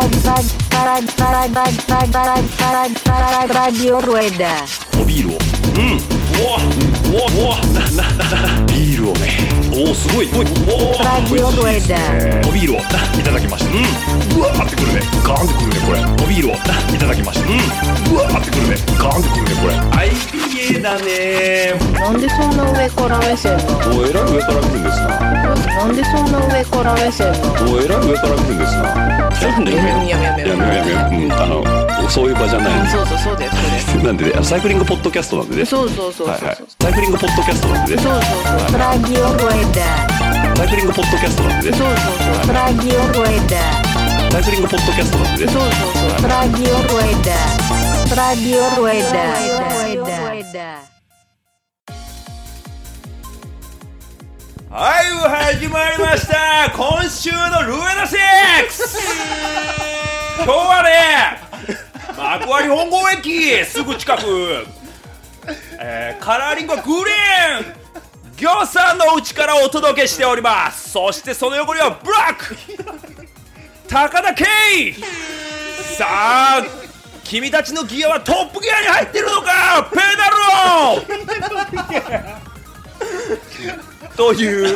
Radio Rueda。 ビールをビールをね、おおすごい、 Radio Rueda。 おビールをいただきました。うわーってくるね、ガーンってくるねこれ。おビールをいただきました。うわーってくるね、ガーンってくるねこれ。IPA だね。 なんでそんな上から目線なの？ おえらい上から来るんですな。 なんでそんな上から目線なの？ おえらい上から来るんですな。なんでやめそういう場じゃない。 そうですなんでね、サイクリングポッドキャストなんでね。 そうサイクリングポッドキャストなんでね。 Radio Rueda。 サイクリングポッドキャストなんでね。 Radio Rueda。 サイクリングポッドキャストなんでね。 Radio Rueda。Radio Rueda。 はい、始まりました。今週のルエダ6。今日はね、幕張本郷駅すぐ近く、カラーリングはグリーン餃子のうちからお届けしております。そしてその横にはブラック高田圭。さあ、君たちのギアはトップギアに入ってるのか。ペダルをという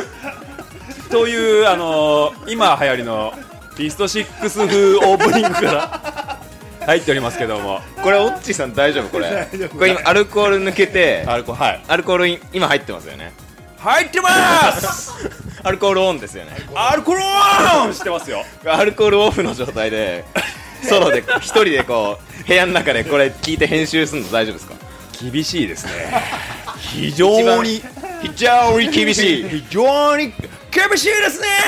今流行りのピスト6風オープニングから入っておりますけども、 これオッチーさん大丈夫？これ今アルコール抜けて、アルコール今入ってますよね。 入ってますアルコールオンですよね。 アルコールオンしてますよ。 アルコールオフの状態でソロで一人でこう部屋の中でこれ聞いて編集するの大丈夫ですか？ 厳しいですね。非常に厳しいですね。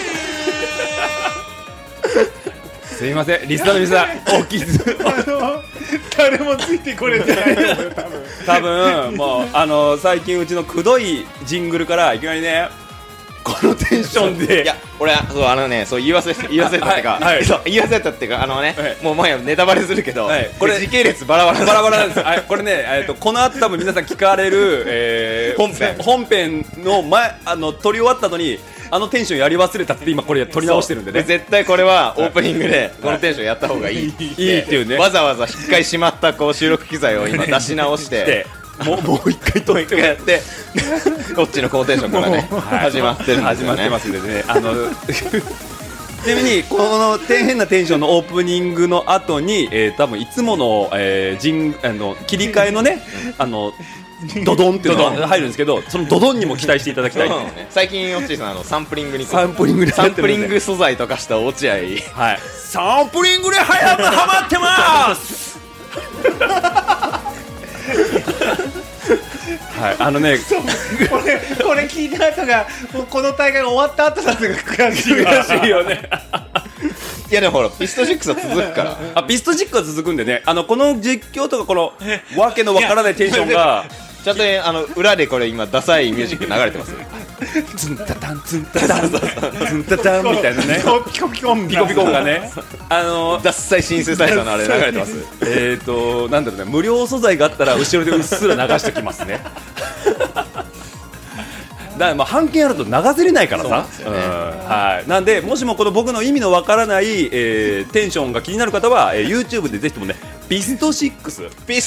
すいません、リスナーの皆さん、お気づ誰もついてこれてないよ多分もう最近うちのくどいジングルからいきなりね、このテンションで、 いや俺はそう言い忘れたっていうか、そう言い忘れたっていうかもう前ネタバレするけど、これ時系列バラバラなんです。これね、この後多分皆さん聞かれる、本編の撮り終わった後にテンションやり忘れたって今これ撮り直してるんでね。 絶対これはオープニングでこのテンションやった方がいいっていうね。 わざわざ一回しまったこう収録機材を今出し直してもう一回撮ってやってこっちのこのテンションからね始まってるんですよね。 始まってますんでね。ちなみにこの変なテンションのオープニングの後に、多分いつもの、切り替えのね、ドドンっていうのが入るんですけど、そのドドンにも期待していただきたい。 最近オッチーさんサンプリング素材とかした落合、 サンプリングでハマってますこれ聞いた後がもうこの大会が終わった後だと悔しいよね。 いやでもほらピスト6は続くからピスト6は続くんでね、この実況とかこのわけのわからないテンションがちゃんとね、裏でこれ今ダサいミュージック流れてます。 ツンタタンツンタタンツンタタンみたいなね、 ピコピコンがね、 ダッサいシンセサイザーのあれ流れてます。 なんだろうね、無料素材があったら後ろでうっすら流してきますね。だから半径あると流せれないからさ。なんでもしもこの僕の意味のわからない、テンションが気になる方は、YouTube でぜひともね、ピスト6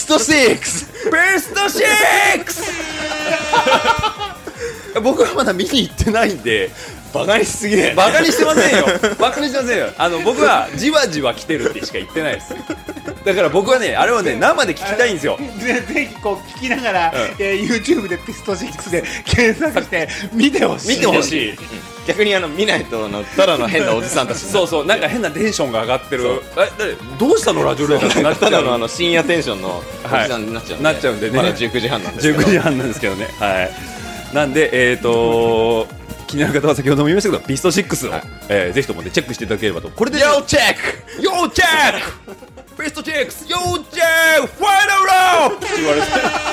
僕はまだ見に行ってないんで、 バカにしすぎね。 バカにしてませんよ。僕はじわじわ来てるってしか言ってないです。だから僕はね、あれをね、生で聞きたいんですよ。 ぜひこう聞きながら、YouTube でピスト6で検索して見てほしい。 逆に見ないとただの変なおじさんたち。 そうなんか変なテンションが上がってる。どうしたのラジオレーダーってなっちゃう。 ただの深夜テンションのおじさんになっちゃうんでね。まだ19時半なんですけど。 19時半なんですけどね。なんで気になる方は先ほども言いましたけど、ピスト6を、ぜひともねチェックしていただければと。これで要チェックピスト6要チェックファイナルローって言われ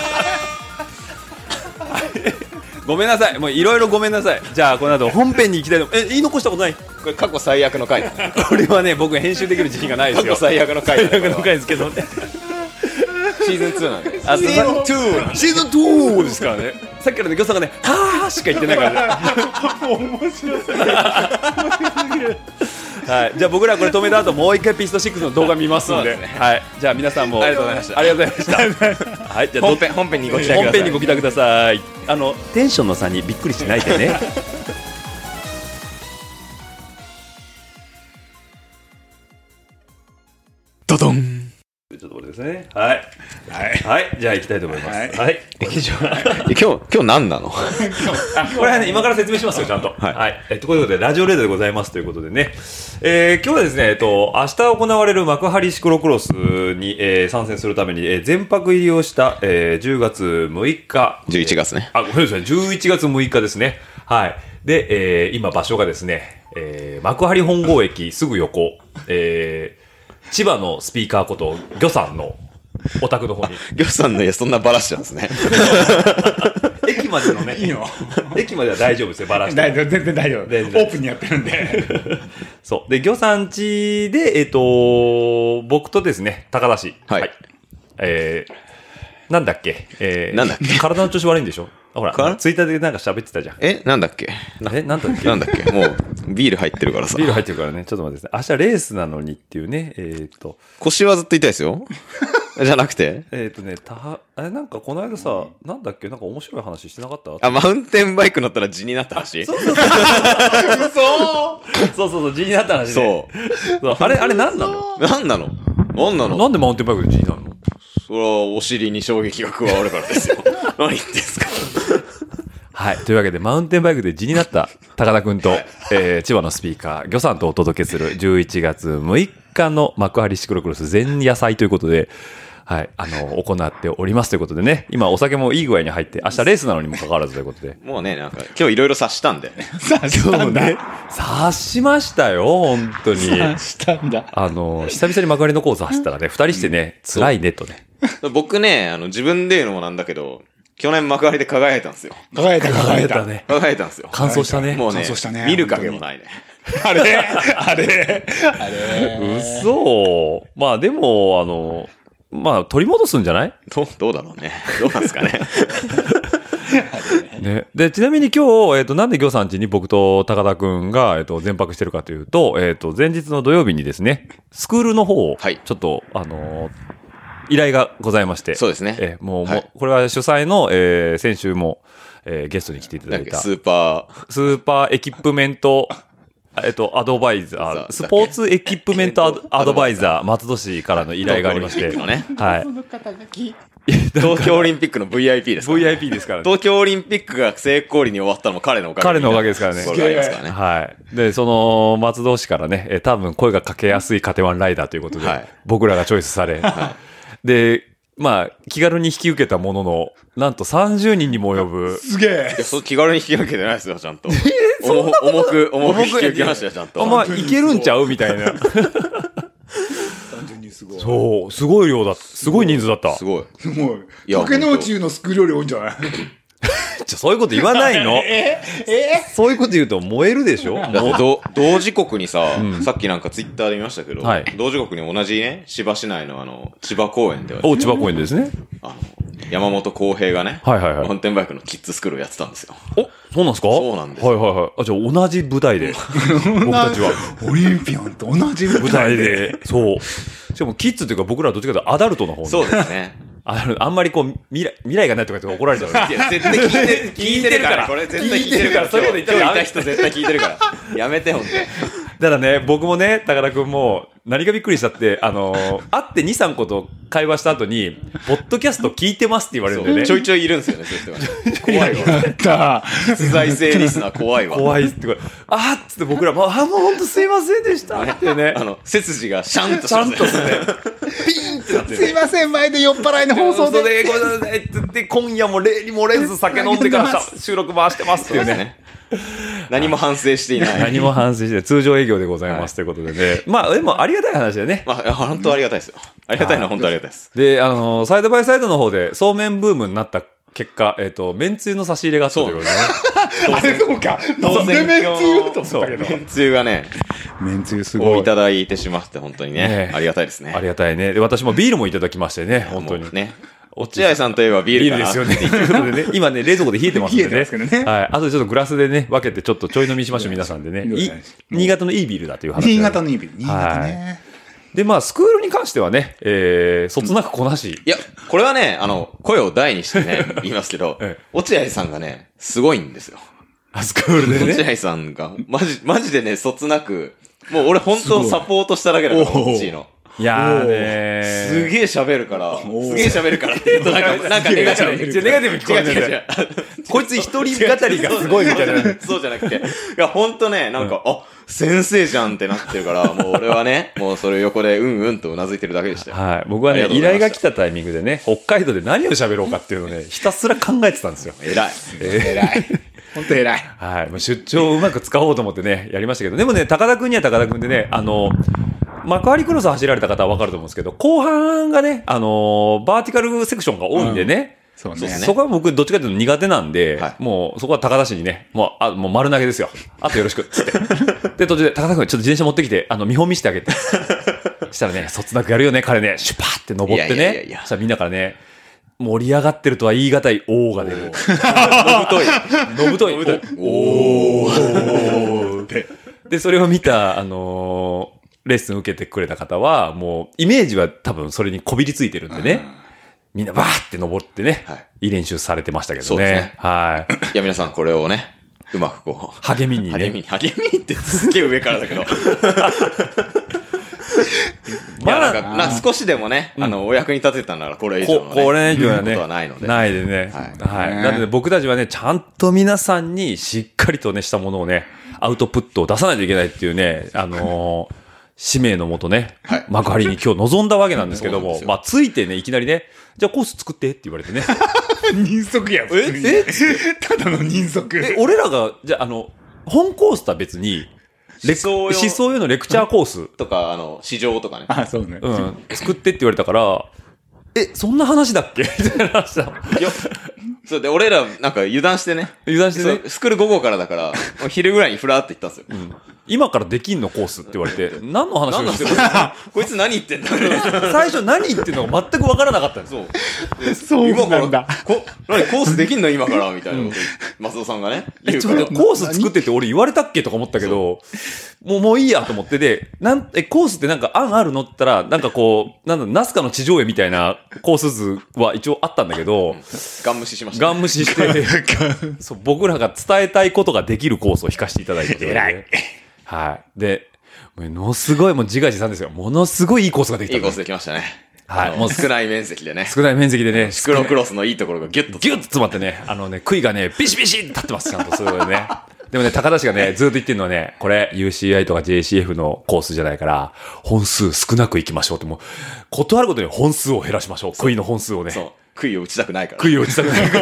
てごめんなさい、もういろいろごめんなさい。じゃあこの後本編に行きたいと。言い残したことない？ これ過去最悪の回だね。 これはね、僕編集できる自信がないですよ。 過去最悪の回ですけどね。 シーズン2なんで。 シーズン2ですからね。さっきからね、ギョさんがね、はーしか言ってないからね。 面白すぎる。 はい、じゃあ僕らこれ止めた後もう一回ピスト6の動画見ますんで、はい、じゃあ皆さんもありがとうございました。 ありがとうございました。はい、じゃあ本編にご期待ください。 本編にご期待ください。テンションの差にびっくりしないでね。 ドドン。 ちょっとこれですね。はい。はい。じゃあ行きたいと思います。はい。 今日何なの？ これはね、今から説明しますよ、ちゃんと。はい。ということで、ラジオレードでございますということでね。今日はですね、明日行われる幕張シクロクロスに、参戦するために、全泊入りをした、10月6日。 11月ね。 ごめんなさい、11月6日ですね。はい。で、今場所がですね、幕張本郷駅すぐ横、千葉のスピーカーこと魚さんのお宅の方に。 魚さんの家そんなバラしちゃうんですね。 駅までのね。いいの。駅までは大丈夫ですよ、バラして。 全然大丈夫。オープンにやってるんで。 そう。で、魚さん家で、僕とですね、高田氏。 はい。 なんだっけ、 なんだっけ、 体の調子悪いんでしょ？ほら、ツイッターでなんか喋ってたじゃん。 なんだっけ、 なんだっけなんだっけ、もう、ビール入ってるからさ。 ビール入ってるからね。ちょっと待ってですね。明日レースなのにっていうね。 腰はずっと痛いですよ。じゃなくてなんかこの間さ、なんだっけ、なんか面白い話してなかった？ マウンテンバイク乗ったら地になった話？ そう。そう地になった話ね。そう。あれ何なの？ 何なの？ なんでマウンテンバイクで地になるの？ それはお尻に衝撃が加わるからですよ。何言ってんすか？ はい。というわけで、マウンテンバイクで地になった高田くんと、千葉のスピーカー、魚さんとお届けする11月6日の幕張シクロクロス前夜祭ということで、はい。行っておりますということでね、今お酒もいい具合に入って、明日レースなのにもかかわらずということで。 もうね、なんか、今日いろいろ察したんで。 察したんだ。 察しましたよ、本当に。 察したんだ。 久々に幕張のコース走ったらね、二人してね、辛いねとね。 僕ね、自分で言うのもなんだけど、去年幕張で輝いたんですよ。 輝いたね。 輝いたんですよ。 乾燥したね。 もうね、見る影もないね。 あれ嘘。まあでも、取り戻すんじゃない？ どうだろうね。どうなんですかね。 ね。で、ちなみに今日、なんで魚さん家に僕と高田くんが、全泊してるかというと、前日の土曜日にですね、スクールの方を、ちょっと、依頼がございまして。 そうですね。 もう、これは主催の、先週も、ゲストに来ていただいた。 スーパーエキップメント、アドバイザー、スポーツエキップメントアドバイザー、松戸市からの依頼がありまして。はい。 東京オリンピックの VIP ですからね。 VIP ですからね。 東京オリンピックが成功裏に終わったのも彼のおかげ彼のおかげですからね。はい。で、その松戸市からね、多分声がかけやすいカテワンライダーということで、僕らがチョイスされ、で、気軽に引き受けたものの、なんと30人にも及ぶ。 すげえ。 気軽に引き受けてないですよ、ちゃんと。重く引き受けましたよ、ちゃんと。 いけるんちゃうみたいな。そう、すごい量だ。すごい人数だった。 すごい。 もう、竹之内のスクールより多いんじゃない？ そういうこと言わないの。そういうこと言うと燃えるでしょ。 同時刻にさ、さっきなんかツイッターで見ましたけど、同時刻に同じね、千葉市内の千葉公園では、 千葉公園ですね。 山本浩平がね、マウンテンバイクのキッズスクールをやってたんですよ。 そうなんですか？そうなんです。じゃあ同じ舞台で、僕たちは。 オリンピアンと同じ舞台で。 そう。しかもキッズというか僕らはどっちかというとアダルトの方に。 そうですね。 あんまりこう、未来がないとか言って怒られちゃう。 絶対聞いてるから。これ絶対聞いてるから。 そういうこと言ったら今日いた人絶対聞いてるから。やめて、ほんと。 だからね、僕もね、高田くんも、何がびっくりしたって、会って2、3個と会話した後に、ポッドキャスト聞いてますって言われるんでね。 ちょいちょいいるんですよね、そういう人が。怖いわ。実在性リスナー怖いわ。 怖いって、あっつって僕らもうほんとすいませんでしたってね。 背筋がシャンとしてね。 ピンってなって。 すいません、前で酔っ払いの放送で。 ごめんなさいって言って、今夜も例に漏れず酒飲んでから収録回してますっていうね。 何も反省していない。 何も反省してない。通常営業でございますということでね。でもありがたい話だよね。 本当ありがたいですよ。ありがたいのは本当ありがたいです。 で、サイドバイサイドの方でそうめんブームになった結果、めんつゆの差し入れがあったということでね。 あれそうか。なんでめんつゆと思ったけど。 めんつゆがね、 めんつゆすごい。 いただいてしまって本当にね。ありがたいですね。 ありがたいね。で、私もビールもいただきましてね、本当に。 ね。 落合さんといえばビールかな。 ビールですよね。ということでね、今ね、冷蔵庫で冷えてますんでね。 冷えてますけどねはい。あとでちょっとグラスでね、分けてちょっとちょい飲みしましょう、皆さんでね。新潟のいいビールだという話。 新潟のいいビール。新潟ね。 で、まあ、スクールに関してはね、そつなくこなし。 いや、これはね、声を大にしてね、言いますけど、落合さんがね、すごいんですよ。 スクールでね。 落合さんが、マジでね、そつなく、もう俺本当サポートしただけだから、こっちの。 いやーねー。 すげえ喋るからって言うとなんかネガティブ。 ネガティブ聞こえない。違う。こいつ一人語りがすごいみたいな。 そうじゃなくて。いや、ほんとね、なんか、先生じゃんってなってるから、もう俺はね、もうそれ横でうんとうなずいてるだけでしたよ。 はい。僕はね、依頼が来たタイミングでね、北海道で何を喋ろうかっていうのをね、ひたすら考えてたんですよ。 偉い。 本当偉い。 はい。出張をうまく使おうと思ってね、やりましたけど、でもね、高田くんには高田くんでね、幕張クロス走られた方は分かると思うんですけど、後半がね、バーティカルセクションが多いんでね、 そうね。 そこは僕どっちかというと苦手なんで、もうそこは高田市にね、もう丸投げですよ。あとよろしくっつって。で、途中で高田君ちょっと自転車持ってきて、見本見せてあげて。したらね、そつなくやるよね、彼ね、シュパーって登ってね。そしたらみんなからね、盛り上がってるとは言い難い、おーが出る。のぶとい。おーって。で、それを見た、レッスン受けてくれた方は、もう、イメージは多分それにこびりついてるんでね。みんなバーって登ってね、いい練習されてましたけどね。 そうですね。 はい。 いや、皆さんこれをね、うまくこう。 励みにね。 励みってすげえ上からだけど。まあ、少しでもね、お役に立てたならこれ以上のね。 これ以上はね。 ことはないので。 ないでね。はい。なので僕たちはね、ちゃんと皆さんにしっかりとね、したものをね、アウトプットを出さないといけないっていうね、使命のもとね、幕張に今日臨んだわけなんですけども、まあ、ついてね、いきなりね、じゃあコース作ってって言われてね。 人足やん。ただの人足。 俺らが、じゃあ、本コースとは別に、思想用のレクチャーコース。 とか、市場とかね。 あ、そうね。 うん。作ってって言われたから、そんな話だっけみたいな話だ。 そうで、俺らなんか油断してね。スクール午後からだから、昼ぐらいにフラーって行ったんですよ。 今からできんのコースって言われて、何の話をしてるこいつ何言ってんだ最初何言ってんのか全く分からなかったんですよ。 そうなんだ。 何コースできんの今からみたいなこと松尾さんがね。 ちょっと待って、コース作ってって俺言われたっけとか思ったけど、もういいやと思ってで、コースってなんか案あるのって言ったら、なんかこう、ナスカの地上絵みたいなコース図は一応あったんだけど、 ガン無視しました。 ガン無視して、そう僕らが伝えたいことができるコースを引かせていただいて。 偉い。 はい。で、ものすごい、もう自画自賛ですよ。ものすごいいいコースができた。 いいコースできましたね。 はい。 もう少ない面積でね。 少ない面積でね。 シクロクロスのいいところがギュッと詰まってね、杭がね、ビシビシって立ってます、ちゃんと。そういうのね。でもね、高田氏がね、ずっと言ってるのはね、これ、UCI とか JCF のコースじゃないから、本数少なく行きましょうって、もう、ことあることに本数を減らしましょう。杭の本数をね。 そう。杭を打ちたくないから。 杭を打ちたくないから。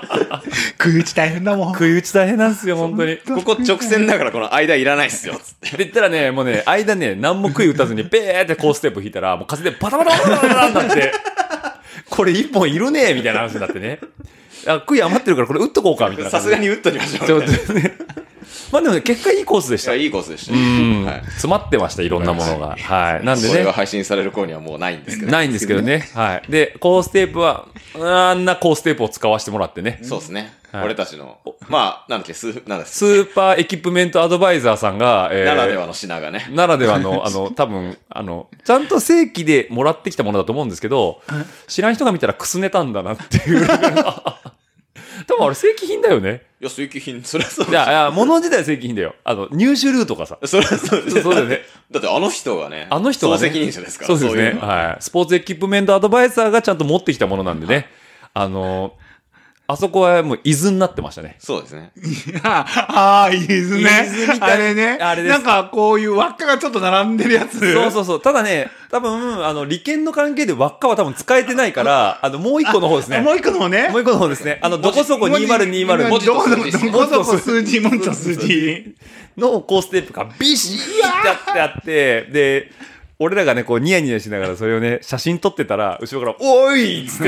杭打ち大変だもん。 杭打ち大変なんですよ、本当に。 ここ直線だからこの間いらないっすよ、つって。 で言ったらね、もうね、間ね、何も杭打たずに、ペーってコーステップ引いたら、もう風でバタバタバタバタになって、これ一本いるねみたいな話になってね。杭余ってるからこれ打っとこうか、みたいな。 さすがに打っときましょう。ちょっとね。 まあでもね、結果いいコースでした。 いいコースでした。 詰まってました、いろんなものが。はい。なんでね。 それが配信される頃にはもうないんですけど。 ないんですけどね。はい。で、コーステープは、あんなコーステープを使わせてもらってね。 そうですね。俺たちの、まあ、なんだっけ、スーパーエキプメントアドバイザーさんが、 ならではの品がね。 ならではの、多分、ちゃんと正規でもらってきたものだと思うんですけど、知らん人が見たらくすねたんだなっていう。多分あれ正規品だよね。 いや、正規品、そりゃそういや、物自体は正規品だよ。入手ルートがさ。 そりゃそうです。 そうだよね。 だってあの人がね、 総責任者ですから。 そうですね。はい。スポーツエキプメントアドバイザーがちゃんと持ってきたものなんでね。あそこはもう伊豆になってましたね。 そうですね。 ああ、伊豆ね。あれね。 あれです。 なんかこういう輪っかがちょっと並んでるやつ。 そう。ただね、多分、利権の関係で輪っかは多分使えてないから、もう一個の方ですね。 もう一個の方ね。 もう一個の方ですね。どこそこ2020。 どこそこ数字、文字と数字。 のコーステープがビシーってやってあって、で、俺らがね、こうニヤニヤしながらそれをね、写真撮ってたら、後ろから、おーいっつって。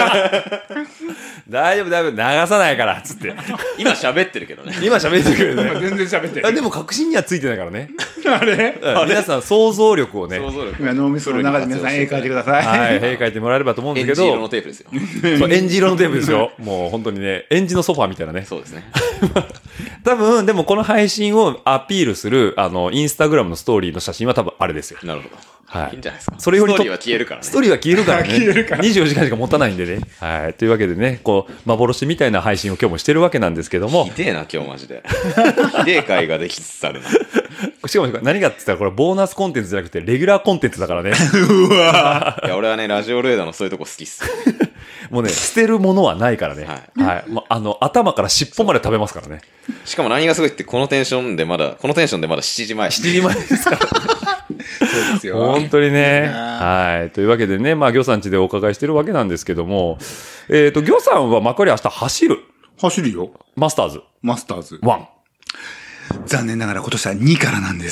大丈夫、流さないから、つって。 今喋ってるけどね。 今喋ってるけどね。 全然喋ってる。 でも確信にはついてないからね。 あれ皆さん想像力をね、 想像力今脳みその中で皆さん絵描いてください。 はい、絵描いてもらえればと思うんですけど、 エンジ色のテープですよ。 そう、エンジ色のテープですよ。もう本当にね、エンジのソファーみたいなね。 そうですね。 多分、でもこの配信をアピールする、インスタグラムのストーリーの写真は多分あれですよ。 なるほど。 はい。 いいんじゃないですか。 それよりストーリーは消えるからね。 ストーリーは消えるからね。 消えるから 24時間しか持たないんでね。はい。というわけでね、こう、幻みたいな配信を今日もしてるわけなんですけども。 ひでえな、今日マジで。ひでえ会ができつつあるな。 しかも何がって言ったらこれボーナスコンテンツじゃなくてレギュラーコンテンツだからね。 いや、俺はね、ラジオルエダのそういうとこ好きっす。 もうね、捨てるものはないからね。 はい。 はい。頭から尻尾まで食べますからね。 しかも何がすごいって、このテンションでまだ7時前。 7時前ですから。 そうですよ。 本当にね。はい。というわけでね、まあ、魚さん家でお伺いしてるわけなんですけども、魚さんは幕張明日走る。 走るよ。 マスターズ。 マスターズ。 1。 残念ながら今年は2からなんです。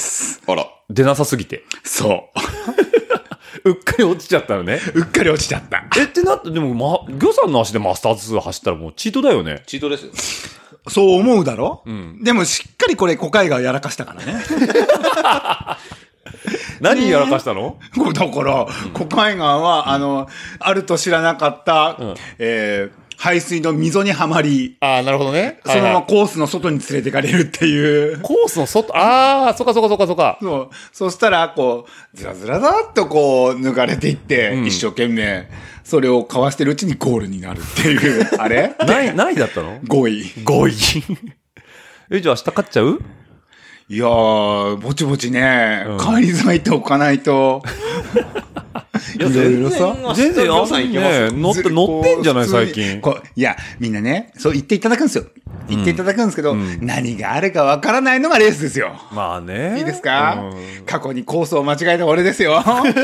あら。 出なさすぎて。 そうっかり落ちちゃったのね。 う。うっかり落ちちゃった。 ってなって、でも、魚さんの足でマスターズ走ったらもうチートだよね。 チートですよ。 そう思うだろ、 うん、 でもしっかりこれ、小海がやらかしたからね。 何やらかしたの？ だから、小海川は、あると知らなかった、排水の溝にはまり、 ああ、なるほどね。 そのままコースの外に連れてかれるっていう。 コースの外、ああ、そっか。 そう。そしたら、こう、ずらずらだっとこう、抜かれていって、一生懸命、それをかわしてるうちにゴールになるっていう。あれ何位だったの？ 5位。 5位。じゃあ明日勝っちゃう？ いやー、ぼちぼちね、帰り咲いておかないと。いろいろさ。 全然あんね、乗ってんじゃない最近。 いや、みんなね、そう言っていただくんですよ。言っていただくんですけど、何があるかわからないのがレースですよ。 まあね。 いいですか？過去にコースを間違えた俺ですよ。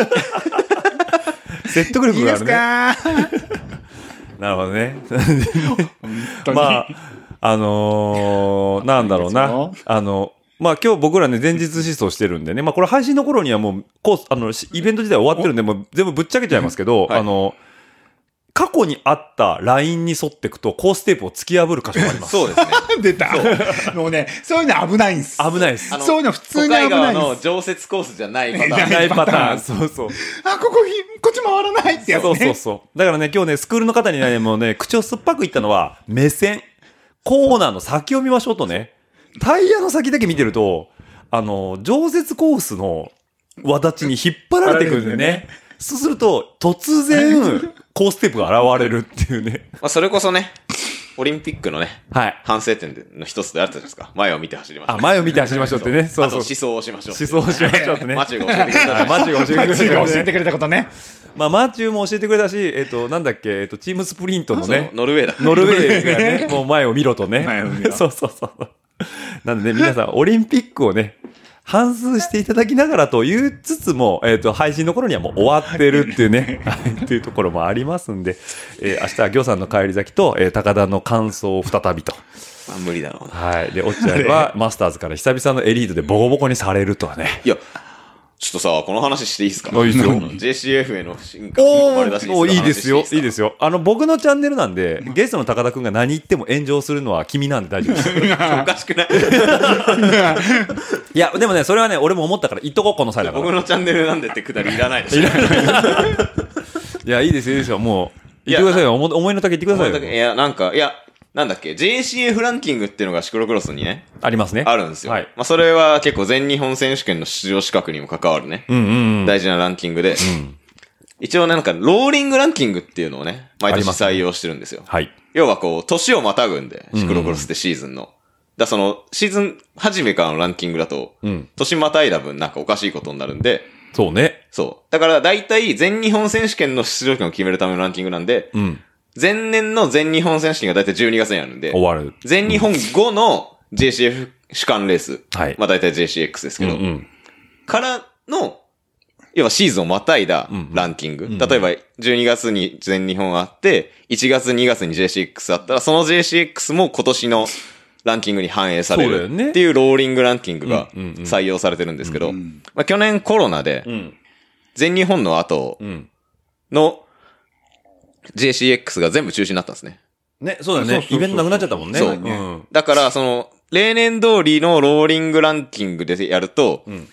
説得力があるね。 いいですか？ なるほどね。まあ、なんだろうな。まあ今日僕らね、前日思想してるんでね、まあこれ配信の頃にはもう、イベント自体終わってるんで、もう全部ぶっちゃけちゃいますけど、はい、過去にあったラインに沿っていくと、コーステープを突き破る箇所があります。 そうですね。 出た。もうね、そういうの危ないんです。 危ないです。 そういうの普通に危ないんです。 小海川の常設コースじゃないパターン。 ないパターン。そう。 こっち回らないってやつね。 そう。だからね、今日ね、スクールの方にね、もうね、口を酸っぱく言ったのは、目線。コーナーの先を見ましょうとね。タイヤの先だけ見てると、常設コースの輪立ちに引っ張られてくるんでね。そうすると、突然、コーステープが現れるっていうね。 まあ、それこそね、オリンピックのね、 はい。 反省点の一つであったじゃないですか。前を見て走りましょう。 前を見て走りましょうってね。 そう。あと思想をしましょう。 思想をしましょうってね。 マチューが教えてくれた。 マチューが教えてくれたことね。まあ、マチューも教えてくれたし、なんだっけ、チームスプリントのね。 ノルウェーだ。 ノルウェーがね、もう前を見ろとね。 前を見ろ。 そう。なんでね、皆さん、オリンピックをね、反芻していただきながらと言いつつも、配信の頃にはもう終わってるっていうね、っていうところもありますんで、明日は魚さんの帰り咲きと、高田の感想を再びと。 まあ、無理だろうな。 はい。で、落合はマスターズから久々のエリートでボコボコにされるとはね。 いや、ちょっとさ、この話していいですか？ いいですよ。 JCF への進化の割り出しいいですよ。いいですよ。僕のチャンネルなんで、ゲストの高田くんが何言っても炎上するのは君なんで大丈夫です。 おかしくないいや、でもね、それはね、俺も思ったから言っとこう、この際だから。 僕のチャンネルなんでってくだりいらないでしょ。 いや、いいですよ。もう、言ってくださいよ。思いの丈言ってくださいよ。 いや、なんだっけ、JCF ランキングっていうのがシクロクロスにね。 ありますね。 あるんですよ。 はい。 まあ、それは結構全日本選手権の出場資格にも関わるね。大事なランキングで。一応ね、なんか、ローリングランキングっていうのをね、毎年採用してるんですよ。 はい。 要はこう、年をまたぐんで、シクロクロスってシーズンの。その、シーズン初めからのランキングだと、年またいだ分なんかおかしいことになるんで。 そうね。 そう。だから大体全日本選手権の出場権を決めるためのランキングなんで、前年の全日本選手権が大体12月にあるんで、 終わる。 全日本後の JCF 主幹レース、 はい。 まあ大体 JCX ですけど、からの、要はシーズンをまたいだランキング。例えば12月に全日本あって、1月2月に JCX あったら、その JCX も今年のランキングに反映されるっていうローリングランキングが採用されてるんですけど、まあ去年コロナで、全日本の後の、JCX が全部中止になったんですね。 ね、そうだね。イベントなくなっちゃったもんね。 そう。だから、例年通りのローリングランキングでやると、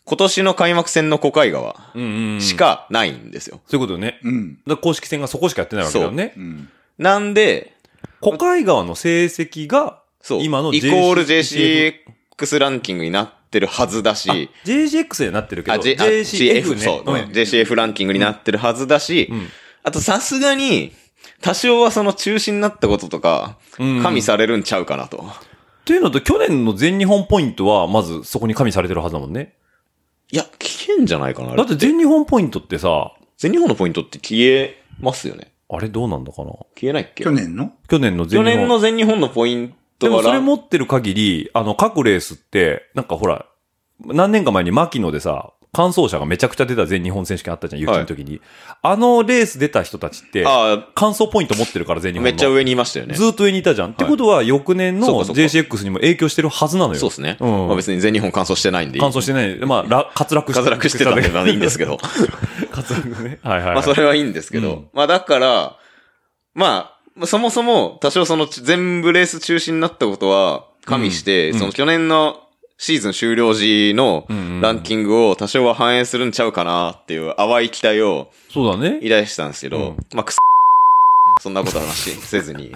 今年の開幕戦の小海川うんうんうん。 しかないんですよ。 そういうことね。 うん。 だから公式戦がそこしかやってないわけだよね。 なんで、 小海川の成績が、 そう。 今のイコール JCX ランキングになってるはずだし、 JCX になってるけど、 JCF JCF ね。 そう、ごめんうん JCF ランキングになってるはずだし、あとさすがに、多少はその中止になったこととか、加味されるんちゃうかなと。 っていうのと、去年の全日本ポイントは、まずそこに加味されてるはずだもんね。 いや、消えんじゃないかな。あれだって全日本ポイントってさ、 全日本のポイントって消えますよね。 あれどうなんだかな。 消えないっけ去年の去年の全日本。 去年の全日本のポイントはでもそれ持ってる限り、各レースって、なんかほら、何年か前に牧野でさ、完走者がめちゃくちゃ出た全日本選手権あったじゃん、雪の時に。あのレース出た人たちって、 あ完走ポイント持ってるから全日本の。 めっちゃ上にいましたよね。 ずーっと上にいたじゃん。ってことは、翌年のそうかそうか JCX にも影響してるはずなのよ。 そうですね。 うん。 まあ別に全日本完走してないんでいい。 完走してない。まあ、滑落して滑落してたんでまあいいんですけど。 滑落ね。はいはい、はい。 まあそれはいいんですけど。 うんまあだから、まあ、そもそも多少その全部レース中止になったことは加味して、 うんその去年のシーズン終了時のランキングを多少は反映するんちゃうかなっていう淡い期待をそうだね。 抱いてたんですけど、 うんまあそんなことはなしせずに、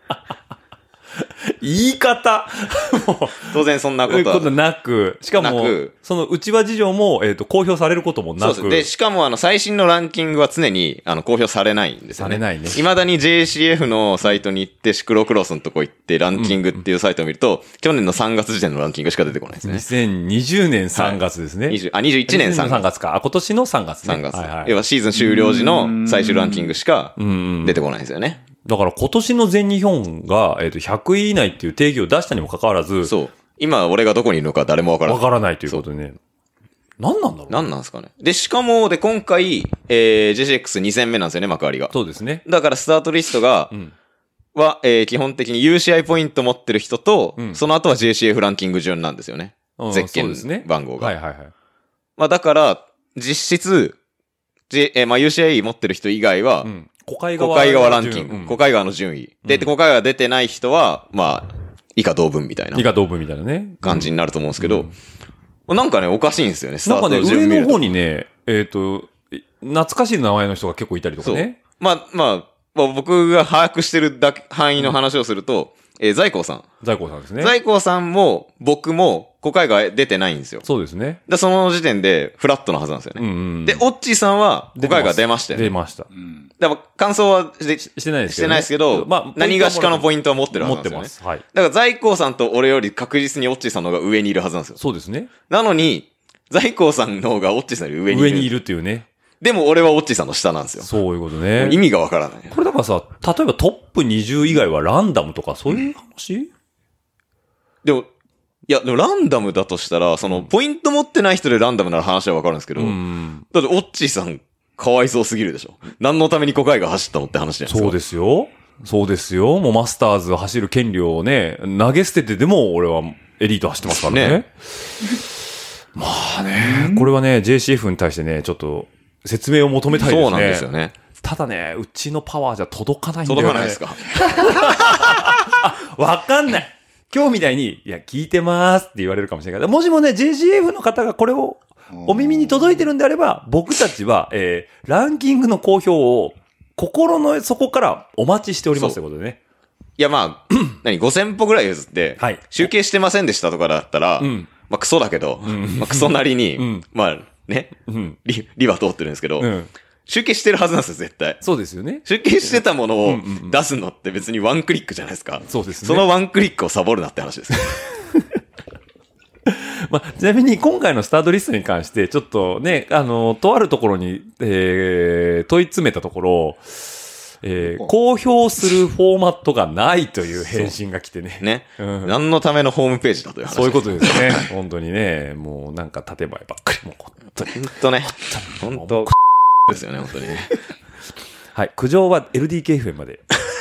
言い方もう当然そんなこそういうこととは。 なく、しかもなく、 その内輪事情も、公表されることもなく。 そうです。で、しかも最新のランキングは常に公表されないんですよね。 されないね未だに JCF のサイトに行って、シクロクロスのとこ行って、ランキングっていうサイトを見ると、去年の3月時点のランキングしか出てこないですね。 2020年3月ですね。 21年3 3 月。 月か。今年の3月ね。 3月。 はいはい。 要はシーズン終了時の最終ランキングしかん出てこないんですよね。 だから今年の全日本が、100位以内っていう定義を出したにもかかわらず、 そう。今俺がどこにいるのか誰もわからない。 わからないということでね。何なんだろう。 何なんですかね。で、しかも、今回、JCX2 戦目なんですよね、幕張が。 そうですね。 だからスタートリストが、 ん基本的に UCI ポイント持ってる人と、 うんその後は JCF ランキング順なんですよね。 うんゼッケそうですねン番号が。 はいはいはい。 まあだから、実質、まあ UCI 持ってる人以外は、 うん。小海小川海川ランキング、 うん小海川の順位。で、小海川出てない人は、まあ、以下同文みたいな以下同文みたいなね。 感じになると思うんですけど、なんかね、おかしいんですよね、スタートなんかね、上のの順見ると。 方にね、懐かしい名前の人が結構いたりとかそうね。。 まあ、僕が把握してる範囲の話をすると、在光さん。 在光さんですね。 在光さんも、僕も、小海川出てないんですよ。 そうですね。 で、その時点で、フラットなはずなんですよね。 うんうん。 で、オッチーさんは、小海川出ましたよね。 出ました。 だから、感想はしてないですけどね。 してないですけど、 まあ、 何がしかのポイントは持ってるはずなんですよね。 持ってます。はい。 だから、在光さんと俺より確実にオッチーさんの方が上にいるはずなんですよ。 そうですね。 なのに、在光さんの方がオッチーさんより上にいる。 上にいるっていうね。 でも俺はオッチーさんの下なんですよ。 そういうことね。 意味がわからない。 これだからさ、例えばトップ20以外はランダムとかそういう話、 でも、いや、でもランダムだとしたら、その、ポイント持ってない人でランダムなら話はわかるんですけど、 うん。 だってオッチーさん、かわいそうすぎるでしょ。何のために小海が走ったのって話じゃないですか。 そうですよ。そうですよ。もうマスターズ走る権利をね、投げ捨ててでも俺はエリート走ってますからね。 ねまあね、これはね、JCF に対してね、ちょっと説明を求めたいですね。 そうなんですよね。 ただね、うちのパワーじゃ届かないんだよね。 届かないですか。 わかんない。今日みたいに、いや、聞いてますって言われるかもしれないけど、もしもね、JCF の方がこれをお耳に届いてるんであれば、僕たちは、ランキングの公表を心の底からお待ちしておりますということでね。 いや、まあ、5000歩ぐらい譲って、 はい集計してませんでしたとかだったら、 んまあ、クソだけど、まあ、クソなりに、 んまあ、ね、 うん。 リは通ってるんですけど、 うん。 集計してるはずなんですよ、絶対。 そうですよね。 集計してたものを出すのって別にワンクリックじゃないですか。 そうですね。 そのワンクリックをサボるなって話です。 まあ、ちなみに今回のスタートリストに関して、ちょっとね、とあるところに、問い詰めたところ、公表するフォーマットがないという返信が来てね。 ね。 うん何のためのホームページだという話。 そういうことですね。本当にね。もうなんか建前ばっかり。もう本当に。 ほんとね。ほんと、ですよね、本当にね。 はい。苦情は LDKFM まで。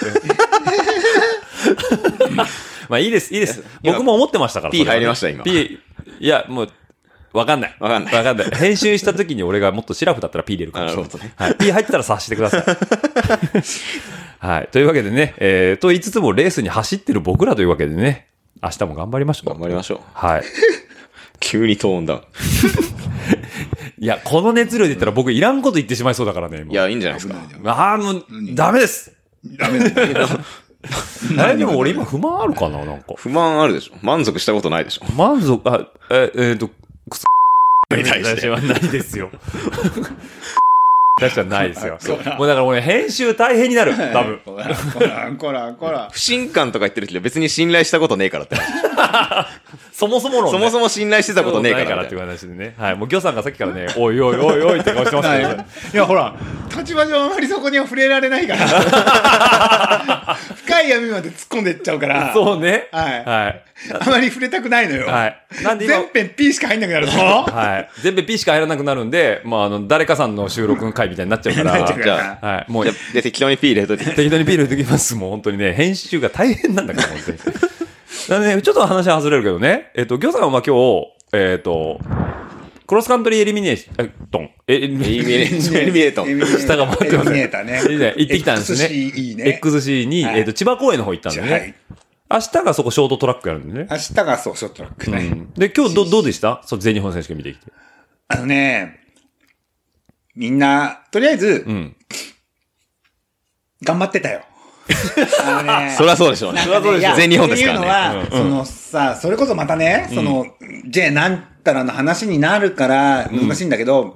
まあいいです、いいです。 今僕も思ってましたから。 P 入りました今 P、いや、もう、わかんない。 わかんないわかんない。編集した時に俺がもっとシラフだったら P 入れるかもしれない。 なるほどねはい。P 入ってたら察してください。はい。というわけでね、と言いつつもレースに走ってる僕らというわけでね、明日も頑張りましょう。 頑張りましょう。 はい。 急にトーンダウン。 いや、この熱量で言ったら僕いらんこと言ってしまいそうだからね。もういや、いいんじゃないですか。 ああ、もう、ダメです。 ダメだよ。 でも俺今不満あるかななんか。 不満あるでしょ。満足したことないでしょ。 満足、くそに対してはないですよ。確かにないですよ。もうだから俺編集大変になる。多分。 こら。 不信感とか言ってる人は別に信頼したことねえからって話。 そもそも論ね。 そもそも信頼してたことねえからっていう話でね。はい。もうギョさんがさっきからね、おいおいおいおいって顔してますけどね。 いや、ほら、立場上あまりそこには触れられないから。深い闇まで突っ込んでいっちゃうから。 そうね。 はい。 はい。 あまり触れたくないのよ。 はい。なんで今、 全編 P しか入んなくなるぞ。 はい。全部 P しか入らなくなるんで、まあ、誰かさんの収録の回みたいになっちゃうから。 なっちゃうじゃはい。もうじゃ、あ適当に P 入れといて。 適当にビール入れときます。もう本当にね、編集が大変なんだから、本当に。なんでね、ちょっと話は外れるけどね、ギョさんはまあ今日、クロスカントリーエリミネートン。 エリミネートン。 下が回ってますね。 エリミネーターね。 行ってきたんですね。 XC ね。 XC に、 はい千葉公園の方行ったんでね。 はい。 明日がそこショートトラックやるんでね。 明日がそう、ショットラックね。 で、今日どうでしたそう、全日本選手権見てきて。 みんな、とりあえず、 うん。 頑張ってたよ。 そりゃそうでしょうね。 なんかねいや全日本ですからね。 っていうのは、そのさ、それこそまたね、J なんたらの話になるから難しいんだけど、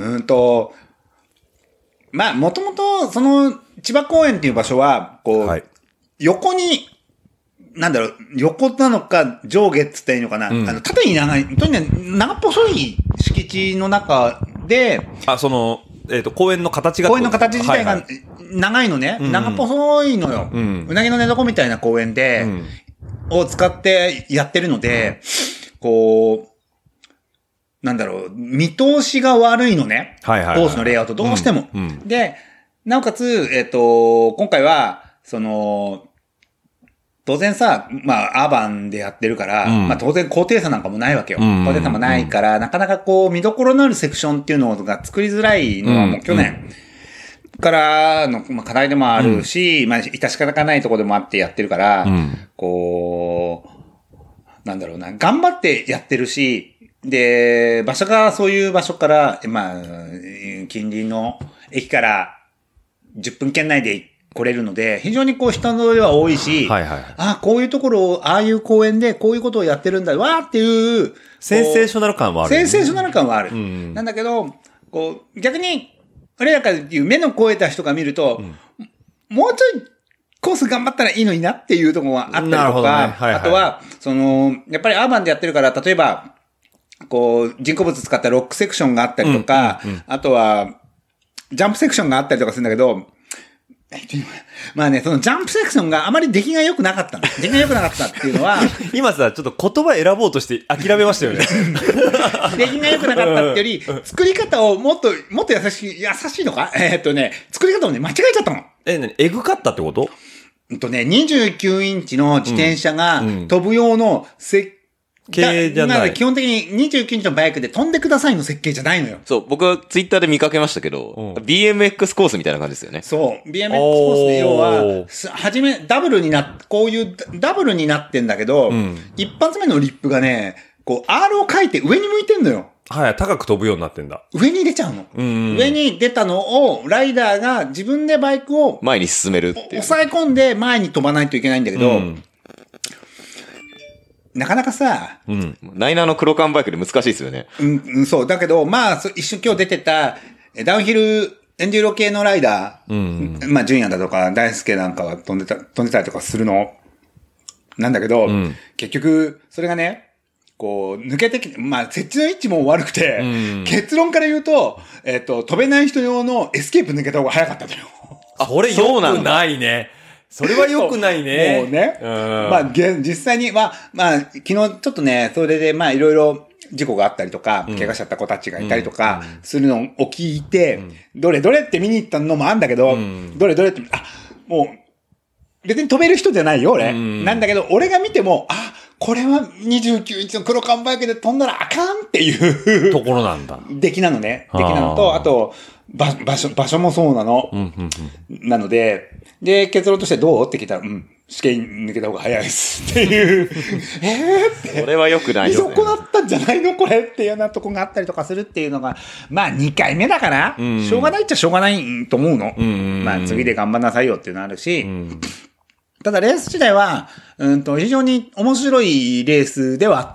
まあ、もともと、その、千葉公園っていう場所は、こう、 はい横に、なんだろう、横なのか上下っつったらいいのかな、縦に長い、とにかく長っぽそい敷地の中で、 あ、その、公園の形が。 公園の形自体がはいはい長いのね。長っぽそいのよ。うなぎの寝床みたいな公園で、を使ってやってるので、こう、なんだろう、見通しが悪いのね。 はいはいはいコースのレイアウトどうしても。で、なおかつ、今回は、その、当然さ、まあ、アーバンでやってるから、まあ当然高低差なんかもないわけよ。高低差もないから、なかなかこう、見どころのあるセクションっていうのが作りづらいのはもう去年からの、まあ、課題でもあるし、まあ、致し方ないところでもあってやってるから、こう、なんだろうな、頑張ってやってるし、で、場所がそういう場所から、まあ、近隣の駅から10分圏内で来れるので、非常にこう人の通りは多いし、 はいはい。 あ、こういうところを、ああいう公園でこういうことをやってるんだ、わーっていう、 センセーショナル感はある、 センセーショナル感はある。なんだけど、こう、逆に、俺らから言う目の超えた人が見ると、もうちょいコース頑張ったらいいのになっていうところがあったりとなるほどねか、 はいはいあとは、その、やっぱりアーバンでやってるから、例えば、こう、人工物使ったロックセクションがあったりとか、あとは、ジャンプセクションがあったりとかするんだけど、まあね、そのジャンプセクションがあまり出来が良くなかったの。出来が良くなかったっていうのは、 今さ、ちょっと言葉選ぼうとして諦めましたよね。 出来が良くなかったってより、作り方をもっと優しいのか作り方をね、間違えちゃったの。 何エグかったってこと 29インチの自転車が飛ぶ用の設計じゃない基本的に29インチのバイクで飛んでくださいの設計じゃないのよ。 そう、僕はツイッターで見かけましたけど、BMX コースみたいな感じですよね。 そう。BMX コースで要は、初め、こういうダブルになってんだけど、一発目のリップがね、こう、R を書いて上に向いてんのよ。 はい、高く飛ぶようになってんだ。 上に出ちゃうの。上に出たのを、ライダーが自分でバイクを前に進めるっていう。 抑え込んで前に飛ばないといけないんだけど、なかなかさ、 ナイナーの黒缶バイクで難しいですよね。 そう。だけど、まあ、一瞬今日出てた、ダウンヒル、エンデューロ系のライダー、まあ、ジュンヤだとか、大輔なんかは飛んでたりとかするの。なんだけど、結局、それがね、こう、抜けてきて、まあ、設置の位置も悪くて、結論から言うと、飛べない人用のエスケープ抜けた方が早かったのよ。 それ良くないね。それは良くないね。 もうね。まあ、実際には、まあ、昨日ちょっとね、それで、まあ、いろいろ事故があったりとか、怪我しちゃった子たちがいたりとか、するのを聞いて、どれどれって見に行ったのもあるんだけど、どれどれって、もう、別に飛べる人じゃないよ、俺。なんだけど、俺が見ても、これは29インチの黒缶バイクで飛んだらあかんっていうところなんだ。 出来なのね。出来なのと、あと、場所もそうなの。なので、結論としてどうって聞いたら、 試験抜けた方が早いですっていう、 それは良くない見よね。 損なったんじゃないのこれっていうようなとこがあったりとかするっていうのが、まあ2回目だから、しょうがないっちゃしょうがないと思うの。まあ次で頑張んなさいよっていうのあるし、ただレース自体は、非常に面白いレースではあった。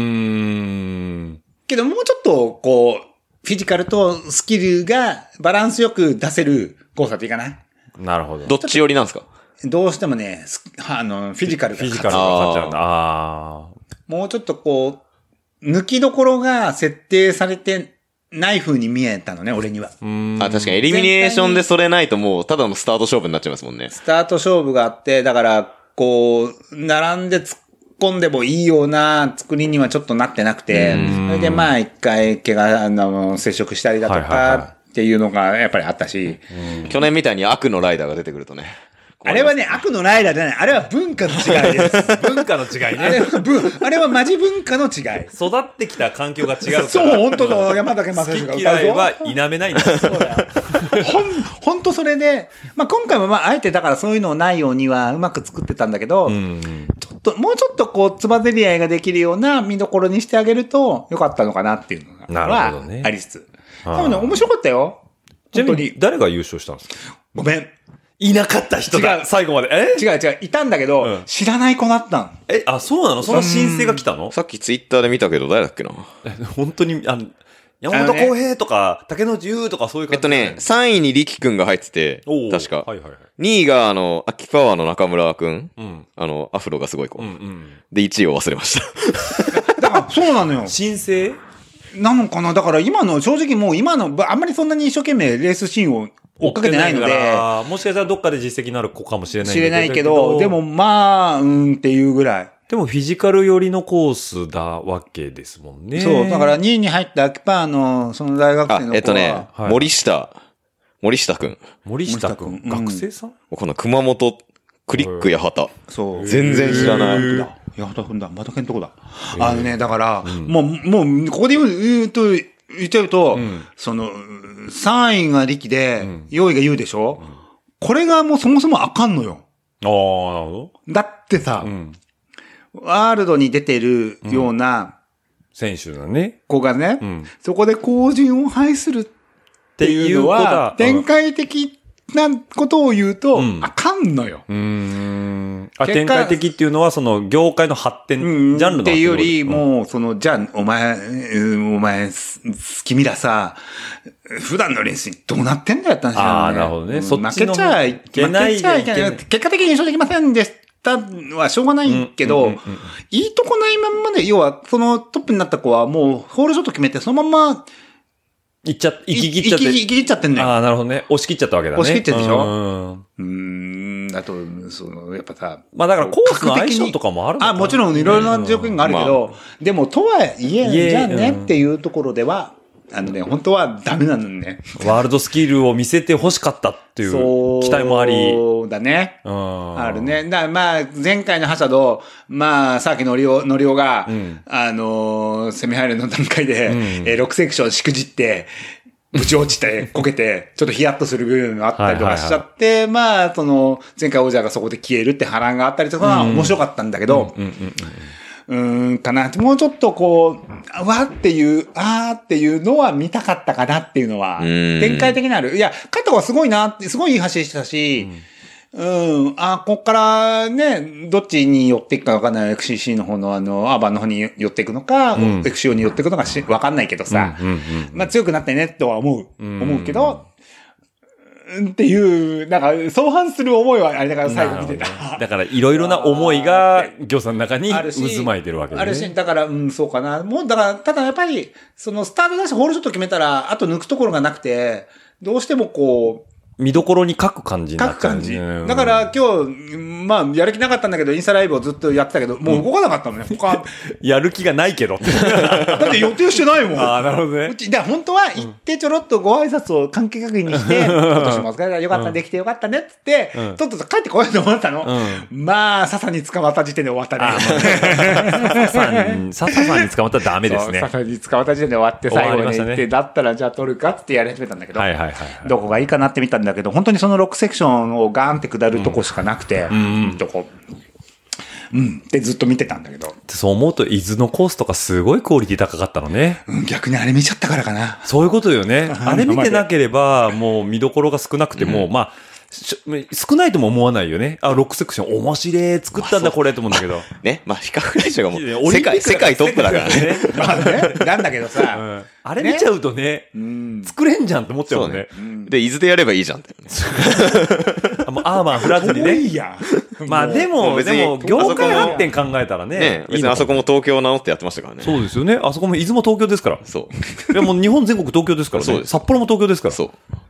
けどもうちょっと、こう、フィジカルとスキルがバランスよく出せるコースだっていいかな。 なるほど。 どっち寄りなんですか？ どうしてもね、フィジカルが勝つ。 フィジカルが勝っちゃうんだ。 もうちょっとこう、抜きどころが設定されてない風に見えたのね、俺には。 確かにエリミネーションでそれないともうただのスタート勝負になっちゃいますもんね。 スタート勝負があって、だから、こう、並んで突っ込んでもいいような作りにはちょっとなってなくて、それでまあ一回怪我、接触したりだとかっていうのがやっぱりあったし。 去年みたいに悪のライダーが出てくるとね。 あれはね、悪のライダーじゃない。あれは文化の違いです。 文化の違いね。 あれはマジ文化の違い。 育ってきた環境が違うから。 そう、本当の山崎正義が好き嫌いは否めないんだ。 そうだよ。本当それで、まあ今回もまああえてだからそういうのないようにはうまく作ってたんだけど、もうちょっとこう、つばぜり合いができるような見どころにしてあげるとよかったのかなっていうのが、はありつつ。でもね、面白かったよ。 ちなみに誰が優勝したんですか？ ごめん。 いなかった人だ。最後まで。 違う。いたんだけど、知らない子だったん。 そうなの？その申請が来たの？ さっきツイッターで見たけど誰だっけな。 本当に、山本浩平とか、竹野内優とかそういう感じ。 3位に力くんが入ってて、確か。2位が秋パワーの中村くん。アフロがすごい子。で、1位を忘れました。 だから、そうなのよ。 申請なのかな？だから正直もう今の、あんまりそんなに一生懸命レースシーンを追っかけてないので。 もしかしたらどっかで実績のある子かもしれないけど、でもまあ、っていうぐらい。 でもフィジカル寄りのコースだわけですもんね。 そう、だから2位に入ったアキパーのその大学生の子は。 森下くん。 森下くん。学生さん？ この熊本クリック八幡。 そう。 全然知らない。 八幡くんだ。またけんとこだ。だから、もう、ここで言っちゃうと、その、3位が力で、4位が言うでしょ？これがもうそもそもあかんのよ。 なるほど。 だってさ、ワールドに出てるような、 選手だね。 子がね、そこで後陣を排するっていうのは、展開的なことを言うと、あかんのよ。 展開的っていうのは、その業界の発展、ジャンルのっていうより、もう、じゃあ、お前、君らさ、普段の練習どうなってんだよって話なんだね。 なるほどね。 負けちゃいけない。結果的に優勝できませんでしたはしょうがないけど、いいとこないまんまで、要は、そのトップになった子はもう、ホールショット決めて、そのまま、 行き切っちゃって。 行き切っちゃってんのよ。 なるほどね。押し切っちゃったわけだね。 押し切っちゃうでしょ？あと、やっぱさ。 まあだからコースの相性とかもあるのかな。 もちろんいろいろな条件があるけど、でもとはいえ、じゃあねっていうところでは、本当はダメなのね。 ワールドスキルを見せて欲しかったっていう期待もあり。 そうだね。あるね。まあ、前回のハシャド、まあ、さっきのりおが、セミファイナルの段階で、6セクションしくじって、ぶち落ちて、こけて、ちょっとヒヤッとする部分があったりとかしちゃって、まあ、前回王者がそこで消えるって波乱があったりとかは面白かったんだけど、かな。もうちょっとこう、わっていう、っていうのは見たかったかなっていうのは、展開的にある。いや、加藤はすごいなって、すごいいい走りしてたし、こっからね、どっちに寄っていくかわかんない XCC の方のアーバンの方に寄っていくのか、XCO に寄っていくのかわかんないけどさ、まあ強くなってねとは思うけど、っていう、なんか、相反する思いはあれだから最後見てた。 だから、いろいろな思いが、行さんの中に渦巻いてるわけですね。 あるし、だから、そうかな。もう、だから、ただやっぱり、スタートだし、ホールショット決めたら、あと抜くところがなくて、どうしてもこう、 見どころに書く感じになっちゃう。 書く感じ。だから今日、まあ、やる気なかったんだけど、インスタライブをずっとやってたけど、もう動かなかったのね。 やる気がないけど。 だって予定してないもん。 なるほどね。 だから本当は行ってちょろっとご挨拶を関係確認して、今年もお疲れ様よかった、できてよかったねって言って、とっとと帰ってこようと思ったの。まあ、笹に捕まった時点で終わったね。 笹さんに捕まったらダメですね。 笹に捕まった時点で終わって、最後まで行って、だったらじゃあ撮るかってやり始めたんだけど、どこがいいかなって見たんんだけど、本当にその6セクションをガーンって下るとこしかなくて、ってずっと見てたんだけど。 そう思うと、伊豆のコースとかすごいクオリティ高かったのね。 逆にあれ見ちゃったからかな。 そういうことよね。あれ見てなければ、もう見どころが少なくても、まあ、少ないとも思わないよね。6セクション面白い作ったんだこれと思うんだけど。 ね。まあ、比較対象がもう、 オリンピック世界トップだからね。 まあね。なんだけどさ、 あれ見ちゃうとね、作れんじゃんって思っちゃうもんね。 で、伊豆でやればいいじゃんって。 もうアーマー振らずにね。 いいや。 まあでも、業界発展考えたらね。 別にあそこも東京を名乗ってやってましたからね。 そうですよね。あそこも伊豆も東京ですから。 そう。 いやもう日本全国東京ですからね。札幌も東京ですから。 そう。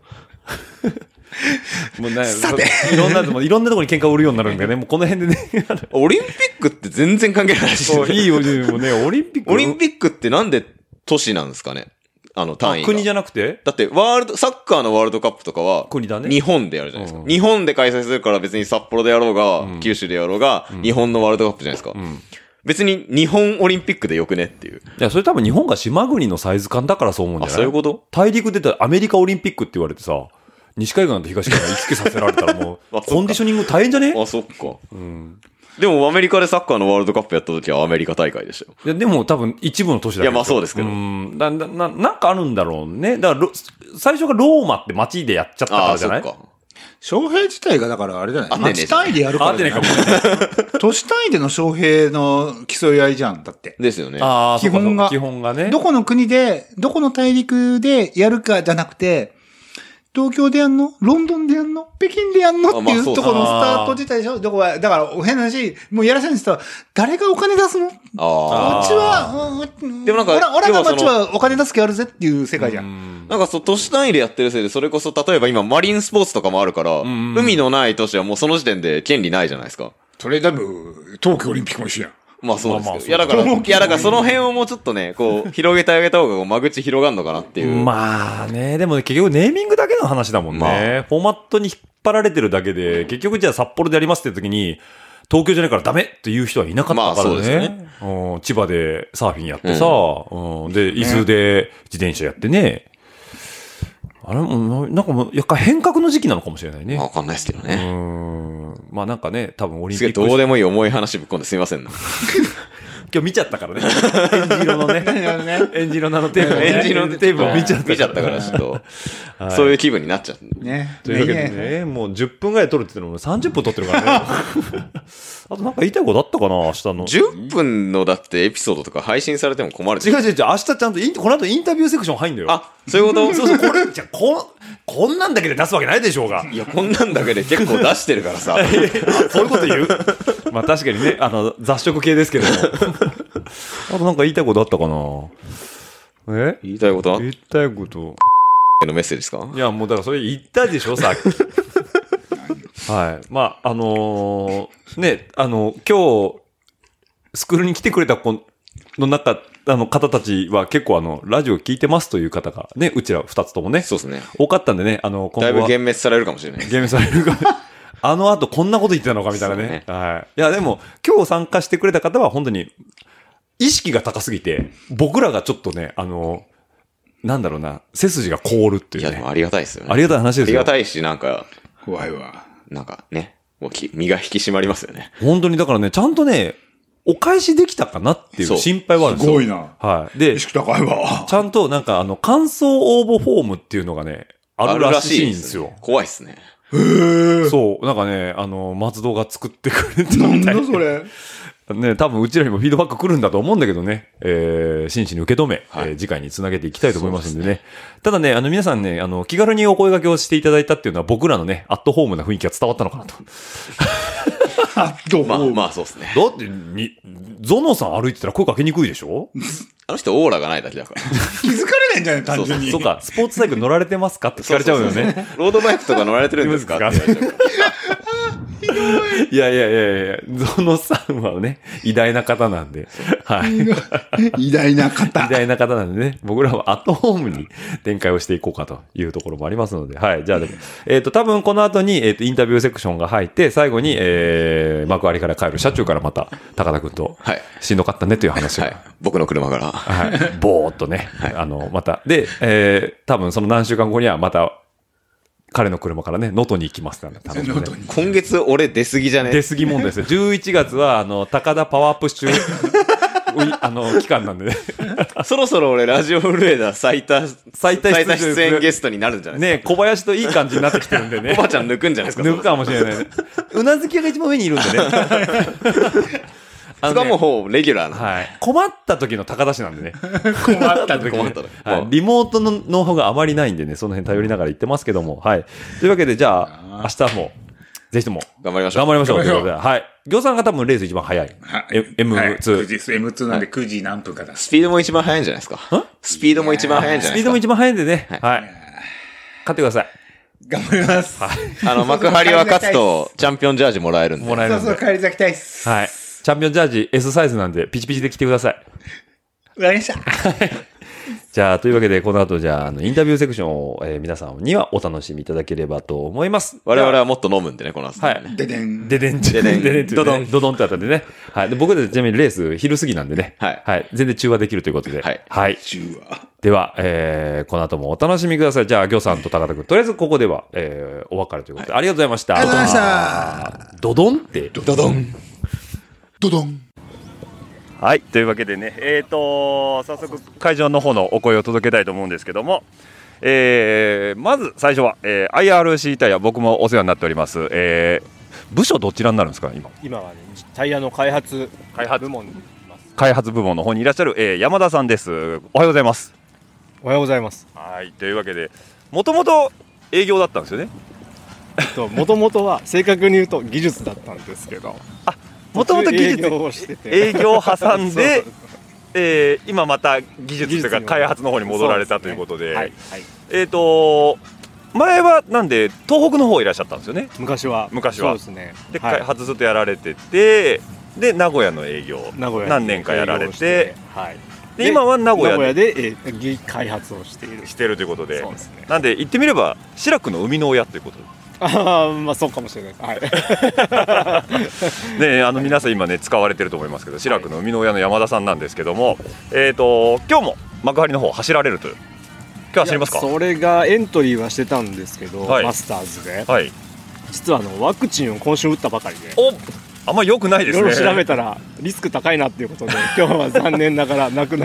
もうね、 さていろんなところに喧嘩を売るようになるんでね、もうこの辺でね。 オリンピックって全然関係ないし。 そう、いいよ、もうね、オリンピック。 オリンピックってなんで都市なんですかね？単位が。 国じゃなくて？ だって、サッカーのワールドカップとかは、 国だね。 日本でやるじゃないですか。日本で開催するから別に札幌でやろうが、九州でやろうが、日本のワールドカップじゃないですか。別に日本オリンピックでよくねっていう。 いや、それ多分日本が島国のサイズ感だからそう思うんじゃない？ そういうこと？ 大陸出たらアメリカオリンピックって言われてさ、西海岸と東海岸行き来させられたらもう、コンディショニング大変じゃね？ あ、そっか。でもアメリカでサッカーのワールドカップやった時はアメリカ大会でしたよ。 いや、でも多分一部の都市だけど。 いや、まあそうですけど。 なんかあるんだろうね。だから、最初がローマって街でやっちゃったからじゃない？ そっか。 招聘自体がだからあれじゃない？町単位でやるからね。 都市単位での招聘の競い合いじゃん、だって。 ですよね。 基本が。 基本がね。 どこの国で、どこの大陸でやるかじゃなくて、東京でやんの？ロンドンでやんの？北京でやんの？っていうところのスタート自体でしょ？だから、変な話、もうやらせるんですと、誰がお金出すの？うちは、 でもなんか、 俺が町はお金出す気あるぜっていう世界じゃん。 なんか都市単位でやってるせいで、それこそ、例えば今、マリンスポーツとかもあるから、海のない都市はもうその時点で権利ないじゃないですか。 それだぶ、冬季オリンピックも一緒やん。 まあそうですけど。いやだからその辺をもうちょっとね、こう、広げてあげた方が間口広がるのかなっていう。 まあね、でも結局ネーミングだけの話だもんね。フォーマットに引っ張られてるだけで、結局じゃあ札幌でやりますって時に、東京じゃないからダメっていう人はいなかったからね。まあそうですね。千葉でサーフィンやってさ、で、伊豆で自転車やってね。あれも、なんかもう、やっぱ変革の時期なのかもしれないね。 わかんないですけどね。 まあなんかね、多分オリンピック。 どうでもいい重い話ぶっ込んですいませんね。 今日見ちゃったからね。エンジ色のね。エンジ色のテープ。 エンジ色のテープを見ちゃったからちょっと、そういう気分になっちゃう。 ね。 というわけでね、もう10分ぐらい撮るって言ってるのも30分撮ってるからね。あとなんか言いたいことあったかな、明日の。 10分のだってエピソードとか配信されても困る。 違う、明日ちゃんとこの後インタビューセクション入んだよ。 あ、そういうことそう、これ、じゃこんなんだけで出すわけないでしょうが。 いや、こんなんだけで結構出してるからさ。 そういうこと言うまあ確かにね、雑食系ですけども。あとなんか言いたいことあったかな？ 言いたいこと言いたいこと。 のメッセージですか？ いや、もうだからそれ言ったでしょ、さっき。はい。まあ、ね、今日、スクールに来てくれた子の中、方たちは結構ラジオ聞いてますという方がね、うちら2つともね。 そうですね。 多かったんでね、今後は。 だいぶ幻滅されるかもしれない。 幻滅されるかも。後こんなこと言ってたのかみたいなね。はい。いや、でも、今日参加してくれた方は本当に、意識が高すぎて、僕らがちょっとね、なんだろうな、背筋が凍るっていうね。 いや、でもありがたいですよね。 ありがたい話ですよ。 ありがたいし、なんか、 怖いわ。 なんかね、身が引き締まりますよね。 本当に、だからね、ちゃんとね、お返しできたかなっていう心配はあるんですよ。 すごいな。 はい。で、 意識高いわ。 ちゃんとなんか感想応募フォームっていうのがね、あるらしいんですよ。 怖いっすね。 そう、なんかね、松戸が作ってくれたみたいな。 なんだそれ。 ね、多分うちらにもフィードバック来るんだと思うんだけどね、真摯に受け止め、次回につなげていきたいと思いますんでね。ただね、皆さんね、気軽にお声掛けをしていただいたっていうのは僕らのね、アットホームな雰囲気が伝わったのかなと。 まあそうですね。 だって、ゾノさん歩いてたら声かけにくいでしょ？ あの人オーラがないだけだから。 気づかれないんじゃない単純に。 そうか、スポーツサイクル乗られてますかって聞かれちゃうよね。 ロードバイクとか乗られてるんですかって言われちゃうから。 いや、ゾノさんはね、偉大な方なんで。はい。 偉大な方。 偉大な方なんでね、僕らはアットホームに展開をしていこうかというところもありますので、はい。じゃあでも、多分この後に、インタビューセクションが入って、最後に、幕張から帰る車中からまた、高田くんと、しんどかったねという話を。 はい。僕の車から。 はい。ぼーっとね、また。で、多分その何週間後にはまた、 彼の車からね、能登に行きますから頼んでね。 今月俺出過ぎじゃね出過ぎ問題ですよ。11月は、高田パワーアップ中、期間なんでね。 そろそろ俺ラジオフルエダ最多出演ゲストになるんじゃないですか。 ね、小林といい感じになってきてるんでね。 おばちゃん抜くんじゃないですか。 抜くかもしれないね。うなずき屋が一番上にいるんでね。 そこはもうほぼレギュラーな。 はい。困った時の高田氏なんでね。 困った時困ったら。 はい。リモートのノウハウがあまりないんでね、その辺頼りながら言ってますけども。はい。というわけで、じゃあ、明日も、ぜひとも、 頑張りましょう。 頑張りましょう。ということで、はい。行さんが多分レース一番早い。 はい M2。 はい9時です。M2 なんで9時何分かだ。 スピードも一番速いんじゃないですか。スピードも一番速いんじゃないですか。 スピードも一番早いんでね。はい。勝ってください。 頑張ります。 幕張は勝つと、チャンピオンジャージもらえるんで。 もらえるんで。 そうそう、帰り咲きたいっす。 はい。チャンピオンジャージ S サイズなんで、ピチピチで着てください。 わかりました。 じゃあ、というわけで、この後、じゃあ、インタビューセクションを、皆さんにはお楽しみいただければと思います。 我々はもっと飲むんでね、この後。 はい。 ででん。 ででん。 ででん。 ででん。ドドン。ドドンってあったんでね。はい。で、僕でちなみにレース昼過ぎなんでね。 はい。 はい。全然中和できるということで。 はい。 はい。 中和。 では、この後もお楽しみください。じゃあ、ギョさんと高田君。とりあえず、ここでは、お別れということで、ありがとうございました。 ありがとうございました。 ドドンって。 ドドン。ドドン。 はい。というわけでね、早速会場の方のお声を届けたいと思うんですけども、まず最初は、IRC タイヤ、僕もお世話になっております。部署どちらになるんですか、 今はね、タイヤの開発部門にいます。 開発部門の方にいらっしゃる、山田さんです。おはようございます。 おはようございます。 はい。というわけで、もともと営業だったんですよね。 もともとは正確に言うと技術だったんですけど、 もともと技術営業をしてて、 営業を挟んでそう今また技術というか開発の方に戻られたということで、 はいはい、 前はなんで東北の方いらっしゃったんですよね。 昔はそうですね。 で、 はい、 開発ずっとやられてて、で名古屋の営業何年かやられて、 はい、 で今は名古屋で開発をしているということで、 そうですね、 なんで言ってみれば志らくの生みの親ということで。 まあそうかもしれないです。はい。 ね、皆さん今ね使われてると思いますけど、志らくの生みの親の山田さんなんですけども、今日も幕張の方走られるという。今日走りますか？ それがエントリーはしてたんですけど、 はい、 マスターズで、 はい、 実はワクチンを今週打ったばかりで。 あんま良くないですね。 いろいろ調べたらリスク高いなっていうことで、今日は残念ながら泣く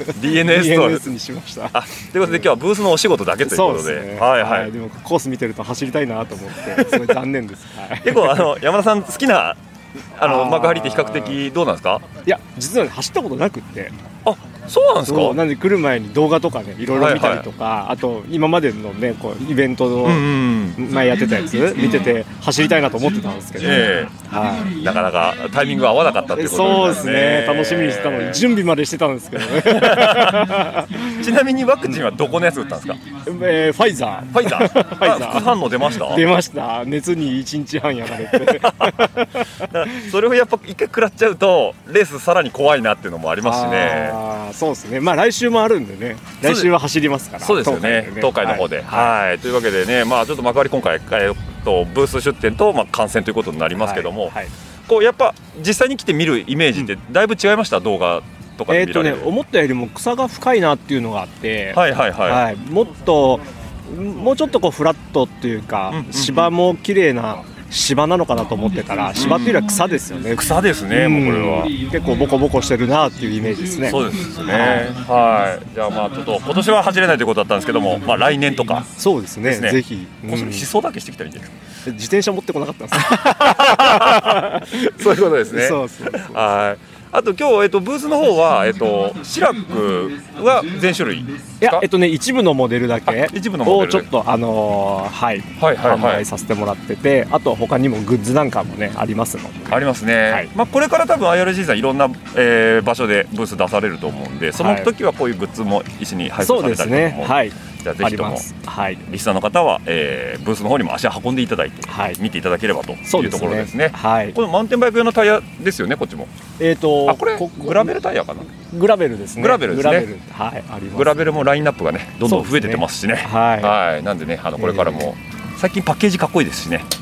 DNS にしました。 ということで今日はブースのお仕事だけということで、 そうですね、 はいはい。 でもコース見てると走りたいなと思ってすごい残念です。はい、 結構山田さん好きな幕張って比較的どうなんですか？ いや実は、ね、走ったことなくって。 そうなんですか？ なんで来る前に動画とかねいろいろ見たりとか、はいはい、あと今までのねこうイベントの前やってたやつ見てて走りたいなと思ってたんですけど、 はい、なかなかタイミングが合わなかったっていうことですね。 そうですね、楽しみにしてたのに準備までしてたんですけどね。 ちなみにワクチンはどこのやつ打ったんですか？ ファイザー副反応出ました？ 出ました。熱に1日半やられてそれをやっぱ一回食らっちゃうとレースさらに怖いなっていうのもありますしね。 そうですね。まあ来週もあるんでね。来週は走りますから。 そうですよね。東海の方で。はい。というわけでね、まあちょっと幕張今回ブース出店と観戦ということになりますけども、こうやっぱ実際に来て見るイメージってだいぶ違いました？動画とかで見られる。 思ったよりも草が深いなっていうのがあって、もうちょっとこうフラットっていうか、芝も綺麗な芝なのかなと思ってたら、芝っていうよりは草ですよね。 草ですね。もうこれは結構ボコボコしてるなっていうイメージですね。 そうですね。はい。じゃあまあちょっと今年は走れないということだったんですけども、まあ来年とか。 そうですね。ぜひ。 思想だけしてきたらいいんじゃないですか。 自転車持ってこなかったんです。 そういうことですね。 そう。 はい。あと今日ブースの方は志らくは全種類。 いや一部のモデルだけをちょっと販売させてもらってて、あと他にもグッズなんかもねありますので。 ありますね。まあこれから多分 IRC さんいろんな場所でブース出されると思うんで、その時はこういうグッズも一緒に配布されたりとかも。そうですね。はい。じゃあぜひともリスナーの方はブースの方にも足を運んでいただいて見ていただければというところですね。このマウンテンバイク用のタイヤですよね、こっちも。これグラベルタイヤかな。 グラベルですね。 グラベルですね。 はい、あります。 グラベルもラインナップがねどんどん増えててますしね。はい。なんでねこれからも最近パッケージかっこいいですしね。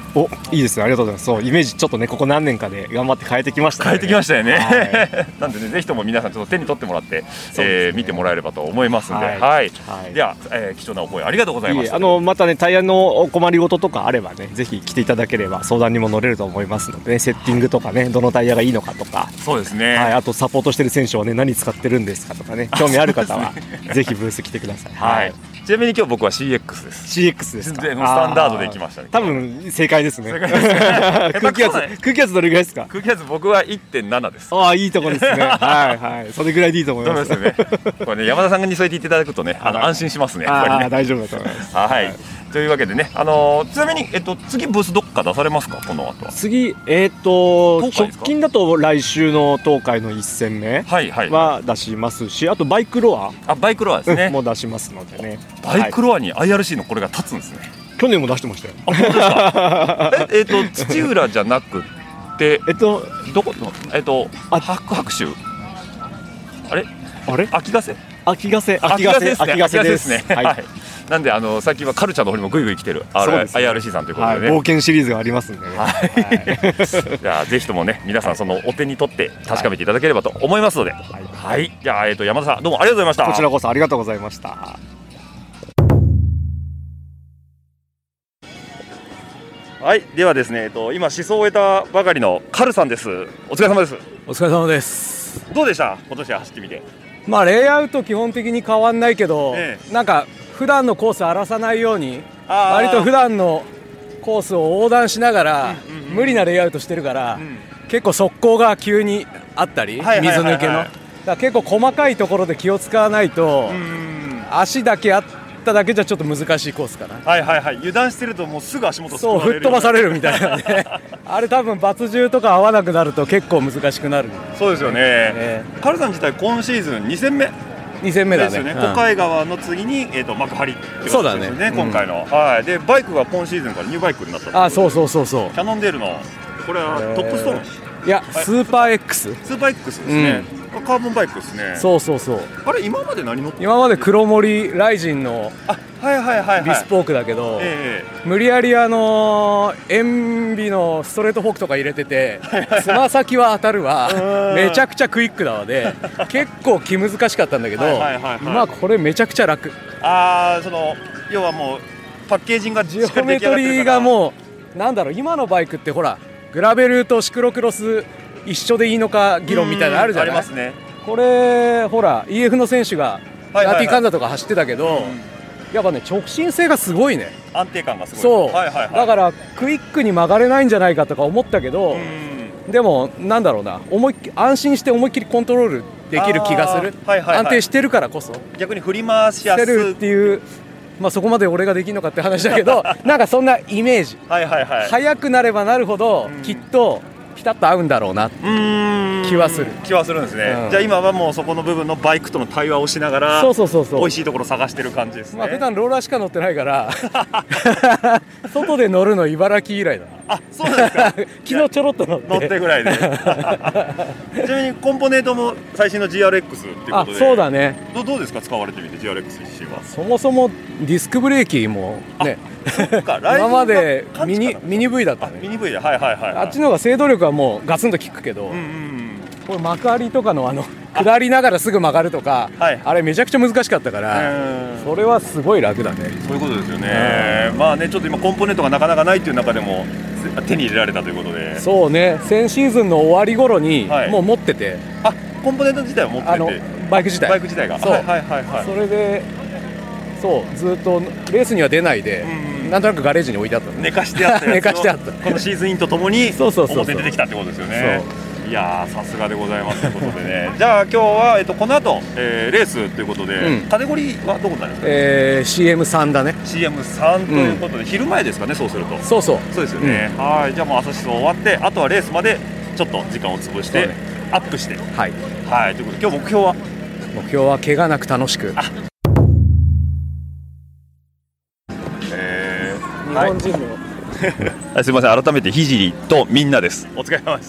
お、いいですね、ありがとうございます。そう、イメージちょっとね、ここ何年かで頑張って変えてきましたね。 変えてきましたよね、 はなんでね、ぜひとも皆さんちょっと手に取ってもらって、見てもらえればと思いますんで、では、貴重なお声ありがとうございました。 またね、タイヤのお困りごととかあればね、ぜひ来ていただければ相談にも乗れると思いますので、ね、セッティングとかね、どのタイヤがいいのかとか、 そうですね、 あとサポートしてる選手はね、何使ってるんですかとかね、興味ある方はぜひブース来てください。 ちなみに今日僕は CX です。 CX ですか。 スタンダードで行きましたね。 多分正解ですね。 空気圧どれぐらいですか。 空気圧僕は 1.7 です。 ああ、いいとこですね。はい。それぐらいでいいと思います。 そうですよね。これね、山田さんに添えていただくとね、安心しますね。 大丈夫だと思います。 はい。というわけでね、ちなみに次ブースどっか出されますか、この後は。 次直近だと来週の東海の1戦目は出しますし、あとバイクロアですね。 も出しますのでね。 バイクロアに IRC のこれが立つんですね。 去年も出してましたよ。 あ、本当ですか。土浦じゃなくて、どこの白州。あれ？秋ヶ瀬ですね。はい。なんで最近はカルチャーの方にもぐいぐい来てる IRC さんということでね、 冒険シリーズがありますんでね。 じゃあぜひともね、皆さんそのお手に取って確かめていただければと思いますので、じゃあ山田さんどうもありがとうございました。 こちらこそありがとうございました。 はい、ではですね、今試走を終えたばかりのカルさんです。お疲れ様です。 お疲れ様です。 どうでした今年走ってみて。 レイアウト基本的に変わんないけど、なんか普段のコース荒らさないように、割と普段のコースを横断しながら、無理なレイアウトしてるから、結構速攻が急にあったり、水抜けの、だから結構細かいところで気を使わないと、足だけあっただけじゃちょっと難しいコースかな。 油断してるともうすぐ足元そう吹っ飛ばされるみたいなね。あれ多分バツ重とか合わなくなると結構難しくなる。 そうですよね。カルさん自体今シーズン2戦目だね。小海川の次に幕張ってことですよね。今回のでバイクが今シーズンからニューバイクになった。 そうキャノンデールのこれはトップストーン。 いやスーパー X ですね。カーボンバイクですね。 そうあれ今まで何乗って？ 今まで黒森ライジンのビスポークだけど、無理やり塩ビのストレートフォークとか入れてて、つま先は当たるわ、めちゃくちゃクイックだわで、結構気難しかったんだけど、今これめちゃくちゃ楽。 要はもうパッケージングがジオメトリーがもうなんだろう、今のバイクってほらグラベルとシクロクロス一緒でいいのか議論みたいなのあるじゃない。 ありますね。 これほら EF の選手がラティカンザとか走ってたけど、やっぱね直進性がすごいね。 安定感がすごい。 だからクイックに曲がれないんじゃないかとか思ったけど、でもなんだろうな、安心して思いっきりコントロールできる気がする。安定してるからこそ逆に振り回しやすいっていう。そこまで俺ができるのかって話だけどなんかそんなイメージ。速くなればなるほどきっとピタッと合うんだろうな気はするんですね。じゃあ今はもうそこの部分のバイクとの対話をしながら美味しいところ探してる感じですね。 普段ローラーしか乗ってないから外で乗るの茨城以来だ。 そうですか。 昨日ちょろっと乗ってぐらいで。ちなみにコンポネントも最新の GRX っていうことで。 そうだね。 どうですか使われてみて GRX 自身は。 そもそもディスクブレーキもね今までミニ V だったね。 ミニ V であっちの方が制動力はもうガツンと効くけど、これ幕張とかの下りながらすぐ曲がるとか、あれめちゃくちゃ難しかったから、それはすごい楽だね。 そういうことですよね。ちょっと今コンポーネントがなかなかないっていう中でも手に入れられたということで。 そうね、先シーズンの終わり頃にもう持ってて、 コンポーネント自体は持ってて、 バイク自体がそれでずっとレースには出ないで、なんとなくガレージに置いてあった。 寝かしてあったこのシーズンインとともに表に出てきたってことですよね。いやーさすがでございますということでね。じゃあ今日はこの後レースということで、カテゴリーはどこになりますか。 CM3 だね。 CM3 ということで、昼前ですかね。そうするとそうですよね。じゃあもう朝思想終わって、あとはレースまでちょっと時間を潰してアップして、ということで今日目標は怪我なく楽しく。日本人のすみません、改めてひじりとみんなです。お疲れ様です。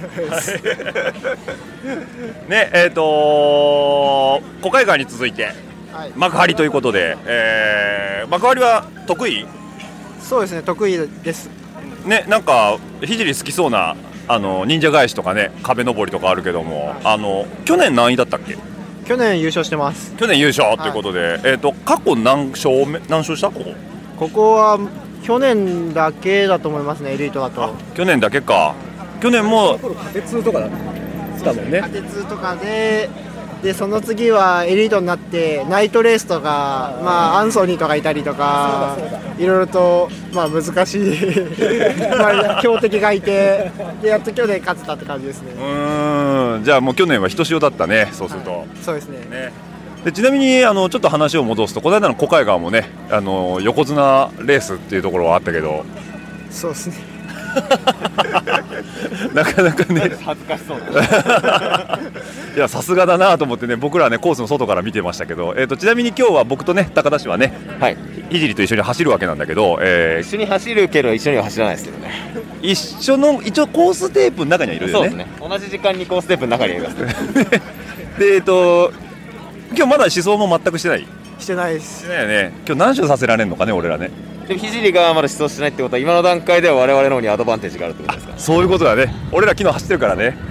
ね、小海川に続いて幕張ということで、幕張は得意？ そうですね、得意です。 ね、なんかひじり好きそうな忍者返しとかね、壁登りとかあるけども、去年何位だったっけ？ 去年優勝してます。 去年優勝ということで、過去何勝したここは去年だけだと思いますね、エリートだと。 去年だけか。去年も家鉄とかだったもんね。 家鉄とかでその次はエリートになってナイトレースとか、まあ、アンソニーとかいたりとかいろいろと、まあ、難しいまあ強敵がいてでやっと去年勝てたって感じですね。 じゃあもう去年はひとしおだったね。そうするとそうですね。 でちなみにちょっと話を戻すと、この間の小海岸もね、横綱レースっていうところはあったけど、 そうですねなかなかね恥ずかしそういやさすがだなと思ってね、僕らはねコースの外から見てましたけど、ちなみに今日は僕とね高田氏はね、はい、ひじりと一緒に走るわけなんだけど、 一緒に走るけど一緒には走らないですけどね。 一応コーステープの中にはいるよね。 そうですね、同じ時間にコーステープの中にはいますで今日まだ思想も全くしてない？ してないです。 してないよね。今日何周させられるのかね、俺らね。 でもひじりがまだ出走してないってことは、今の段階では我々の方にアドバンテージがあるってことですか？ そういうことだね。俺ら昨日走ってるからね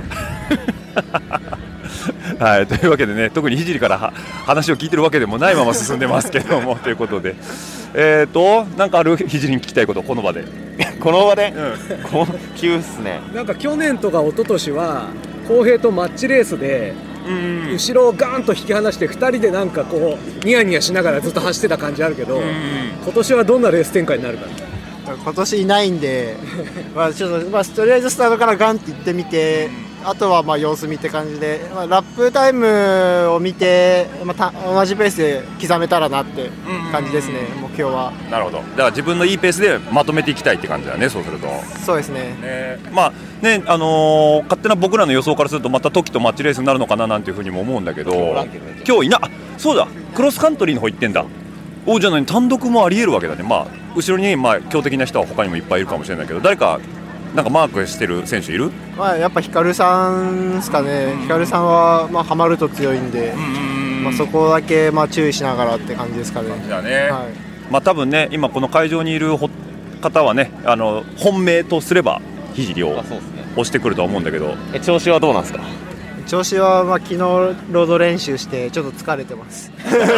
はい、というわけでね、特にひじりから話を聞いてるわけでもないまま進んでますけどもということで、なんかある？ひじりに聞きたいこと、この場でこの場で、急っすね。 なんか去年とか一昨年は公平とマッチレースで後ろをガーンと引き離して2人でなんかこうニヤニヤしながらずっと走ってた感じあるけど、今年はどんなレース展開になるか。 今年いないんでちょっと、とりあえずスタートからガンって行ってみて、あとはまあ様子見って感じで、ラップタイムを見て、同じペースで刻めたらなって感じですね、目標は。 なるほど。だから自分のいいペースでまとめていきたいって感じだね、そうすると。 そうですね。 まあね、勝手な僕らの予想からするとまたトキとマッチレースになるのかななんていうふうにも思うんだけど、今日そうだ、クロスカントリーの方行ってんだ。じゃあ単独もありえるわけだね。まあ後ろに強敵な人は他にもいっぱいいるかもしれないけど、誰かなんかマークしてる選手いる？ やっぱヒカルさんですかね。ヒカルさんはハマると強いんで、そこだけ注意しながらって感じですかね。 だね。多分ね、今この会場にいる方はね、本命とすればひじりを押してくるとは思うんだけど、 調子はどうなんですか？ 調子は昨日ロード練習してちょっと疲れてます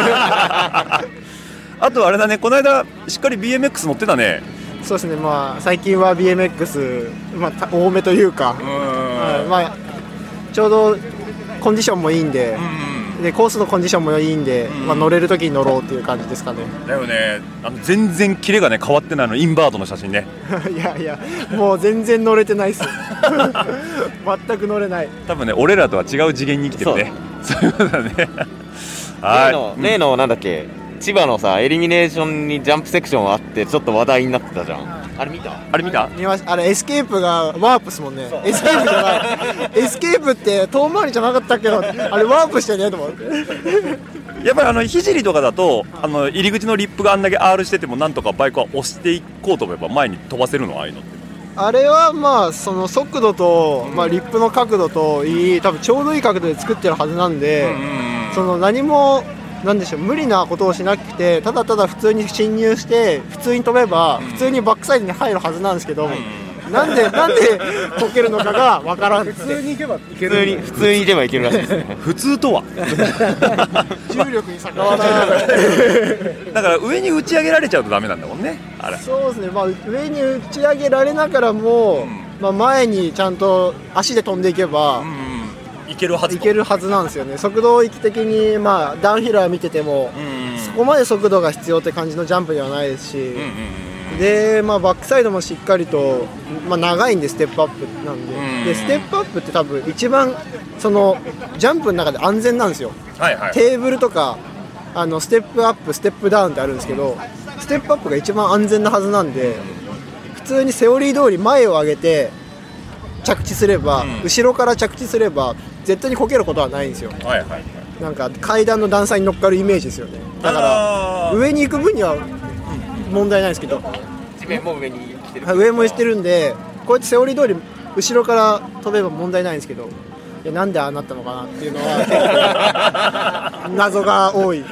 あとあれだね、この間しっかり BMX 乗ってたね。 そうですね、最近は BMX、多めというか、ちょうどコンディションもいいんで、コースのコンディションもいいんで、乗れるときに乗ろうっていう感じですかね。 だよね。全然キレがね変わってないの、インバードの写真ねいやもう全然乗れてないっす全く乗れない。 多分ね、俺らとは違う次元に生きてるね。そういうことだね例のなんだっけ、千葉のさエリミネーションにジャンプセクションあってちょっと話題になってたじゃん。あれ見た？ 見ました。あれエスケープがワープっすもんね。エスケープじゃないエスケープって遠回りじゃなかったっけど、あれワープしてねと思ってやっぱりひじりとかだと入り口のリップがあんだけ R しててもなんとかバイクは押していこうと思えば前に飛ばせるの？ああいうのって、 あれはその速度と、リップの角度と多分ちょうどいい角度で作ってるはずなんで、その何もなんでしょう、無理なことをしなくて、ただただ普通に進入して普通に飛べば普通にバックサイドに入るはずなんですけど、なんでこけるのかがわからん。普通に行けばいける。 普通に行けばいけるらしいですね普通とは重力に逆らわないだから上に打ち上げられちゃうとダメなんだもんね。あれそうですね、上に打ち上げられながらも、前にちゃんと足で飛んでいけば、 いけるはずなんですよね。速度域的にダウンヒルは見てても、そこまで速度が必要って感じのジャンプではないですし、でバックサイドもしっかりと、長いんでステップアップなんで、でステップアップって多分一番そのジャンプの中で安全なんですよ。テーブルとかステップアップステップダウンってあるんですけど、ステップアップが一番安全なはずなんで、普通にセオリー通り前を上げて着地すれば、後ろから着地すれば絶対にこけることはないんですよ。なんか階段の段差に乗っかるイメージですよね。だから上に行く分には問題ないですけど、 地面も上に来てる、 上もしてるんで、こうやってセオリー通り後ろから飛べば問題ないんですけど、なんでああなったのかなっていうのは結構謎が多い。 こ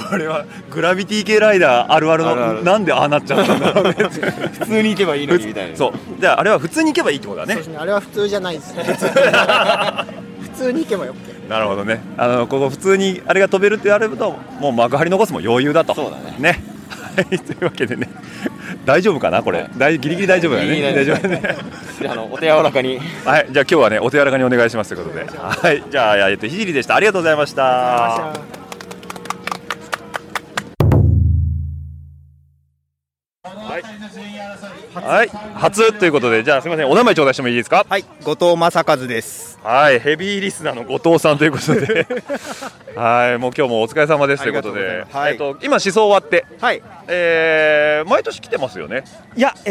これはグラビティ系ライダーあるあるのなんでああなっちゃったんだろうね普通に行けばいいのにみたいな。 そうじゃああれは普通に行けばいいってことだね。 そうですね、あれは普通じゃないですね普通に行けばよっなるほどね。ここ普通にあれが飛べるってあればもう幕張のコースも余裕だと。 そうだね。 はい、というわけでね大丈夫かなこれ、ギリギリ大丈夫だね。大丈夫だね。 じゃあお手柔らかに。 はい、じゃあ今日はねお手柔らかにお願いしますということで、はい、じゃあひじりでした。ありがとうございました。はい、初ということで、じゃあすみません、お名前頂戴してもいいですか。 はい、後藤正和です。 はい、ヘビーリスナーの後藤さんということではい、もう今日もお疲れ様ですということで、 はい、 今思想終わって、 はい、 毎年来てますよね。 いや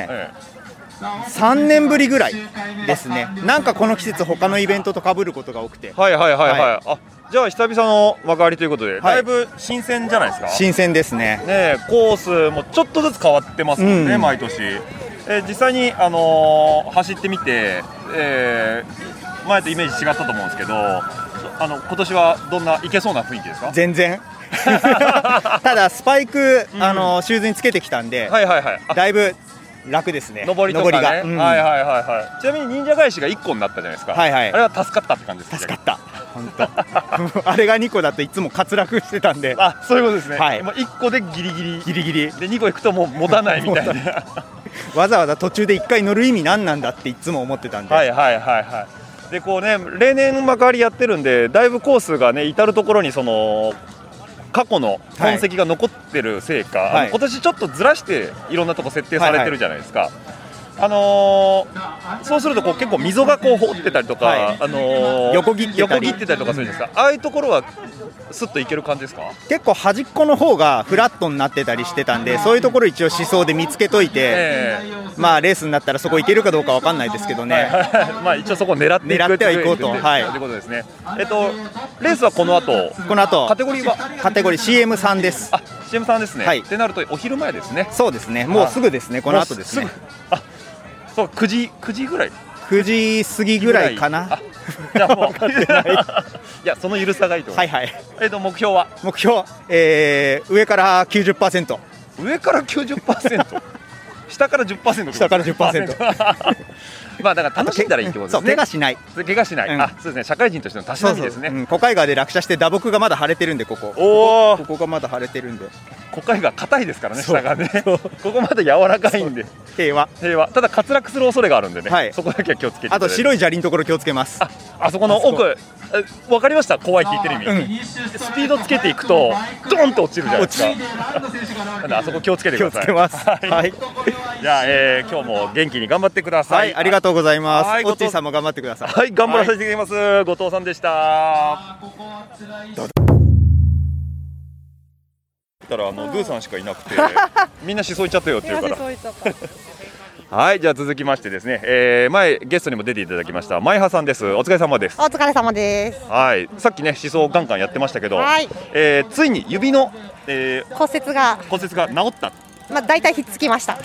3年ぶりぐらいですね。なんかこの季節他のイベントと被ることが多くて、 はい、あ、じゃあ久々の幕張ということで、だいぶ新鮮じゃないですか。 新鮮ですね。 コースもちょっとずつ変わってますもんね、毎年。実際に、走ってみて、前とイメージ違ったと思うんですけど、今年はどんないけそうな雰囲気ですか。 全然ただスパイク、シューズにつけてきたんで、だいぶ楽ですね。 上りとかね。ちなみに忍者返しが1個になったじゃないですか。あれは助かったって感じですか。 助かった本当あれが2個だといつも滑落してたんで。 あ、そういうことですね。1個でギリギリで2個いくともう持たないみたいなわざわざ途中で1回乗る意味何なんだっていつも思ってたんで。 でこうね、例年幕張やってるんで、だいぶコースがね至る所にその過去の痕跡が残ってるせいか、今年ちょっとずらしていろんなとこ設定されてるじゃないですか。そうするとこう結構溝がこう掘ってたりとか、横切ってたりとかするんですか。ああいうところはスッといける感じですか。 結構端っこの方がフラットになってたりしてたんで、そういうところ一応思想で見つけといて、まあレースになったらそこいけるかどうかわかんないですけどねまあ一応そこ狙ってはいこうと。 ということですね。レースはこの後カテゴリー CM3 です。 CM3 ですね。ってなるとお昼前ですね。 そうですね、もうすぐですね。この後ですね。 そう、9時ぐらい、 9時過ぎぐらいかな。 じゃあもういや、そのゆるさがいいと思う。目標は上から 90%。 上から 90%？ 下から 10%？ 下から 10% まあだから楽しんだらいいってことですね。 怪我しない。 そうですね。社会人としてのたしなみですね。 小海岸で落車して打撲がまだ腫れてるんで、ここがまだ腫れてるんで。 小海岸硬いですからね、下がね。ここまだ柔らかいんで平和。 ただ滑落する恐れがあるんでね、そこだけは気をつけて。 あと白い砂利のところ気をつけます。 あそこの奥、分かりました。怖いって言ってる意味。スピードつけていくとドンって落ちるじゃないですか。あそこ気をつけてください。 気をつけます。 じゃあ今日も元気に頑張ってください。 ありがとうございます。オッチーさんも頑張ってください。 はい、頑張らせていただきます。後藤さんでした。たらドゥさんしかいなくてみんなしそいちゃったよって言うからはい、じゃあ続きましてですね、前ゲストにも出ていただきました前葉さんです。お疲れ様です。 お疲れ様です。 はい、さっきねしそガンガンやってましたけど、ついに指の、 骨折が治った。 まあ大体ひっつきました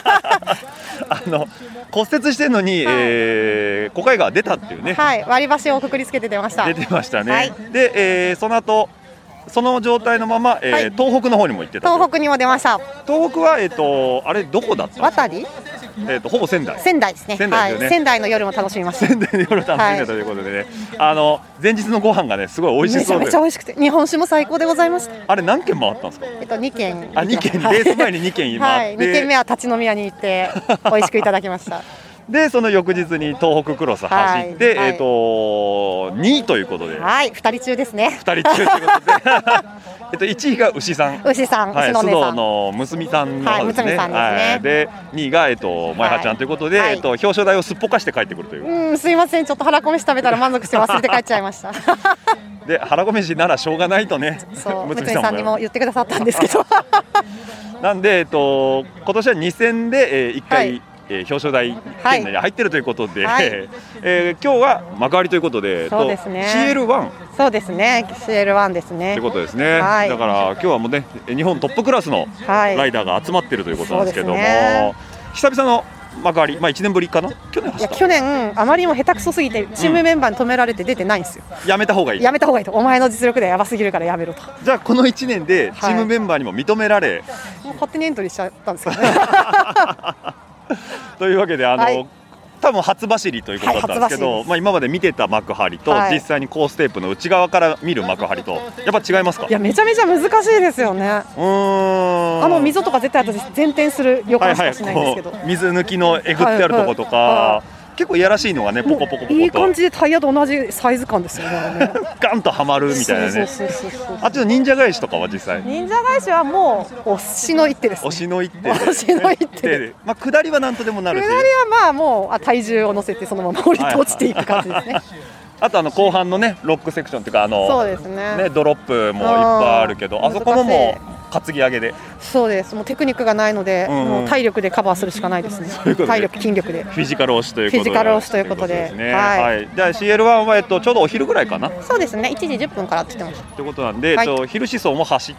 骨折してるのに、小海が出たっていうね。 割り箸をくくりつけて出ました。 出てましたね。で、その後その状態のまま、東北の方にも行ってた。 東北にも出ました。 東北はあれどこだった？ 渡り？ ほぼ仙台ですね。仙台の夜も楽しみました。 仙台の夜楽しんだということでね、前日のご飯がねすごい美味しそうで、 めちゃめちゃ美味しくて日本酒も最高でございました。 あれ何軒回ったんですか ？2軒。 2軒、レース前に2軒回って、 2軒目は立ち飲み屋に行って美味しくいただきましたでその翌日に東北クロス走って、2位ということで、 2人中ですね。 2人中ということで1位が牛さん、 牛の姉さん、 須藤の娘さんの方ですね。で2位が前葉ちゃんということで、表彰台をすっぽかして帰ってくるという。 すいません、ちょっと腹こ飯食べたら満足して忘れて帰っちゃいましたで腹こ飯ならしょうがないとね、 娘さんにも言ってくださったんですけどなんで今年は2戦で1回、表彰台圏内に入ってるということで、今日は幕張ということで、 そうですね、 CL1、 そうですね、CL1 ですね。 ということですね。だから今日はもうね、日本トップクラスのライダーが集まっているということなんですけども、久々の幕張、1年ぶりかな。去年走った。 いや去年あまりにも下手くそすぎてチームメンバーに止められて出てないんですよ。 やめた方がいい。 やめた方がいいと。お前の実力でやばすぎるからやめろと。 じゃあこの1年でチームメンバーにも認められ、 もう勝手にエントリーしちゃったんですけどね。 というわけで多分初走りということだったんですけど、今まで見てた幕張と実際にコーステープの内側から見る幕張とやっぱ違いますか？ いやめちゃめちゃ難しいですよね。溝とか絶対私前転する予感しかしないんですけど、 水抜きのえぐってあるとことか、結構いやらしいのがねポコポコポコといい感じでタイヤと同じサイズ感ですよね。 ガンとはまるみたいなね。あっちの忍者返しとかは実際忍者返しはもう押しの一手です、ね、 押しの一手押しの一手で下りは何とでもなるし、 下りはもう体重を乗せてそのまま降りて落ちていく感じですね。 あと後半のねロックセクションっていうかそうですね、 ドロップもいっぱいあるけど、あそこももう担ぎ上げで。 そうです。もうテクニックがないので、もう体力でカバーするしかないですね。体力筋力で。 フィジカル押しということで。 フィジカル押しということで。 はい。じゃあ CL1 はちょうどお昼ぐらいかな。 そうですね。1時10分からって言ってました。 ということなんで、昼思想も走って、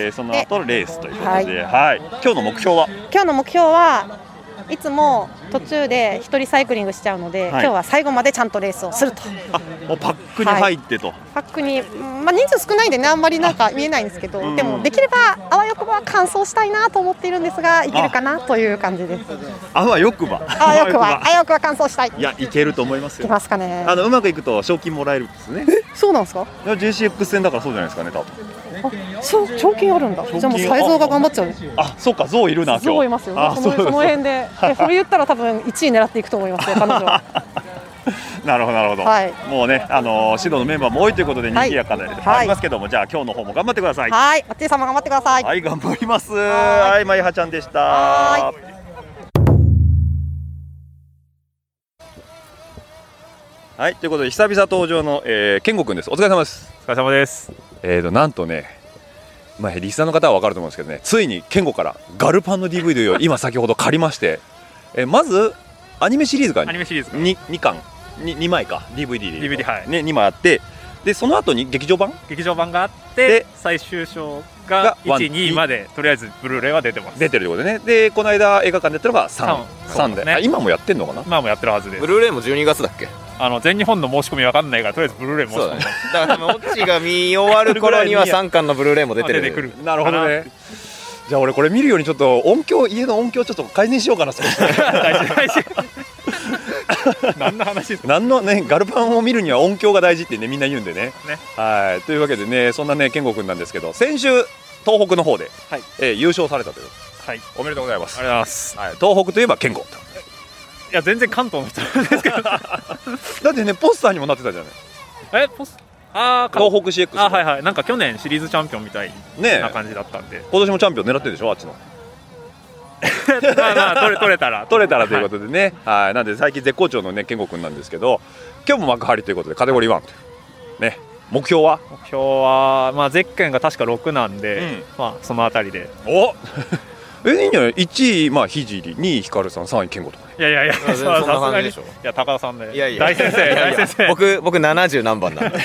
その後レースということで、はい。今日の目標は？ 今日の目標はいつも途中で一人サイクリングしちゃうので、今日は最後までちゃんとレースをすると。 もうパックに入ってと。 パックに、人数少ないんでね、あんまりなんか見えないんですけど、でもできればあわよくば完走したいなと思っているんですが、いけるかなという感じです。 あわよくば完走したい。 いや、いけると思いますよ。 いけますかね。 うまくいくと賞金もらえるんですね。 そうなんですか？ JCX 戦だからそうじゃないですかね、多分。 そう、賞金あるんだ。じゃあもう才蔵が頑張っちゃう。 そうか、象いるな今日。 象いますよ。その辺で、それ言ったら多分1位狙っていくと思いますよ、彼女は。 なるほどなるほど。もうね、指導のメンバーも多いということで人気やかなりありますけども、じゃあ今日の方も頑張ってください。 はい、あっち様頑張ってください。 はい、頑張ります。はい、まいはちゃんでした。はい、ということで久々登場の健吾くんです。お疲れ様です。 お疲れ様です。 なんとね、リスナーの方は分かると思うんですけどね、ついに健吾からガルパンの DVD を今先ほど借りまして、まずアニメシリーズが2巻2枚か DVD はいね、2枚あって、でその後に劇場版があって、最終章が1、2までとりあえずブルーレイは出てます。 出てるということでね。でこの間映画館でやったのが3で、今もやってんのかな？ 今もやってるはずです。 ブルーレイも12月だっけ？ 全日本の申し込み分かんないからとりあえずブルーレイ申し込み。 だから多分オッチが見終わる頃には3巻のブルーレイも出てる。 なるほどね。じゃあ俺これ見るようにちょっと家の音響ちょっと改善しようかな。少し大事何の話ですか？ 何のね、ガルパンを見るには音響が大事ってねみんな言うんでね。はい、というわけでね、そんなね健吾くんなんですけど、先週東北の方で、優勝されたという。 はい、 おめでとうございます。 ありがとうございます。 はい、東北といえば健吾。 いや全然関東の人なんですけど。だってねポスターにもなってたじゃない。 東北 CX。はいはい。なんか去年シリーズチャンピオンみたいな感じだったんで。 今年もチャンピオン狙ってるでしょ、あっちの。 取れたらということでね、はい、なんで最近絶好調のね健吾くんなんですけど、今日も幕張ということでカテゴリー1ね。目標はゼッケンが確か6なんで、そのあたりで。 いいんじゃない？ 1位ひじり、2位ひかるさん、3位健吾とか。 いやさすがに。いや高田さんで。大先生。 僕70何番なんで。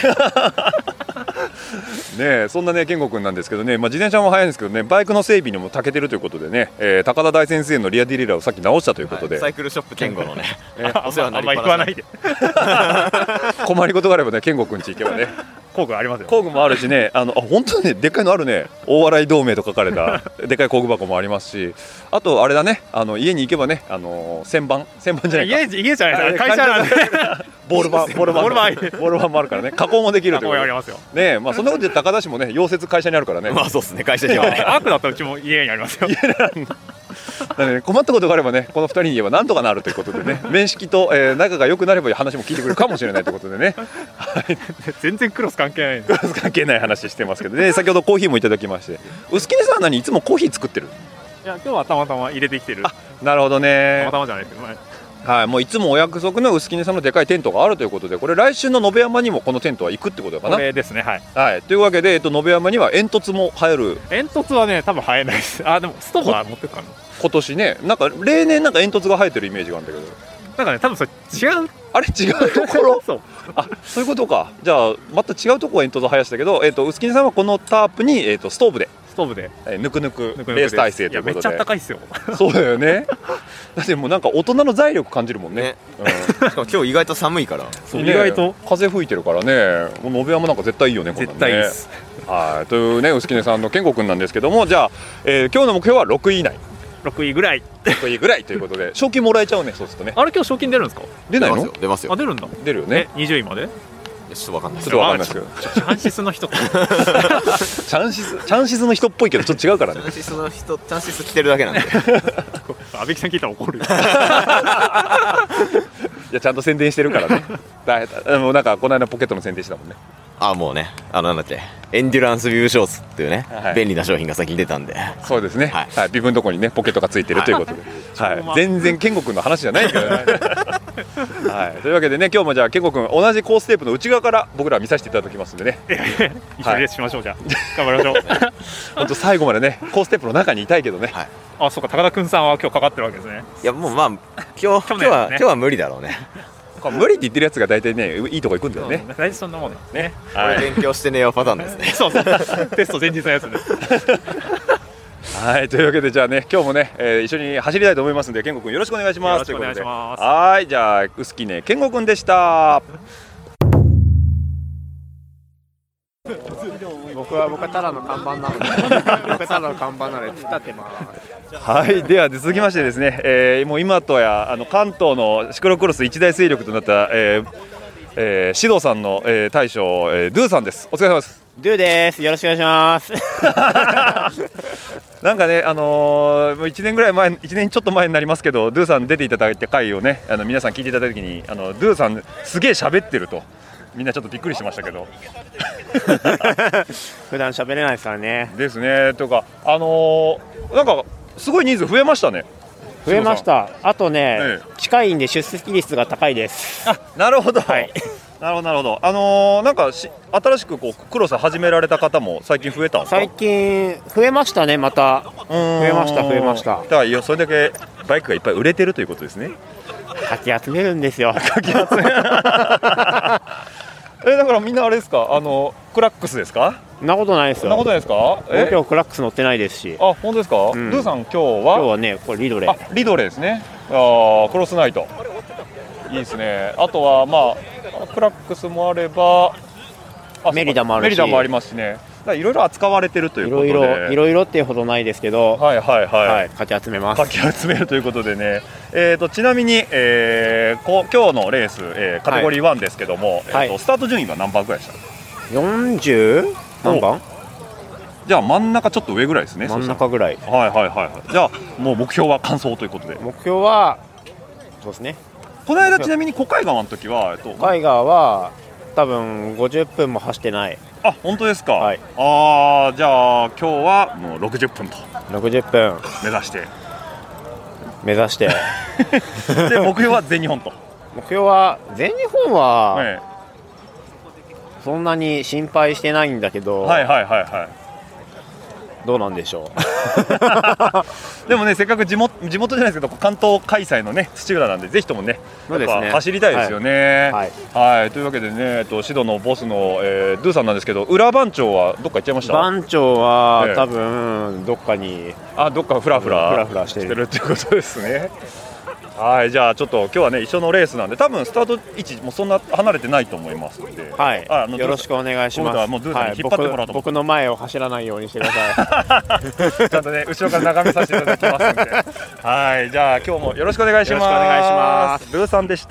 ね、そんなね健吾くんなんですけどね、自転車も速いんですけどね、バイクの整備にも長けてるということでね、高田大先生のリアディレイラーをさっき直したということで、 サイクルショップ健吾のねお世話になりっぱなしで。 困りごとがあればね健吾くんち行けばね工具ありますよ。 工具もあるしね、本当にねでっかいのあるね。大笑い同盟と書かれたでっかい工具箱もありますし、あとあれだね、家に行けばね、旋盤じゃないか、 家じゃないですか、会社なんでボールバンもあるからね、加工もできるということでね。そんなことで高田市もね溶接会社にあるからね。 そうですね、会社にはね。 アークだったらうちも家にありますよ。 困ったことがあればね、この2人に言えばなんとかなるということでね、面識と仲が良くなれば話も聞いてくれるかもしれないということでね。 全然クロス関係ない。 クロス関係ない話してますけどね。先ほどコーヒーもいただきまして、薄木さんはいつもコーヒー作ってる？ いや今日はたまたま入れてきてる。 なるほどね。 たまたまじゃないですけど。 はい、もういつもお約束の薄木さんのでかいテントがあるということで、これ来週の延山にもこのテントは行くってことかな。 これですね。 はい、というわけで、延山には煙突も生える。 煙突はね多分生えないです。でもストーブは持ってくかな。 今年ね、なんか例年なんか煙突が生えてるイメージがあるんだけど、 なんかね多分それ違う。 あれ違うところ。そういうことか。じゃあまた違うところは煙突を生やしたけど、薄木さんはこのタープにストーブでトーブでぬくぬくレース体制ということで。 めっちゃ暖かいですよ。 そうだよね。だってもうなんか大人の財力感じるもんね。 しかも今日意外と寒いから。 意外と風吹いてるからね。もう延山なんか絶対いいよね。 絶対いいです。 はい、というね、薄木根さんの健吾くんなんですけども、じゃあ、今日の目標は6位以内。 6位ぐらい。 6位ぐらいということで、賞金もらえちゃうね、そうするとね。 あれ今日賞金出るんですか？ 出ないの？ 出ますよ。 あ、出るんだ。 出るよね。 20位まで？ ちょっとわかんない。 ちょっとわかんないですけど。 チャンシスの人。チャンシスの人っぽいけどちょっと違うからね。 チャンシスの人、チャンシス着てるだけなんで。 阿部木さん聞いたら怒るよ。 いやちゃんと宣伝してるからね。もうなんかこの間ポケットの宣伝してたもんね。 あ、もうね、なんだっけ、エンデュランスビューショーツっていうね、 はい、 便利な商品が先に出たんで。 そうですね。はい、微分のとこにねポケットがついてるということで、はい、全然健吾くんの話じゃないけどね。はい、というわけでね、今日もじゃあ健吾くん同じコーステープの内側から僕ら見させていただきますんでね。 一緒にレースしましょう、じゃあ頑張りましょう。 本当最後までねコーステープの中にいたいけどね。 はい、 あ、そうか、高田くんさんは今日かかってるわけですね。 いやもうまあ今日は無理だろうね。 無理って言ってるやつが大体ねいいとこ行くんだよね。 大体そんなもんだね。 勉強してねよパターンですね。 そうそう、テスト前日のやつです。 はい、というわけでじゃあね今日もね、一緒に走りたいと思いますので健吾くんよろしくお願いします。 よろしくお願いします。 はい、じゃあ薄木根健吾くんでした。 僕はただの看板なので僕ただの看板なので突っ立ってます。 はい、では続きましてですね、もう今とや関東のシクロクロス一大勢力となった、獅童さんの、大将、ドゥさんです。お疲れ様です。 ドゥです。よろしくお願いします。 なんかね、1年ぐらい前、1年ちょっと前になりますけど、ドゥさん出ていただいた回をね、皆さん聞いていただいたときに、ドゥさんすげえ喋ってると。みんなちょっとびっくりしましたけど。 普段喋れないですからね。 ですね。というかなんかすごい人数増えましたね。 増えました。あとね、近いんで出席率が高いです。 あ、なるほど。 はい。 なるほどなるほど。なんか新しくこうクロス始められた方も最近増えたんですか？ 最近増えましたね。また増えました。 だからそれだけバイクがいっぱい売れてるということですね。 かき集めるんですよ。 かき集める。だからみんなあれですか、クラックスですか？ そんなことないですよ。 そんなことないですか？ 今日クラックス乗ってないですし。 あ、本当ですか？ドゥさん今日はね、これリドレ。 あ、リドレですね。クロスナイト。いいですね。あとはまあクラックスもあれば、 メリダもあるし。 メリダもありますしね。いろいろ扱われてるということで。 いろいろっていうほどないですけど。 はいはいはい。 かき集めます。 かき集めるということでね。ちなみに、今日のレース、カテゴリー1ですけども、スタート順位は何番ぐらいでした ？40何番？ じゃあ真ん中ちょっと上ぐらいですね。 真ん中ぐらい。 はいはいはい。じゃあもう目標は完走ということで。 目標はそうですね。 この間ちなみに小海川の時は小海川は多分50分も走ってない。 あ、本当ですか。はい。じゃあ今日はもう60分と。 60分目指して。で目標は全日本と。 目標は全日本は、そんなに心配してないんだけど。 はいはいはいはい。 どうなんでしょう。でもね、せっかく地元じゃないですけど関東開催のね土浦なんでぜひともね、走りたいですよね。はい、というわけでね、指導のボスの、ドゥさんなんですけど、裏番長はどっか行っちゃいました？ 番長は、多分どっかにどっかフラフラしてるっていうことですね。はい、じゃあちょっと今日はね一緒のレースなんで多分スタート位置もそんな離れてないと思いますので、 はい、よろしくお願いします。 もうドゥさんに引っ張ってもらうと、 僕の前を走らないようにしてください。ちゃんとね後ろから眺めさせていただきますんで、はい、じゃあ今日もよろしくお願いします。 よろしくお願いします。 ドゥさんでした。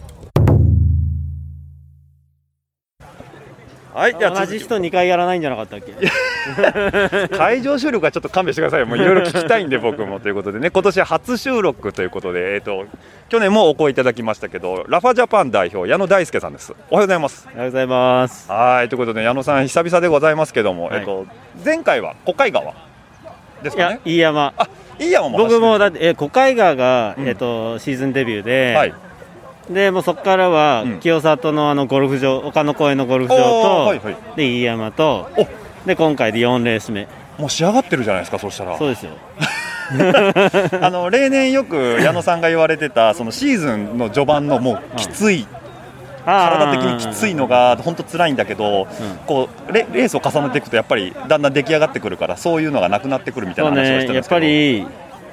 はい、 同じ人2回やらないんじゃなかったっけ？ 会場収録はちょっと勘弁してください。もういろいろ聞きたいんで僕もということでね、今年は初収録ということで、去年もお声いただきましたけど、ラファジャパン代表矢野大輔さんです。おはようございます。 おはようございます。 はい、ということで矢野さん久々でございますけども、前回は小海川ですかね。 飯山。 飯山も僕もだって小海川がシーズンデビューで。はい。でもうそこからは清里のゴルフ場、岡野公園のゴルフ場と、で飯山と、で今回で4レース目。 もう仕上がってるじゃないですか。そしたらそうですよ。 例年よく矢野さんが言われてたそのシーズンの序盤のもうきつい体的にきついのが本当辛いんだけど、こうレースを重ねていくとやっぱりだんだん出来上がってくるから、そういうのがなくなってくるみたいな話をしてるんですけど、 やっぱり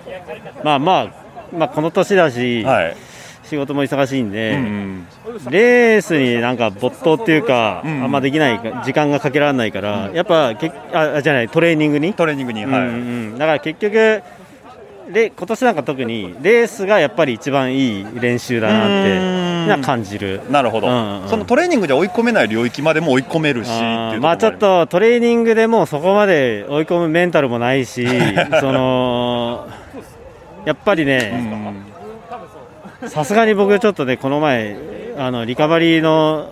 まあこの年だし、仕事も忙しいんで、レースになんか没頭っていうか、あんまできない、時間がかけられないから、やっぱじゃないトレーニングに、だから結局今年なんか特にレースがやっぱり一番いい練習だなって感じる。 なるほど、そのトレーニングで追い込めない領域までも追い込めるしっていうまあちょっとトレーニングでもそこまで追い込むメンタルもないしそのやっぱりね、さすがに僕ちょっとねこの前リカバリーの、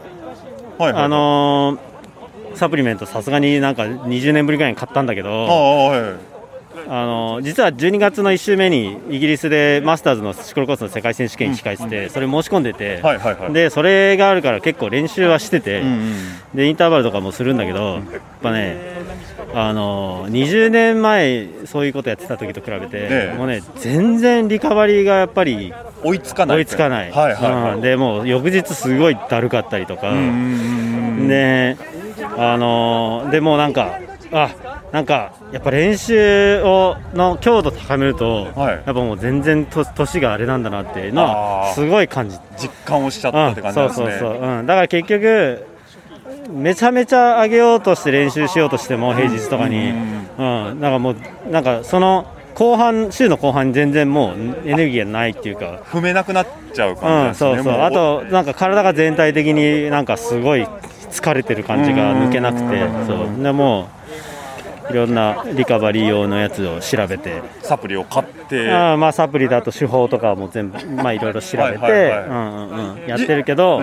サプリメントさすがになんか20年ぶりぐらいに買ったんだけど、実は12月の1週目にイギリスでマスターズのシクロクロスの世界選手権に控えてて、それ申し込んでて、でそれがあるから結構練習はしてて、でインターバルとかもするんだけど、やっぱね20年前そういうことやってた時と比べて、もうね全然リカバリーがやっぱり追いつかない、 でもう翌日すごいだるかったりとか、ででもなんかやっぱ練習の強度高めると、やっぱもう全然年があれなんだなっていうのはすごい感じ、 実感をしちゃったって感じですね。 だから結局めちゃめちゃ上げようとして練習しようとしても平日とかに、なんかもうなんかその週の後半に全然もうエネルギーがないっていうか、 踏めなくなっちゃう感じですね。 あとなんか体が全体的になんかすごい疲れてる感じが抜けなくて、でもいろんなリカバリー用のやつを調べて、 サプリを買って、 サプリだと手法とかも全部いろいろ調べてやってるけど、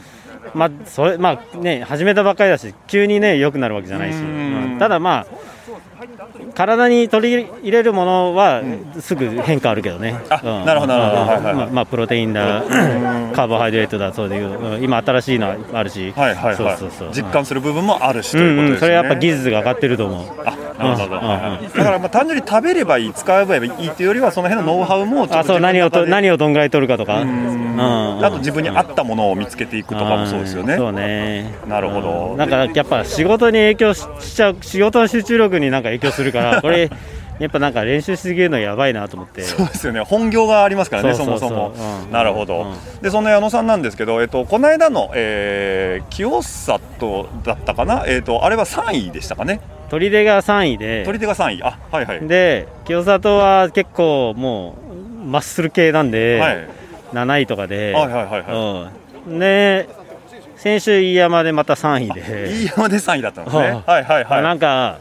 始めたばっかりだし急にね良くなるわけじゃないし、ただ体に取り入れるものはすぐ変化あるけどね。 なるほど、 プロテインだカーボハイドレートだ、そういう今新しいのあるし、 実感する部分もあるしということですね。 それはやっぱ技術が上がってると思う。 なるほど、だから単純に食べればいい、使えばいいというよりはその辺のノウハウも何をどんぐらい取るかとか、 あと自分に合ったものを見つけていくとかもそうですよね。 そうね。 なるほど。 なんかやっぱ仕事に影響しちゃう、仕事の集中力になんか影響するからこれやっぱなんか練習しすぎるのやばいなと思って。 そうですよね、本業がありますからね、そもそも。なるほど、でそんな矢野さんなんですけど、この間の、清里だったかな、あれは3位でしたかね。 砦が3位で、で清里は結構もうマッスル系なんで、7位とかで、で先週飯山でまた3位で、 飯山で3位だったんですね。 なんか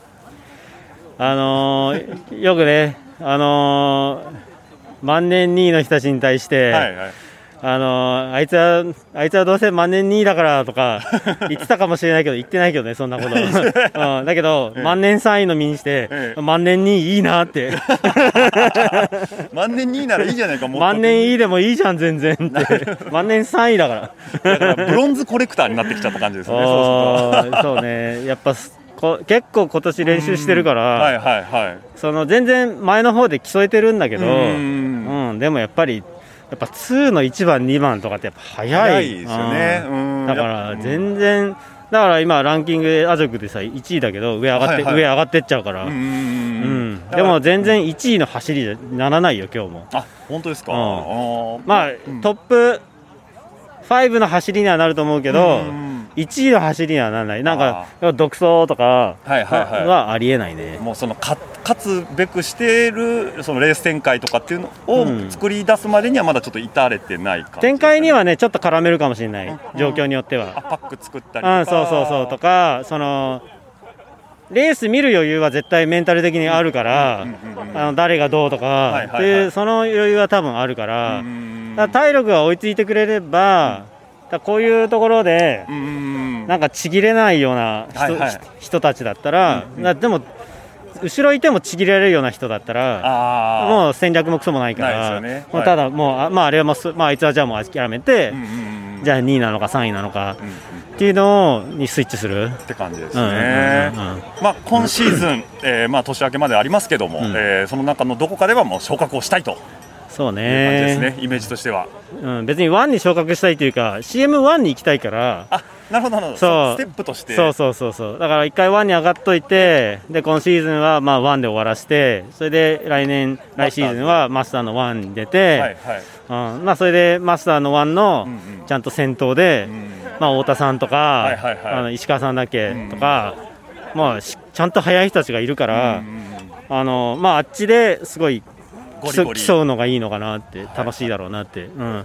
よくね万年2位の人たちに対して、あいつはどうせ万年2位だからとか言ってたかもしれないけど言ってないけどね、そんなことだけど万年3位の身にして万年2位いいなって万年2位ならいいじゃないか、もっと万年いいでもいいじゃん全然って万年3位だからブロンズコレクターになってきちゃった感じですね。 そうね、やっぱ結構今年練習してるから、その全然前の方で競えてるんだけど、でもやっぱ2の1番2番とかってやっぱ早いですよね。 だから全然、だから今ランキングでアジョクでさ1位だけど上上がってっちゃうから、でも全然1位の走りにならないよ今日も。 本当ですか。 トップ5の走りにはなると思うけど、1位の走りにはならない。なんか独走とかはありえないね。 もうその勝つべくしているそのレース展開とかっていうのを作り出すまでにはまだちょっと至れてないか。 展開にはねちょっと絡めるかもしれない、状況によっては。 パック作ったりとか。 そうとか、そのレース見る余裕は絶対メンタル的にあるから、誰がどうとかっていうその余裕は多分あるから、体力が追いついてくれれば、こういうところでなんかちぎれないような人たちだったら、でも後ろいてもちぎれられるような人だったらもう戦略もクソもないから、ただもうあれはもうあいつはじゃあもう諦めて、じゃあ2位なのか3位なのかっていうのにスイッチするって感じですね。今シーズン、年明けまでありますけども、その中のどこかではもう昇格をしたいと。 そうね。 いう感じですね、イメージとしては。 別に1に昇格したいというか CM1 に行きたいから。 なるほどなるほど。ステップとして。 そうだから1回1に上がっといて、で今シーズンはまあ1で終わらせて、それで来シーズンはマスターの1に出て、まあそれでマスターの1のちゃんと先頭で、まあ太田さんとか石川さんだっけとか、まあちゃんと速い人たちがいるから、まああっちですごい競うのがいいのかなって、楽しいだろうなって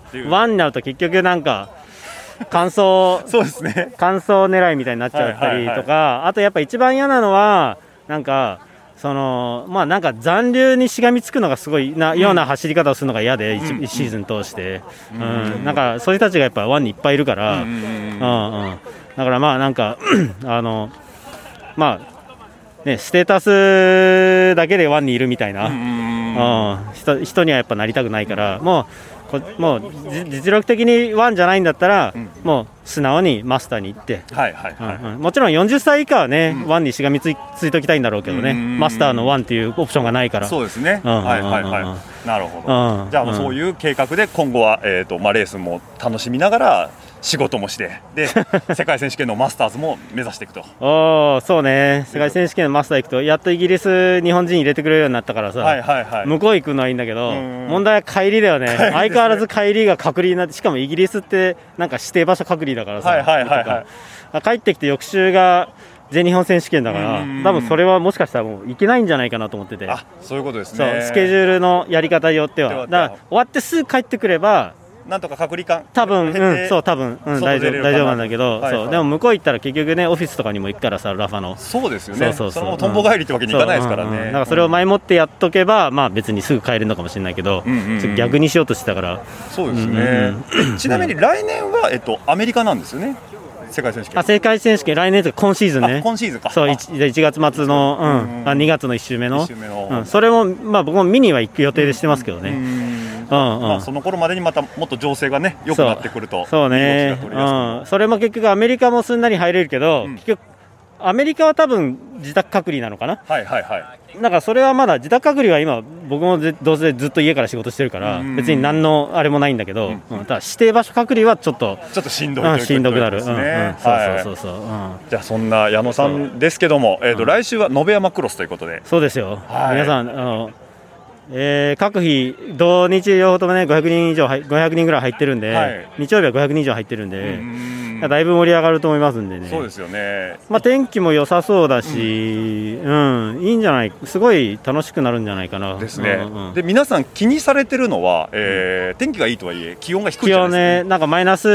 。1になると結局なんか完走狙いみたいになっちゃったりとか、あとやっぱ一番嫌なのはなんかまあなんか残留にしがみつくのがすごいような走り方をするのが嫌で、1シーズン通して、なんかそういう人たちがやっぱ1にいっぱいいるから、だからまあなんかまあね、ステータスだけで1にいるみたいな人にはやっぱなりたくないから、もう実力的に1じゃないんだったら、もう素直にマスターに行って、もちろん40歳以下はね、1にしがみついときたいんだろうけどね、マスターの1っていうオプションがないから。 そうですね。なるほど。じゃあそういう計画で今後はまあレースも楽しみながら仕事もして、で世界選手権のマスターズも目指していくと。 そうね、世界選手権のマスター行くと、やっとイギリス日本人入れてくれるようになったからさ、向こう行くのはいいんだけど、問題は帰りだよね。相変わらず帰りが隔離になって、しかもイギリスってなんか指定場所隔離だからさ、帰ってきて翌週が全日本選手権だから、多分それはもしかしたらもういけないんじゃないかなと思ってて。 そういうことですね。 スケジュールのやり方によっては、だから終わってすぐ帰ってくればなんとか隔離感多分大丈夫なんだけど、でも向こう行ったら結局ね、オフィスとかにも行くからさ、ラファの。 そうですよね。そのとんぼ帰りってわけにいかないですからね。 だからそれを前もってやっとけば、まあ別にすぐ帰れるのかもしれないけど、逆にしようとしてたから。 そうですね。ちなみに来年はアメリカなんですよね。世界選手権。 世界選手権来年とか今シーズンね。 今シーズンか。 そう、1月末の2月の1週目の。それもまあ僕も見には行く予定でしてますけどね。 その頃までにまたもっと情勢がね良くなってくると。 そうね。それも結局アメリカもすんなり入れるけど、結局アメリカは多分自宅隔離なのかな。だからそれはまだ自宅隔離は今僕もどうせずっと家から仕事してるから別に何のあれもないんだけど、ただ指定場所隔離はちょっとしんどいしんどくなる。 じゃあそんな矢野さんですけども、来週は延山クロスということで。 そうですよ。皆さん各日土日両方ともね500人ぐらい入ってるんで、日曜日は500人以上入ってるんで、だいぶ盛り上がると思いますんでね。 そうですよね。 まあ天気も良さそうだし、いいんじゃない、すごい楽しくなるんじゃないかな。 ですね。で皆さん気にされてるのは、天気がいいとはいえ気温が低いじゃないですか。 気温ね、なんかマイナス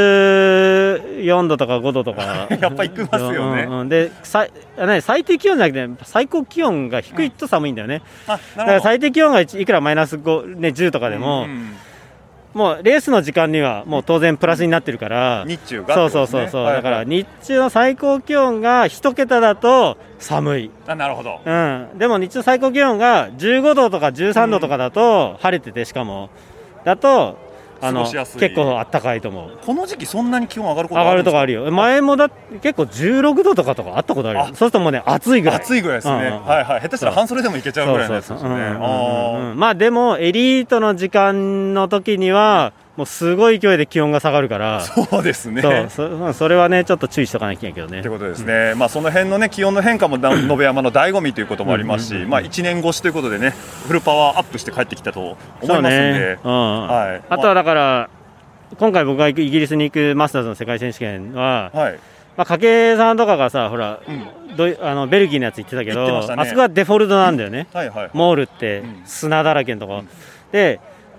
4度とか5度とかやっぱ行きますよね。 で最低気温じゃなくて最高気温が低いと寒いんだよね。だから最低気温がいくらマイナス5、10とかでも、もうレースの時間にはもう当然プラスになってるから、 日中がそうだから日中の最高気温が1桁だと寒い。 なるほど。 でも日中最高気温が15度とか13度とかだと、晴れててしかもだと結構あったかいと思う。 この時期そんなに気温上がることあるんですか？ 上がるとかあるよ。前も結構16度とかあったことあるよ。そうするともうね暑いぐらいですね。下手したら半袖でもいけちゃうぐらいのやつですね。 まあでもエリートの時間の時にはもうすごい勢いで気温が下がるから、 そうですね。 それはねちょっと注意しとかなきゃいけないけどね。 ということですね。まあその辺のね気温の変化も延山の醍醐味ということもありますし、まあ1年越しということでねフルパワーアップして帰ってきたと思いますんで、 あとはだから今回僕がイギリスに行くマスターズの世界選手権は、まあ筧さんとかがさほらベルギーのやつ言ってたけど、あそこはデフォルトなんだよね。モールって砂だらけのとこで、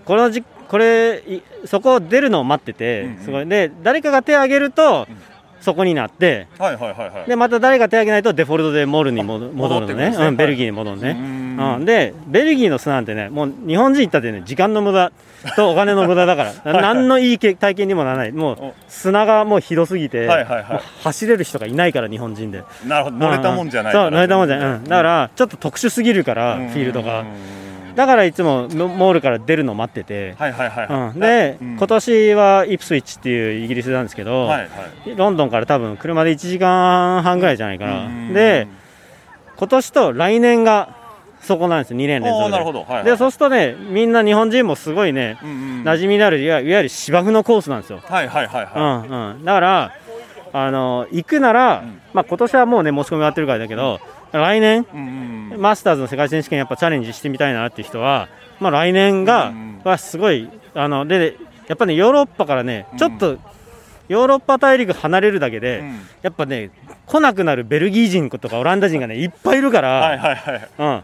そこを出るのを待ってて、で誰かが手を挙げるとそこになって、でまた誰か手を挙げないとデフォルトでモールに戻るのね、ベルギーに戻るのね。でベルギーの砂なんてね、もう日本人行ったってね時間の無駄とお金の無駄だから何のいい体験にもならない。もう砂がもうひどすぎて走れる人がいないから日本人で。 なるほど、乗れたもんじゃない。 そう乗れたもんじゃない。だからちょっと特殊すぎるからフィールドが。だからいつもモールから出るのを待ってて、で今年はイプスウィッチっていうイギリスなんですけど、ロンドンから多分車で1時間半ぐらいじゃないかな。で今年と来年がそこなんですよ、2年連続で。 なるほど、はいはい、 でそうするとね、みんな日本人もすごいね、馴染みのあるいわゆる芝生のコースなんですよ。 はいはいはいはい。 だから行くなら、まあ今年はもうね申し込み終わってるからだけど、来年、マスターズの世界選手権やっぱチャレンジしてみたいなっていう人は、まあ来年が、はすごいでやっぱねヨーロッパからねちょっとヨーロッパ大陸離れるだけで、やっぱね来なくなるベルギー人とかオランダ人がねいっぱいいるから、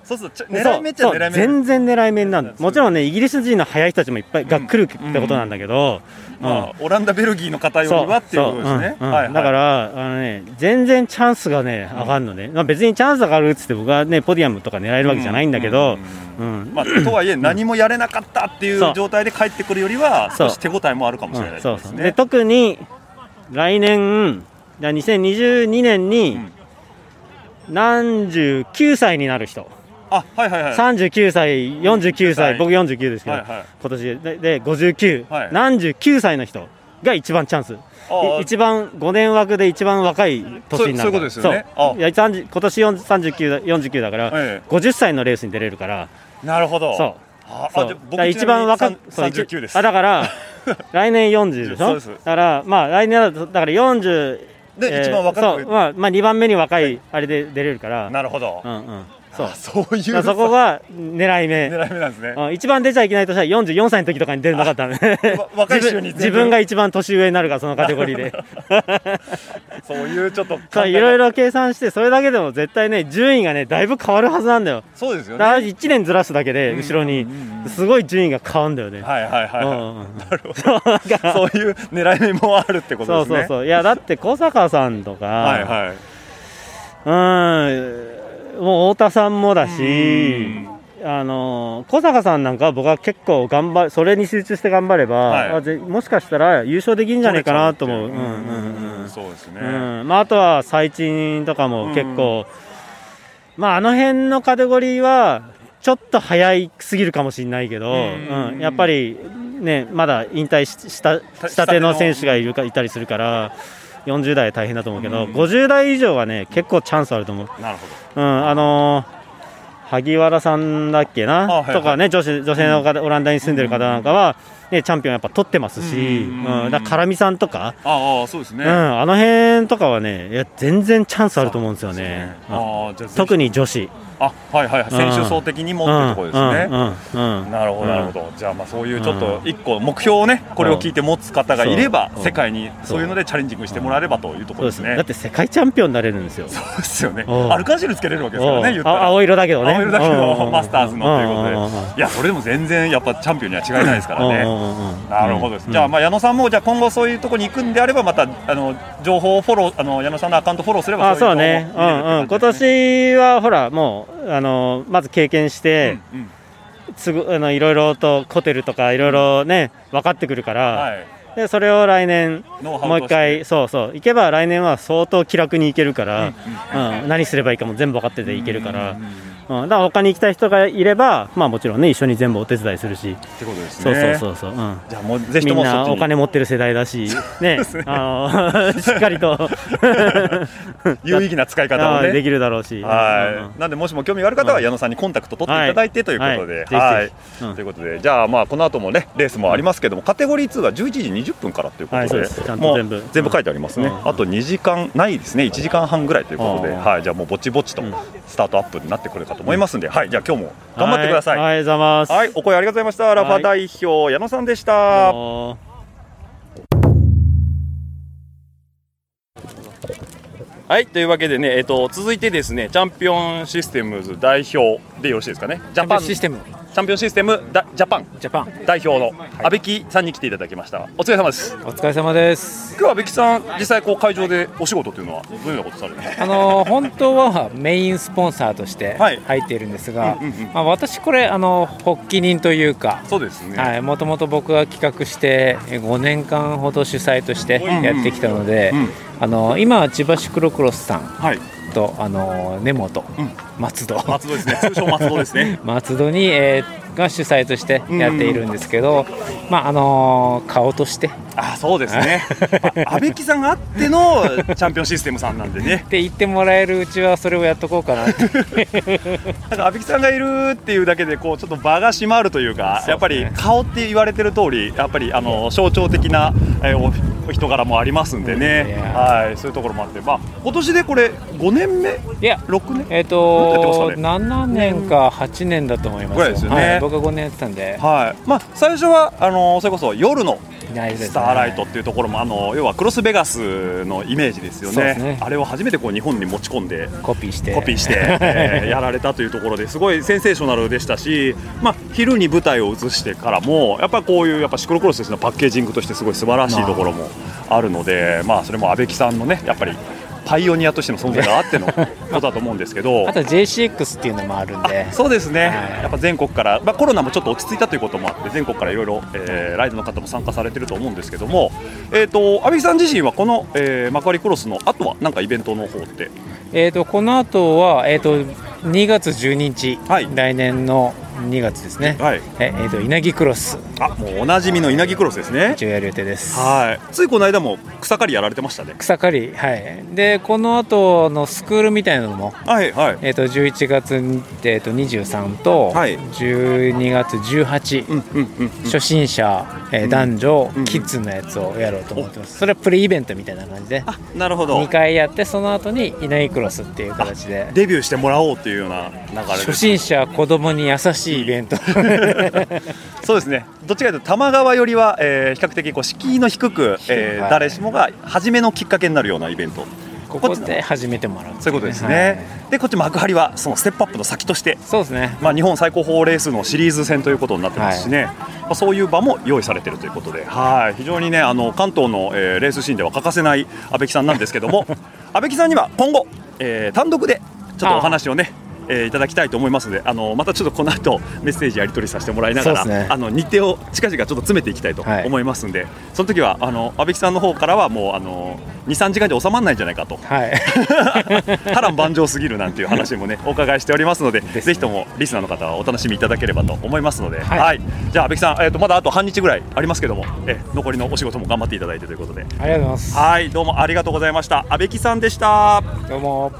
そうすると狙い目っちゃ狙い目、 全然狙い目になる。もちろんねイギリス人の速い人たちもいっぱいが来るってことなんだけど、 オランダベルギーの方よりはっていうことですね。 だから全然チャンスがね上がるのね、まあ、別にチャンスが上がるっつって僕はねポディアムとか狙えるわけじゃないんだけど、 とはいえ何もやれなかったっていう状態で帰ってくるよりは少し手応えもあるかもしれないですね。 で特に来年2022年に79歳になる人、39歳49歳僕49ですけど、今年で59、79歳の人が一番チャンス、一番5年枠で一番若い年になる。 そういうことですよね。 今年49だから、50歳のレースに出れるから。 なるほど。 僕一番若く 39です。 だから来年40でしょ。だからまあ来年だから40 で一番若く、 まあ2番目に若いあれで出れるから。 なるほど。 そういうそこが狙い目なんですね。 一番出ちゃいけないとしたら44歳の時とかに出るなかったね。 若い人に自分が一番年上になるからそのカテゴリーで。 そういうちょっといろいろ計算してそれだけでも絶対ね順位がねだいぶ変わるはずなんだよ。 そうですよね。 だから1年ずらすだけで後ろにすごい順位が変わるんだよね。 はいはいはい。なるほど。そういう狙い目もあるってことですね。 そういやだって小坂さんとか、もう太田さんもだし、小坂さんなんかは僕は結構それに集中して頑張れば、もしかしたら優勝できるんじゃないかなと思う。 そうですね。 あとは最賃とかも結構、あの辺のカテゴリーはちょっと早いすぎるかもしれないけど、やっぱりねまだ引退したての選手がいたりするから。40代は大変だと思うけど、50代以上はね結構チャンスあると思う。 なるほど。 萩原さんだっけな、とかね女性の方、オランダに住んでる方なんかは、ね、チャンピオンやっぱ取ってますし、だから唐見さんとか、 そうですね。 あの辺とかはねいや全然チャンスあると思うんですよね。特に女子。 選手層的にもっていうところですね。なるほどなるほど。じゃあそういうちょっと一個目標をねこれを聞いて持つ方がいれば世界にそういうのでチャレンジングしてもらえればというところですね。 だって世界チャンピオンになれるんですよ。 そうですよね。アルカンシールつけれるわけですからね。言ったら青色だけどね。 青色だけどマスターズのということで、いやそれでも全然やっぱチャンピオンには違いないですからね。なるほどです。じゃあ矢野さんもじゃあ今後そういうところに行くんであればまた情報をフォロー矢野さんのアカウントフォローすればそうね。今年はほらもうまず経験して、いろいろとホテルとかいろいろね分かってくるから、でそれを来年もう一回行けば来年は相当気楽に行けるから、何すればいいかも全部分かってて行けるから。だから他に行きたい人がいれば、もちろんね一緒に全部お手伝いするしってことですね。 そう。 じゃあもうぜひともみんなお金持ってる世代だしねしっかりと有意義な使い方をねできるだろうし。 なんでもしも興味がある方は矢野さんにコンタクト取っていただいてということで、ということでじゃあこの後もねレースもありますけどもカテゴリー2が11時20分からということで、もう全部書いてありますね。あと2時間ないですね。1時間半ぐらいということで、じゃあもうぼちぼちとスタートアップになってくるかと思いますんで、じゃあ今日も頑張ってください。 ありがとうございます。 お声ありがとうございました。ラファ代表矢野さんでした。というわけでね、続いてですねチャンピオンシステムズ代表でよろしいですかね。チャンピオンシステムジャパン代表の阿部木さんに来ていただきました。お疲れ様です。 お疲れ様です。 今日は阿部木さん実際会場でお仕事というのはどういうようなことされるんですか。 本当はメインスポンサーとして入っているんですが、私これ発起人というか、 そうですね。 もともと僕が企画して5年間ほど主催としてやってきたので、今は千葉シクロクロスさんと根本、松戸ですね、通称松戸ですね松戸に、が主催としてやっているんですけど、顔としてそうですね阿部木さんがあってのチャンピオンシステムさんなんでねって言ってもらえるうちはそれをやっとこうかなってなんか阿部木さんがいるっていうだけでこうちょっと場が締まるというか、やっぱり顔って言われてる通りやっぱり象徴的な、お人柄もありますんでね、はい、そういうところもあって、今年でこれ5年目いや 6年 7年か8年だと思いますぐらいですよね、 僕が5年やってたんで、 最初はそれこそ夜のスターライトっていうところも要はクロスベガスのイメージですよね。あれを初めてこう日本に持ち込んでコピーしてやられたというところですごいセンセーショナルでしたし、昼に舞台を移してからもやっぱりこういうシクロクロスのパッケージングとしてすごい素晴らしいところもあるので、それも阿部木さんのねやっぱりパイオニアとしての存在があってのことだと思うんですけどあと JCX っていうのもあるんで、 そうですね、やっぱ全国から、コロナもちょっと落ち着いたということもあって全国からいろいろライドの方も参加されてると思うんですけども、阿部木さん自身はこの、幕張クロスの後は何かイベントの方って、 この後は、2月12日、来年の2月ですね、稲城クロス、 もうおなじみの稲城クロスですね、 一応やる予定です。 ついこの間も草刈りやられてましたね。 草刈り、でこの後のスクールみたいなのも、11月、23と、12月18、初心者、男女、キッズのやつをやろうと思ってます。それはプレイベントみたいな感じで、 なるほど、 2回やってその後に稲城クロスっていう形でデビューしてもらおうというような流れです。 初心者子供に優しいイベントそうですね、どっちかというと玉川よりは、比較的こう敷居の低く、誰しもが初めのきっかけになるようなイベント、 ここで始めてもらう、 そういうことですね、でこっち幕張はそのステップアップの先として、 そうですね、 日本最高峰レースのシリーズ戦ということになってますしね、そういう場も用意されているということで、非常にね関東の、レースシーンでは欠かせない阿部木さんなんですけども阿部木さんには今後、単独でちょっとお話をねいただきたいと思いますので、またちょっとこの後メッセージやり取りさせてもらいながら、日程を近々ちょっと詰めていきたいと思いますので、その時は阿部木さんの方からはもう2、3時間で収まらないんじゃないかと、波乱万丈すぎるなんていう話もねお伺いしておりますので、ぜひともリスナーの方はお楽しみいただければと思いますので、じゃあ阿部木さん、まだあと半日ぐらいありますけども、残りのお仕事も頑張っていただいてということで、 ありがとうございます。 どうもありがとうございました。阿部木さんでした。 どうも。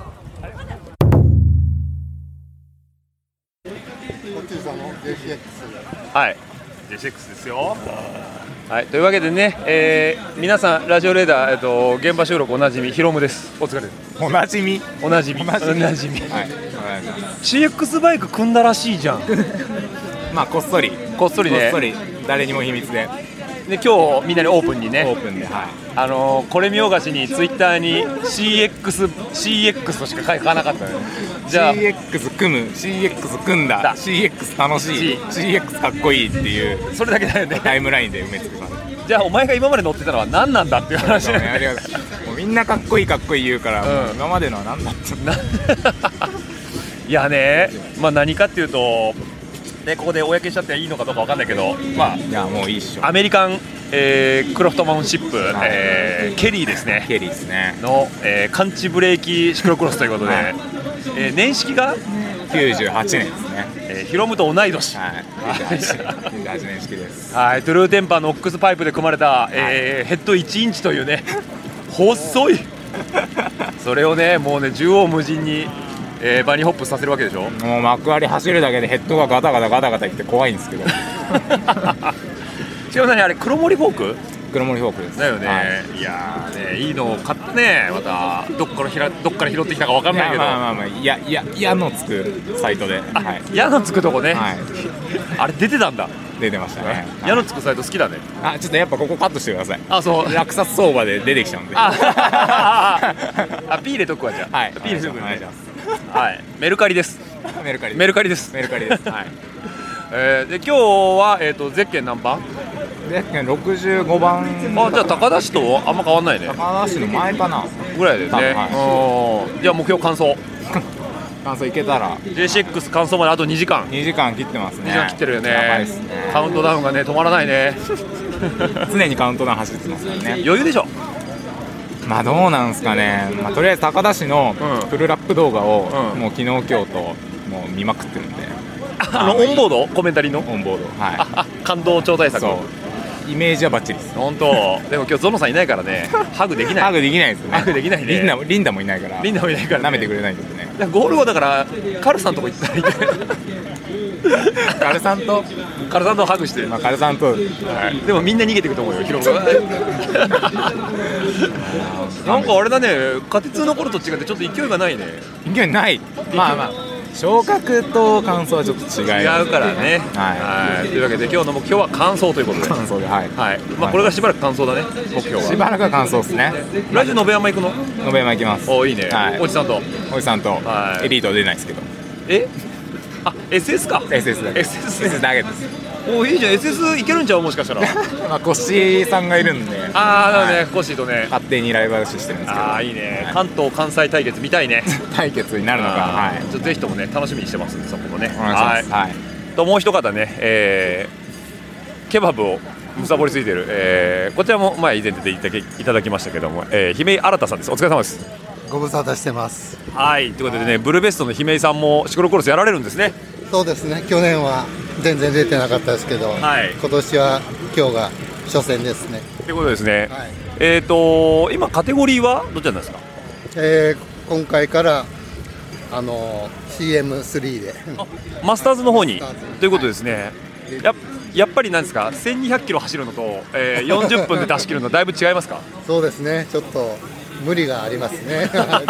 JCX ですよ。というわけでね、皆さんラジオレーダー、現場収録おなじみヒロムです。お疲れです。 おなじみ CX バイク組んだらしいじゃんこっそりね、誰にも秘密で今日みんなにオープンにね、これ見よがしにツイッターに CX としか書かなかったのよ。 じゃあ CX 組む、CX 組んだ、CX 楽しい、CX かっこいいっていうそれだけだよね、 タイムラインで埋め尽くされる。 じゃあお前が今まで乗ってたのは何なんだっていう話だよね。 もうみんなかっこいい言うから、今までのは何だったいやね、何かっていうとここで公にしちゃっていいのかどうか分かんないけど、 いやもういいっしょ。 アメリカン、クロフトマンシップ、ケリーですねの、感知ブレーキシクロクロスということで、年式が 98年ですね。 ヒロムと同い年、 98年式です。 トゥルーテンパーのオックスパイプで組まれた、ヘッド1インチというね細いそれをねもうね縦横無尽にバニーホップさせるわけでしょ。 もう幕張走るだけでヘッドがガタガタいって怖いんですけど違う、何あれ黒森フォークですだよね、いやーね、いいのを買ったね。またどっから拾ってきたか分かんないけど、 矢のつくサイトで、 矢のつくとこね、あれ出てたんだ。 出てましたね。 矢のつくサイト好きだね。 ちょっとやっぱここカットしてください。 そう落札相場で出てきちゃうんでピー入れとくわ。じゃあピー入れとくお願いします。 メルカリです。 メルカリです。 で今日はゼッケン何番？ ゼッケン65番。 じゃあ高田市とあんま変わんないね。 高田市の前かなぐらいですね。じゃあ目標完走いけたら JCX 完走まであと2時間切ってますね。 2時間切ってるよね。 やばいっすね。 カウントダウンがね止まらないね常にカウントダウン走ってますからね。 余裕でしょ。 まあどうなんですかね、まあ、とりあえず高田市のフルラップ動画をもう昨日今日ともう見まくってるんで、 オンボードコメンタリーのオンボード、はい、 感動超大作、 イメージはバッチリです。 本当。でも今日ゾノさんいないからね、ハグできない。 ハグできないですね。 ハグできないね。 リンダもいないから。 リンダもいないから、 舐めてくれないんですね。 ゴール後だからカルさんとこ行ったらいい。 カルさんとハグして、 まあ、カルさんと、 でもみんな逃げていくと思うよ、ヒロムが。なんかあれだね、カテツの頃と違ってちょっと勢いがないね。 勢いない。まあまあ昇格と完走はちょっと違うからね。はい。というわけで今日の目標は完走ということで。 完走で、はい。 まあこれがしばらく完走だね。目標は。 しばらくは完走ですね。 来週延山行くの？ 延山行きます。 お、いいね。おじさんと。 エリートは出ないですけど。 あ、SS か。 SS だけ。SS だけです。 お、いいじゃん。SS いけるんちゃう、もしかしたら。 まあコッシーさんがいるんで。 ああ、なるほどね。コッシーとね。 勝手にライバル視してるんですけど。 ああ、いいね。関東関西対決見たいね。 対決になるのか。はい。 ちょっとぜひともね、楽しみにしてますんで、そこもね。 はい。 ともう一方ね、ケバブをむさぼりついてる、こちらも前以前出ていただきましたけども、姫井新さんです。お疲れ様です。 ご無沙汰してます。 はい。ということでね、ブルーベストの姫井さんもシクロクロスやられるんですね。 そうですね。去年は全然出てなかったですけど、今年は今日が初戦ですね。 ということですね。今カテゴリーはどちらなんですか？ 今回からCM3 でマスターズの方にということですね。やっぱりなんですか、1200キロ走るのと、40分で出し切るのだいぶ違いますか？ そうですね。ちょっと無理がありますね。ちょっとね。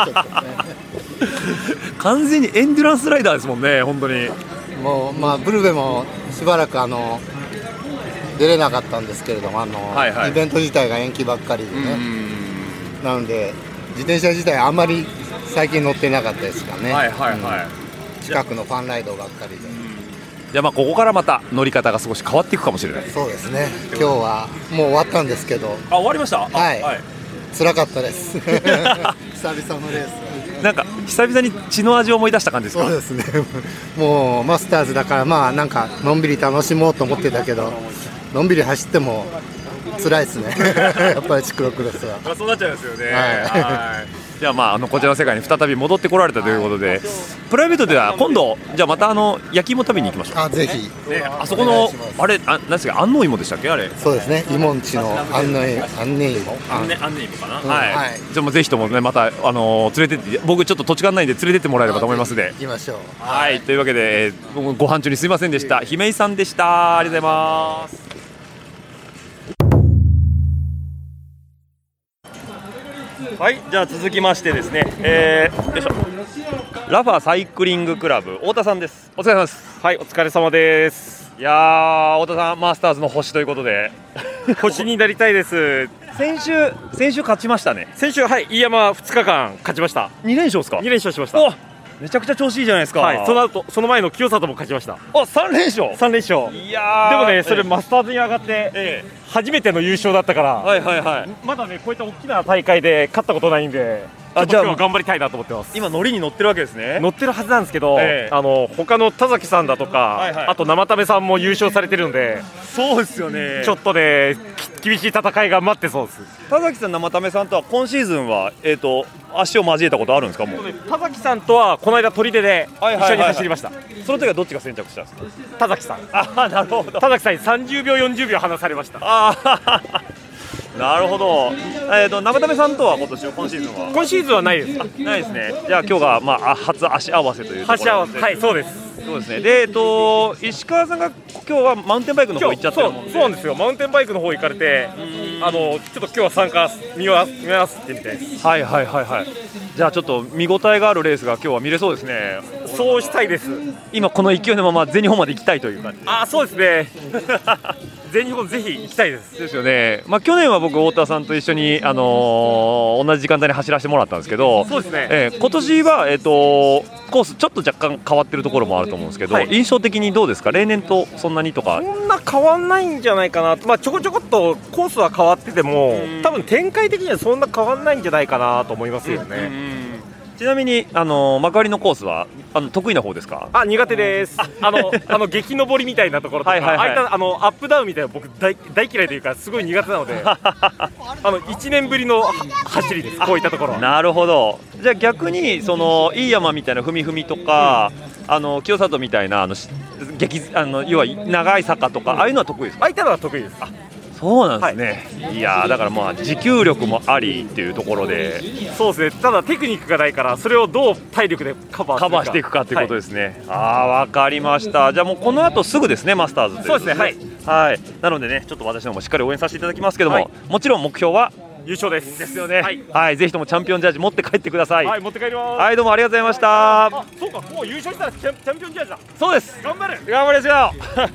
完全にエンデュランスライダーですもんね、本当に。 もうまあブルベもしばらく出れなかったんですけれども、イベント自体が延期ばっかりでね。なので自転車自体あんまり最近乗ってなかったですからね。近くのファンライドばっかりで。 じゃあまあここからまた乗り方が少し変わっていくかもしれない。 そうですね。今日はもう終わったんですけど。 あ、終わりました。 はい。辛かったです。久々のレース。 なんか久々に血の味を思い出した感じですか？ そうですね。もうマスターズだからまあなんかのんびり楽しもうと思ってたけど、のんびり走っても辛いですね。やっぱりシクロクロスは。 そうなっちゃいますよね。はい。じゃあまあこちらの世界に再び戻ってこられたということで、プライベートでは今度じゃあまた焼き芋食べに行きましょう。 あ、ぜひ。 あそこのあれなんですか、安納芋でしたっけあれ？ そうですね。イモンチの安納芋かな。はい。じゃあもうぜひともねまた連れてって僕ちょっと土地勘ないんで連れてってもらえればと思いますので。 行きましょう。 はい。というわけでご飯中にすいませんでした。姫井さんでした。ありがとうございます。はい、じゃあ続きましてですね、よいしょ、ラファサイクリングクラブ太田さんです。お疲れ様です。 はい、お疲れ様です。 いやー、太田さんマスターズの星ということで星になりたいです。 先週勝ちましたね。 先週、はい、飯山2日間勝ちました。 2連勝ですか ？2連勝しました。 めちゃくちゃ調子いいじゃないですか。 はい、その前の清里も勝ちました。 3連勝。 3連勝。 いやでもね、それマスターズに上がって、初めての優勝だったから、まだねこういった大きな大会で勝ったことないんで、じゃあ頑張りたいなと思ってます。 今ノリに乗ってるわけですね。 乗ってるはずなんですけど、他の田崎さんだとか、あと生田目さんも優勝されてるので、 そうですよね。 ちょっとね厳しい戦いが待ってそうです。 田崎さん、生田目さんとは今シーズンは足を交えたことあるんですか？もう田崎さんとはこの間砦で一緒に走りました。 その時はどっちが先着したんですか？ 田崎さん。 あ、なるほど。 田崎さんに30秒40秒離されました。 なるほど。生田目さんとは今シーズンはないです。 ないですね。じゃあ今日が初足合わせというところで。 足合わせ。はい、そうです。 そうですね。で石川さんが今日はマウンテンバイクの方行っちゃってるもんで。 そうなんですよ。マウンテンバイクの方行かれて、ちょっと今日は参加見合わせてみたいです。 はい。じゃあちょっと見応えがあるレースが今日は見れそうですね。 そうしたいです。 今この勢いのまま全日本まで行きたいという感じ。 そうですね。全日本ぜひ行きたいです。 ですよね。去年は僕太田さんと一緒に同じ時間帯に走らせてもらったんですけど、 そうですね。 今年はコースちょっと若干変わってるところもあると思うんですけど、印象的にどうですか？例年とそんなにとか。 そんな変わんないんじゃないかな。ちょこちょこっとコースは変わってても、多分展開的にはそんな変わんないんじゃないかなと思いますよね。 ちなみに幕張のコースは得意な方ですか？ 苦手です。激登りみたいなところとか、ああいったアップダウンみたいな僕大嫌いというかすごい苦手なので1年ぶりの走りです。こういったところ。 なるほど。じゃあ逆にいい山みたいな踏み踏みとか、清里みたいな要は長い坂とか、ああいうのは得意ですか？ ああいったのは得意です。 そうなんですね。いやだから持久力もありっていうところで、 そうですね。ただテクニックがないからそれをどう体力でカバーしていくかっていうことですね。わかりました。じゃあもうこの後すぐですね、マスターズという。 そうですね。 はい。なのでね、ちょっと私どもしっかり応援させていただきますけども、もちろん目標は優勝です。 ですよね。はい。ぜひともチャンピオンジャージ持って帰ってください。 はい、持って帰ります。 はい、どうもありがとうございました。 そうか、もう優勝したらチャンピオンジャージだ。 そうです。 頑張る。 頑張りですよ。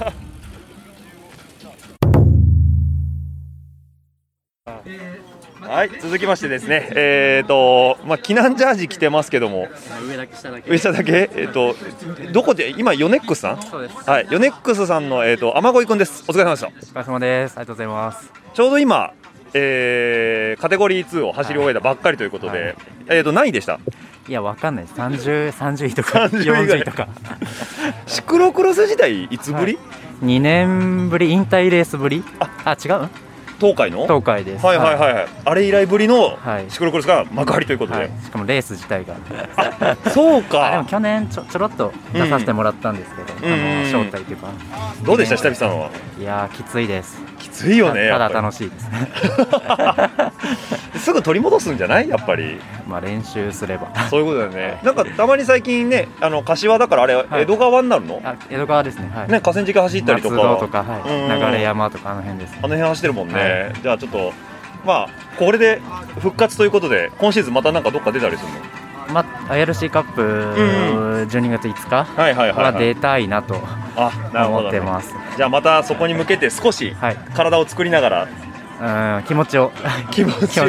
はい、続きましてですね、避難ジャージ着てますけども、上下だけ、どこで、今、ヨネックスさん、 そうです、 はい、ヨネックスさんの、雨乞いくんです、お疲れ様でした。 お疲れ様です、ありがとうございます。 ちょうど今、カテゴリー2を走り終えたばっかりということで、何位でした？ いや、わかんないです、30位とか40位とか。 シクロクロス自体、いつぶり ？2年ぶり、引退レースぶり。違う？ 東海の？ 東海です。 はい。あれ以来ぶりのシクロクロスが幕張ということで、 しかもレース自体が。 そうか。 でも去年ちょろっと出させてもらったんですけど、招待というか。 どうでした、下火さんは？ いやきついです。 きついよね。 ただ楽しいですね。 すぐ取り戻すんじゃない？やっぱり。 練習すれば。 そういうことだよね。なんかたまに最近ね、柏だからあれ江戸川になるの？ 江戸川ですね。 ね、河川敷走ったりとか。 松戸とか、流山とかあの辺です。 あの辺走ってるもんね。じゃあちょっとこれで復活ということで、今シーズンまたなんかどっか出たりするの ？IRC カップ12月5日は出たいなと思ってます。 じゃあまたそこに向けて少し体を作りながら、 気持ちをそう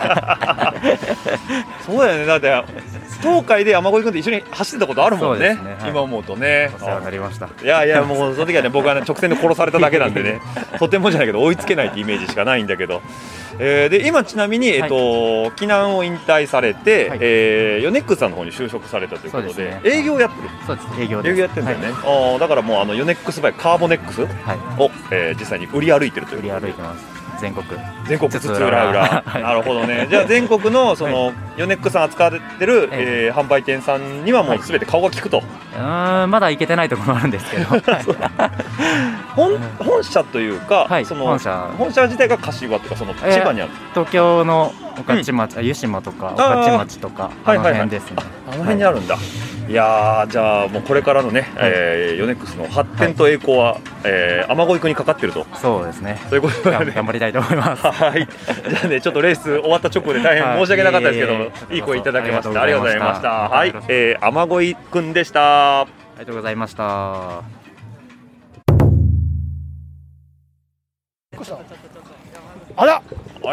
だよね。だって東海で雨乞い君と一緒に走ってたことあるもんね。今思うとね。 お世話になりました。 いやもうその時はね、僕は直線で殺されただけなんでねとてもじゃないけど追いつけないってイメージしかないんだけど、で今ちなみに避難を引退されて、ヨネックスさんの方に就職されたということで、営業やってる。 そうです、営業やってるんだよね。だからもうヨネックスバイカーボネックスを実際に売り歩いてるという。 売り歩いてます。全国津々浦々。なるほどね。じゃあ全国のそのヨネックさん扱ってる販売店さんにはもうすべて顔が利くと。 まだ行けてないところもあるんですけど。 本社というか、その本社自体が柏とかその千葉にある。 東京の御徒町、湯島とか御徒町とかあの辺ですね。 あの辺にあるんだ。いやじゃあもうこれからのね、ヨネックスの発展と栄光は雨乞い君にかかってると。 そうですね。 そういうことで頑張りたいと思います。 はい。じゃあね、ちょっとレース終わった直後で大変申し訳なかったですけども、いい声いただきました。ありがとうございました。はい、雨乞い君でした。 ありがとうございました。 あら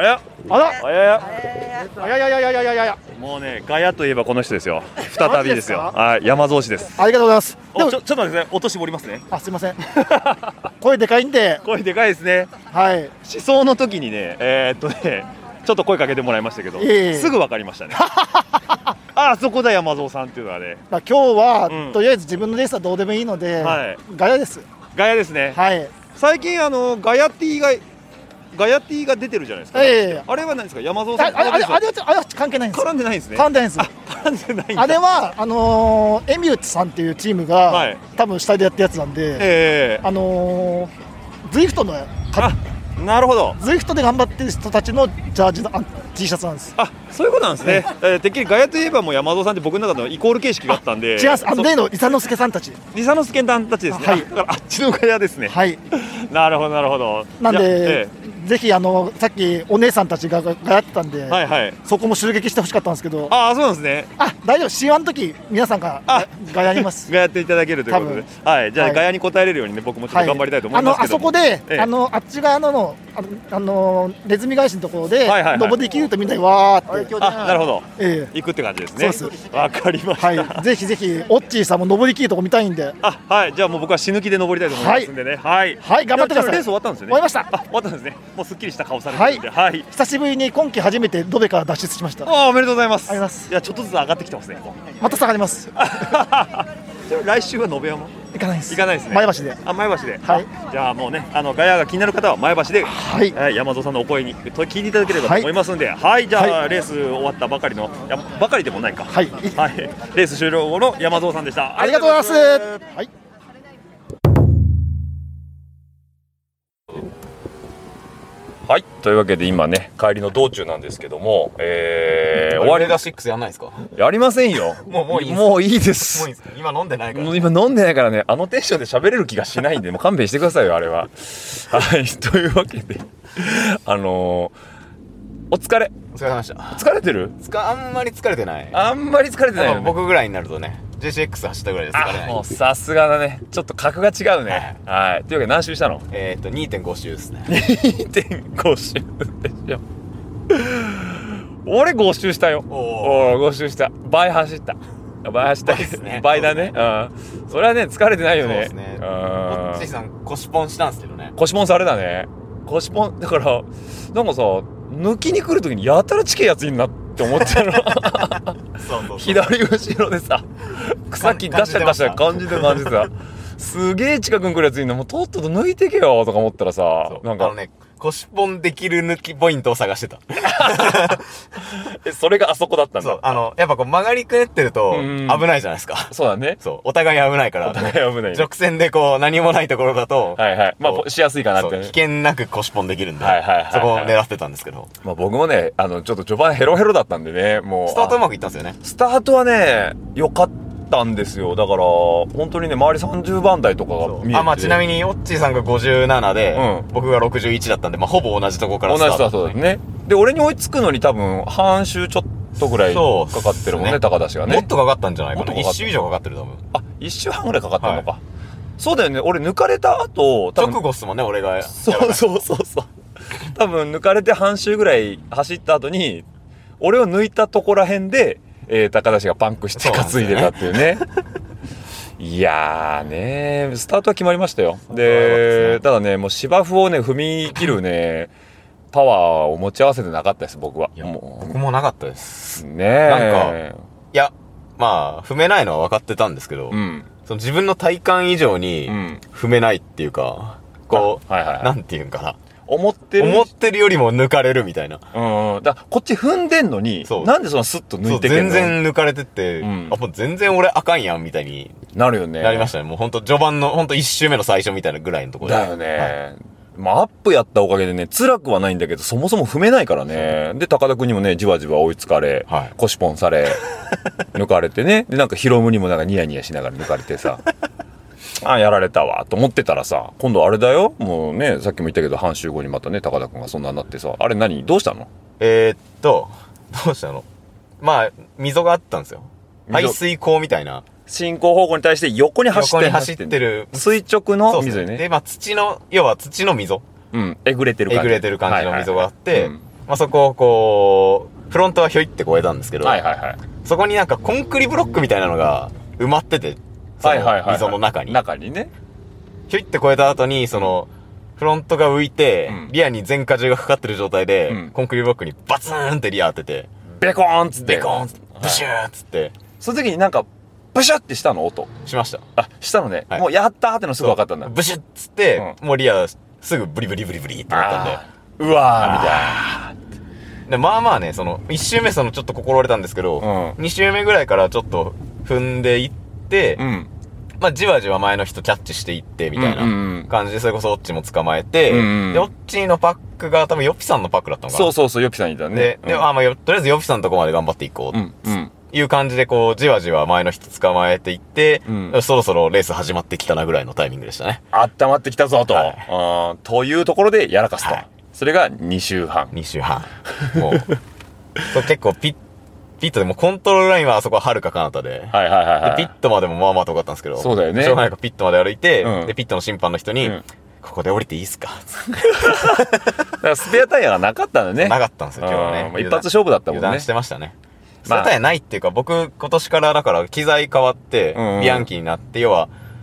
もうね、ガヤといえばこの人ですよ。再びですよ。はい、山蔵氏です。 ありがとうございます。 でもちょっとですね、音絞りますね。 すいません。声でかいんで。 声でかいですね。 はい。 思想の時にね、ちょっと声かけてもらいましたけど、すぐ分かりましたね。あそこだ山蔵さんっていうのはね。 今日はとりあえず自分のレースはどうでもいいので、ガヤです。 ガヤですね。 はい。 最近ガヤティが出てるじゃないですか。あれは何ですか、山蔵さん。 あれは関係ないんです。 絡んでないんですね。 絡んでないんです。あれはエミューツさんっていうチームが多分下でやったやつなんで、ズイフトの。 なるほど。 ズイフトで頑張ってる人たちのジャージのT シャツなんです。 そういうことなんですね。てっきりガヤといえばもう山蔵さんって僕の中のイコール形式があったんで。 違います。例のリサノスケさんたち。 リサノスケさんたちですね。はい。あっちのガヤですね。 はい。 なるほどなるほど。 なんでぜひさっきお姉さんたちがやってたんで、そこも襲撃してほしかったんですけど。 そうなんですね。 大丈夫。C1 の時皆さんがガヤります。 ガヤっていただけるということで、はい。じゃあガヤに応えれるようにね、僕もちょっと頑張りたいと思いますけど。 あそこであっち側のネズミ返しのところで登りきるとみんなでわーって。 なるほど。行くって感じですね。 そうです。 わかりました。 ぜひぜひオッチーさんも登りきるとこ見たいんで。 はい。じゃあもう僕は死ぬ気で登りたいと思いますんでね。はい。 はい。頑張ってください。 レース終わったんですよね。 終わりました。 終わったんですね。 もうすっきりした顔されてるんで、はい、 久しぶりに今季初めてドベから脱出しました。 おめでとうございます。 ありがとうございます。 いやちょっとずつ上がってきてますね。 また下がります。 来週は延山行かないです。 行かないですね。 前橋で。 前橋で。 はい。 じゃあもうね、ガヤが気になる方は前橋で、はい、山蔵さんのお声に聞いていただければと思いますんで、はい、じゃあ、レース終わったばかりの、ばかりでもないか。はい。はい。レース終了後の山蔵さんでした。 ありがとうございます。はい。 はい、というわけで今ね帰りの道中なんですけども、 終わりだ6やんないですか？ やりませんよ。もういいです。 今飲んでないから。 今飲んでないからね、あのテンションで喋れる気がしないんで、もう勘弁してくださいよあれは。はい、というわけでお疲れ様でした。 疲れてる？ あんまり疲れてない。 あんまり疲れてないよね。 僕ぐらいになるとね JCX 走ったぐらいで疲れない。 もうさすがだね。ちょっと格が違うね。はい。というわけで何周したの ？2.5 周ですね。 2.5 周でしょ。俺5周したよ。5周した。倍走った。倍だね。うん。それはね疲れてないよね。そうですね。 ボッチーさん腰ポンしたんですけどね。 腰ポンされたね。腰ポンだからなんかさ抜きに来る時にやたら近いやついんなって思ってたの。そう左後ろでさ草木ガシャガシャ感じてさすげえ近くに来るやついんのもうとっとと抜いてけよとか思ったらさなんか腰ポンできる抜きポイントを探してた。 それがあそこだったんだ。 そうやっぱこう曲がりくねってると危ないじゃないですか。 そうだね。 そうお互い危ないから。 お互い危ない。 直線でこう何もないところだとまあしやすいかなって。 危険なく腰ポンできるんでそこを狙ってたんですけど。 まあ僕もねちょっと序盤ヘロヘロだったんでねもう。 スタートうまくいったんですよね。 スタートはね良かったんですよ。だから本当にね周り30番台とかが見えて。 まあちなみにオッチーさんが57で僕が61だったんでほぼ同じとこからスタート。 同じスタートだね。で俺に追いつくのに多分半周ちょっとぐらいかかってるもんね高田氏がね。 もっとかかったんじゃないかな。1周以上かかってる多分。 1周半ぐらいかかってるのか。そうだよね。俺抜かれた後直後っすもんね俺が。 そう多分抜かれて半周ぐらい走った後に俺を抜いたとこら辺で高田氏がパンクして担いでたっていうね。いやーねスタートは決まりましたよ。でただねもう芝生をね踏み切るねパワーを持ち合わせてなかったです僕は。 僕もなかったですね。 なんかいやまあ踏めないのは分かってたんですけど、その自分の体感以上に踏めないっていうか、こうなんていうんかな。思ってるよりも抜かれるみたいな。 だこっち踏んでんのになんでそのスッと抜いてくるの？ 全然抜かれてって、もう全然俺あかんやんみたいになるよね。 なりましたね。もうほんと序盤のほんと1周目の最初みたいなぐらいのところで。 だよね。まあアップやったおかげでね辛くはないんだけどそもそも踏めないからね。で高田君にもねじわじわ追いつかれ、腰ポンされ抜かれてね。でなんかヒロムにもなんかニヤニヤしながら抜かれてさやられたわと思ってたらさ今度あれだよ。もうねさっきも言ったけど半周後にまたね高田君がそんなになってさあれ何どうしたの？ どうしたの？まあ溝があったんですよ。排水溝みたいな進行方向に対して横に走ってる垂直の溝ね。 でまあ要は土の溝、 えぐれてる感じの溝があって、まあそこをこうフロントはひょいって越えたんですけど、そこになんかコンクリブロックみたいなのが埋まってて、その溝の中にねひょいって越えた後にそのフロントが浮いて、リアに全荷重がかかってる状態で、コンクリブロックにバツーンってリア当ててベコーンっつってブシューっつって、 その時になんかブシュってしたの音しました。 したのね。もうやったーってのすぐ分かったんだ。 ブシュっつって、もうリアすぐブリブリブリブリってなったんで、 うわーみたいな。でまあまあねその1周目そのちょっと心折れたんですけど、2周目ぐらいからちょっと踏んでいって、まあじわじわ前の人キャッチしていってみたいな感じで、それこそオッチも捕まえて、でオッチのパックが多分ヨッピさんのパックだったのかな。 そうヨッピさんにいたね。 でまあとりあえずヨッピさんのとこまで頑張っていこういう感じでこうじわじわ前の人捕まえていって、そろそろレース始まってきたなぐらいのタイミングでしたね。 温まってきたぞと、というところでやらかすと、それが2周半もう結構ピットでもコントロールラインはあそこは遥か彼方で、でピットまでもまあまあ遠かったんですけど、 そうだよね。 しょうがないからピットまで歩いて、でピットの審判の人に、ここで降りていいっすかだからスペアタイヤがなかったんだね。 なかったんですよ今日はね。 一発勝負だったもんね。 油断してましたね。スペアタイヤないっていうか、僕今年からだから機材変わって、ビアンキになって、要は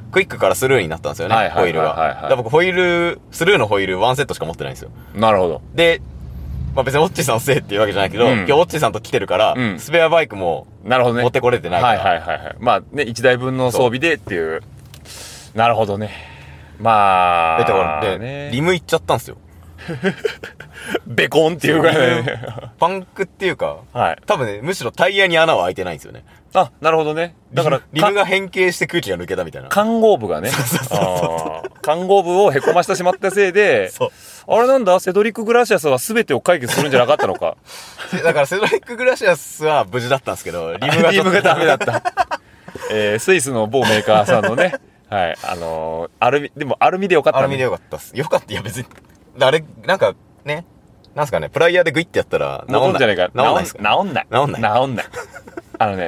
クイックからスルーになったんですよね、ホイールが。だから僕、スルーのホイール1セットしか持ってないんですよ。 なるほど。 で、まあ別にオッチーさんのせいっていうわけじゃないけど、今日オッチーさんと来てるから、スペアバイクも、 なるほどね。 持ってこれてないから。 はい。まあね、1台分の装備でっていう。なるほどね。まあ、 だからね、リムいっちゃったんですよ。 ベコンっていうぐらいね。 パンクっていうか、多分ね、むしろタイヤに穴は開いてないんですよね。 あ、なるほどね。だから、 リムが変形して空気が抜けたみたいな。 環合部がね。環合部をへこましてしまったせいで、あれなんだ、セドリック・グラシアスは全てを解決するんじゃなかったのか。 だからセドリック・グラシアスは無事だったんですけど、リムがダメだった。スイスの某メーカーさんのね、はい、アルミでよかったね。 アルミでよかったっす。よかった。いや別に、あれ、なんかね、なんすかね、プライヤーでグイってやったら治んじゃないか。 治んないですか。 治んない。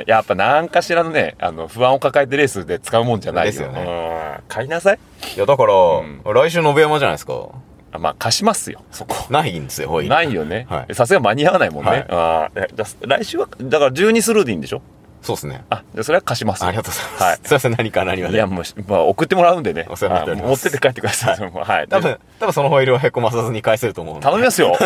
やっぱ何かしらのね、不安を抱えてレースで使うもんじゃないよ。 ですよね。 買いなさい。 いや、だから、来週延山じゃないですか。 まあ、貸しますよ、そこ。 ないんですよ、ホイール。 ないよね。さすが間に合わないもんね。来週は、だから12スルーでいいんでしょ？ そうですね。 じゃあそれは貸します。 ありがとうございます。はい。すいません、何か何まで。 いや、もう、まあ、送ってもらうんでね。 お世話になっております。 持ってって帰ってください。はい。 多分そのホイールをへこまさずに返せると思う。 頼みますよ。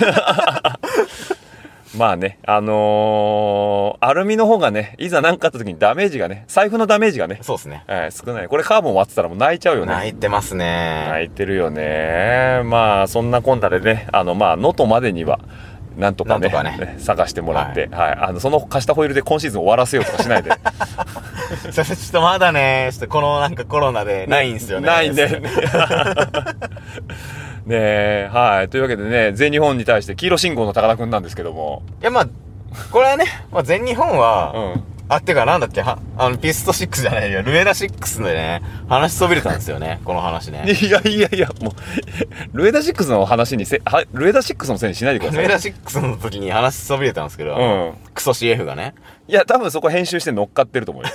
まあね、アルミの方がね、いざ何かあった時にダメージがね、財布のダメージがね。 そうですね。 少ない。これカーボン割ってたらもう泣いちゃうよね。 泣いてますね。 泣いてるよね。まあ、そんなこんなでね、まあ、能登までには、なんとかね、探してもらって、はい。その貸したホイールで今シーズン終わらせようとかしないで。 ちょっとまだね、このなんかコロナでないんすよね。 ないんだよね。ねえ、はい。というわけでね、全日本に対して黄色信号の高田くんなんですけども。 いや、まあ、これはね、まあ、全日本は、っていうかなんだっけ、ピスト6じゃないよ、ルエダ6でね、話しそびれたんですよね、この話ね。 いや、もう、ルエダ6の話にルエダ6のせいにしないでください。 ルエダ6の時に話しそびれたんですけど、クソ CF がね。 いや、多分そこ編集して乗っかってると思うよ。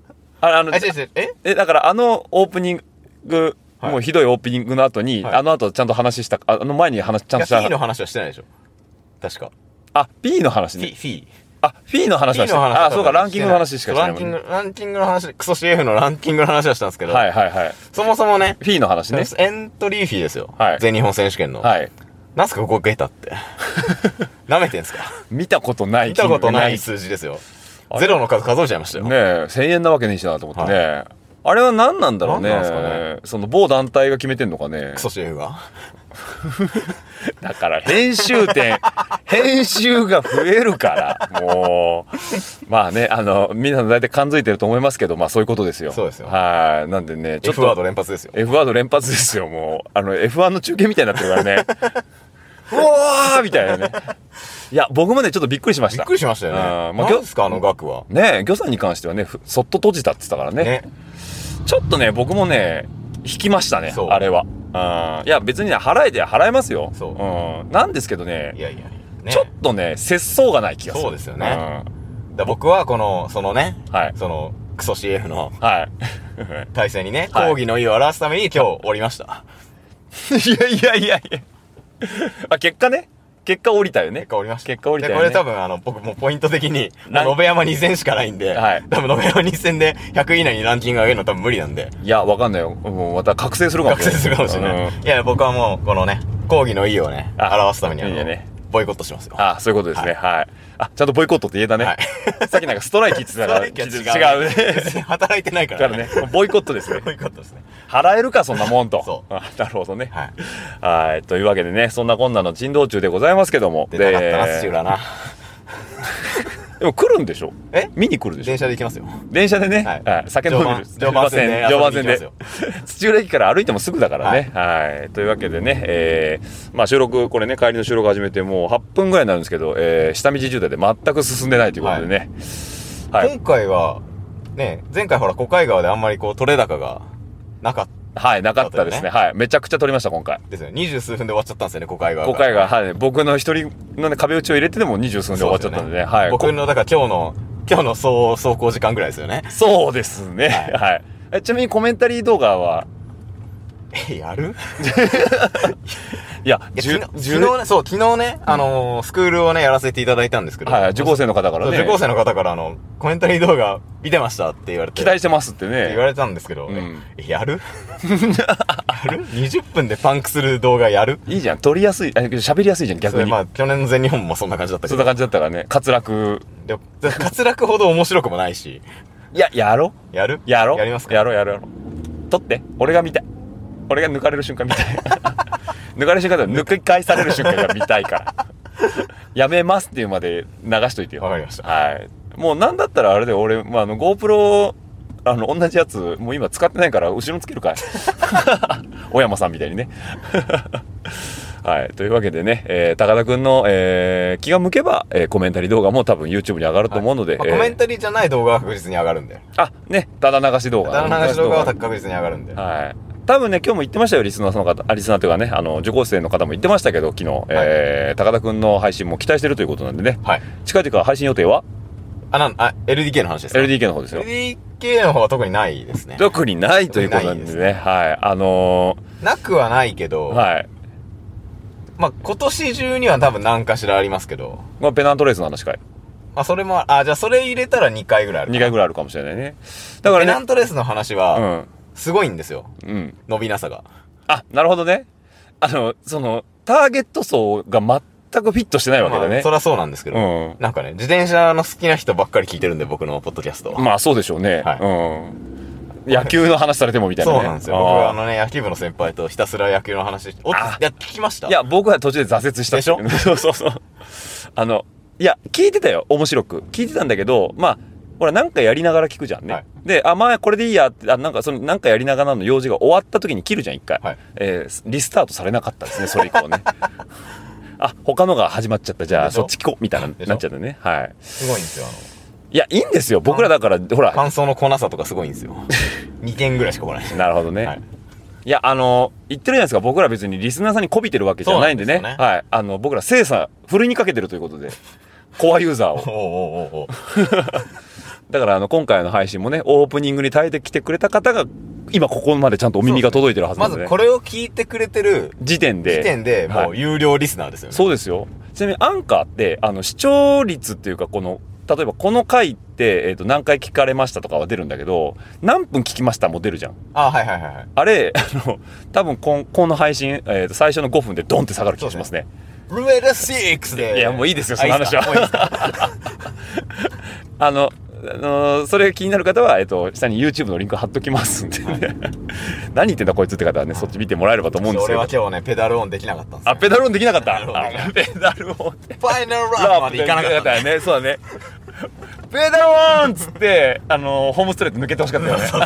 だからオープニング、もうひどいオープニングの後に、後ちゃんと話した、前にちゃんとした。 P の話はしてないでしょ確か。 P の話ね。 フィーの話はしてない。そうか、ランキングの話しかしてないもんね。 ランキングの話、クソ CF のランキングの話はしたんですけど、そもそもね、 フィーの話ね。 エントリーフィーですよ。全日本選手権の。なんすか、ここゲタって。舐めてんすか？ 見たことない数字ですよ。ゼロの数数えちゃいましたよ。 ねえ、1000円なわけねえしなと思ってね。あれは何なんだろうね。その某団体が決めてんのかね。 クソ CF が。 だから編集が増えるから、もう、まあね、皆さん大体感づいてると思いますけど、まあそういうことですよ。 そうですよ。 はい。なんでね、 ちょっと。F ワード連発ですよ。 F ワード連発ですよ、もう。F1 の中継みたいになってるからね。うわーみたいなね。いや、僕もね、ちょっとびっくりしました。 びっくりしましたよね。何ですか、額は。 ねえ、魚さんに関してはね、そっと閉じたって言ったからね。ちょっとね、僕もね、引きましたね、あれは。いや、別にね、払えますよ。なんですけどね、ちょっとね、節操がない気がする。 そうですよね。僕は、そのね、クソ CF の、体制にね、抗議の意を表すために今日降りました。 いや。結果降りたよね。 結果降りました。 結果降りたよね。 これ多分僕もポイント的に、延山2戦しかないんで、多分延山2戦で100位以内にランキング上げるの多分無理なんで。 いや、わかんないよ。もうまた覚醒するかもしれない。 覚醒するかもしれない。いや、僕はもう、このね、抗議の意をね、表すためにボイコットしますよ。 そういうことですね。はい。ちゃんとボイコットって言えたね。さっきなんかストライキって言ってたから、違うね。 別に働いてないからね。 ボイコットですね。 ボイコットですね。 払えるか、そんなもんと。なるほどね。はい。というわけでね、そんなこんなの珍道中でございますけども。 出なかったな、土浦な。 でも来るんでしょ？見に来るでしょ？ 電車で行きますよ。 電車でね、酒飲める。常磐線で。土浦駅から歩いてもすぐだからね。はい。というわけでね、まあ収録、これね、帰りの収録始めてもう8分ぐらいになるんですけど、下道渋滞で全く進んでないということでね。 今回は、ね、前回ほら、小海川であんまりこう、取れ高がなかった。 なかったですね。はい。めちゃくちゃ取りました、今回。 ですよね。20数分で終わっちゃったんですよね、小海川。 小海川、はい。僕の一人のね、壁打ちを入れてでも20数分で終わっちゃったんでね。はい。 僕の、だから今日の走行時間ぐらいですよね。 そうですね。はい。ちなみにコメンタリー動画はやるいや、昨日ね、そう、昨日ね、スクールをね、やらせていただいたんですけど。 はい、受講生の方からね。 受講生の方からコメンタリー動画見てましたって言われて。 期待してますってね。 言われたんですけど、やる?20 分でパンクする動画やる？ いいじゃん、撮りやすい、喋りやすいじゃん、逆に。 まあ、去年の全日本もそんな感じだったけど。 そんな感じだったからね、滑落。 滑落ほど面白くもないし。 いや、やろやる？ やろやりますか？ やろう。撮って。俺が見たい。俺が抜かれる瞬間見たい。抜かれる瞬間で抜き返される瞬間が見たいから。やめますっていうまで流しといてよ。 わかりました。 はい。もうなんだったらあれで俺、GoPro、同じやつ、もう今使ってないから後ろにつけるかい。小山さんみたいにね。はい。というわけでね、高田くんの、気が向けば、コメンタリー動画も多分 YouTube に上がると思うので。 コメンタリーじゃない動画は確実に上がるんで。 ね、ただ流し動画。 ただ流し動画は確実に上がるんで。 はい。多分ね、今日も言ってましたよ、リスナーというかね、受講生の方も言ってましたけど、昨日、高田くんの配信も期待してるということなんでね。はい。近々配信予定は LDK の話ですか？ LDK の方ですよ。 LDK の方は特にないですね。 特にないということなんですね。はい。 なくはないけど、はい。まあ、今年中には多分何かしらありますけど。 まあ、ペナントレースの話かい。 それも、じゃあそれ入れたら2回ぐらいある。 2回ぐらいあるかもしれないね。だからね。 ペナントレースの話は、すごいんですよ。伸びなさが。 なるほどね。ターゲット層が全くフィットしてないわけだね。 そりゃそうなんですけど。なんかね、自転車の好きな人ばっかり聞いてるんで、僕のポッドキャストは。 まあそうでしょうね。野球の話されてもみたいなね。 そうなんですよ。僕は野球部の先輩とひたすら野球の話聞きました？ いや、僕は途中で挫折した。 でしょ？ そう。いや、聞いてたよ。面白く。聞いてたんだけど、まあ、ほら、なんかやりながら聞くじゃんね。で、まあ、これでいいやって、なんかやりながらの用事が終わった時に切るじゃん、一回。リスタートされなかったですね、それ以降ね。他のが始まっちゃった。じゃあ、そっち聞こう、みたいな、なっちゃってね。はい。 すごいんですよ、 いや、いいんですよ。僕らだから、ほら。 感想の来なさとかすごいんですよ。2件ぐらいしか来ない。 なるほどね。いや、言ってるじゃないですか。僕ら別にリスナーさんに媚びてるわけじゃないんでね。はい。僕ら精査、ふるいにかけてるということで。コアユーザーを。だから今回の配信もね、オープニングに耐えてきてくれた方が、今ここまでちゃんとお耳が届いてるはずなんでね。 まずこれを聞いてくれてる時点でもう有料リスナーですよね。 そうですよ。ちなみにアンカーって、視聴率っていうか、例えばこの回って、何回聞かれましたとかは出るんだけど、何分聞きましたも出るじゃん。 はい。 あれ、多分この配信、最初の5分でドンって下がる気がしますね。 ルエル6で。 いや、もういいですよ、その話は。それ気になる方は、下に YouTube のリンク貼っときますんで、何言ってんだこいつって方はね、そっち見てもらえればと思うんですけど。 俺は今日ね、ペダルオンできなかったんですよ。 ペダルオンできなかった。ペダルオンって。 ファイナルラップまでいかなかったよね。そうだね。ペダルオンっつって、ホームストレート抜けてほしかったよね。そう。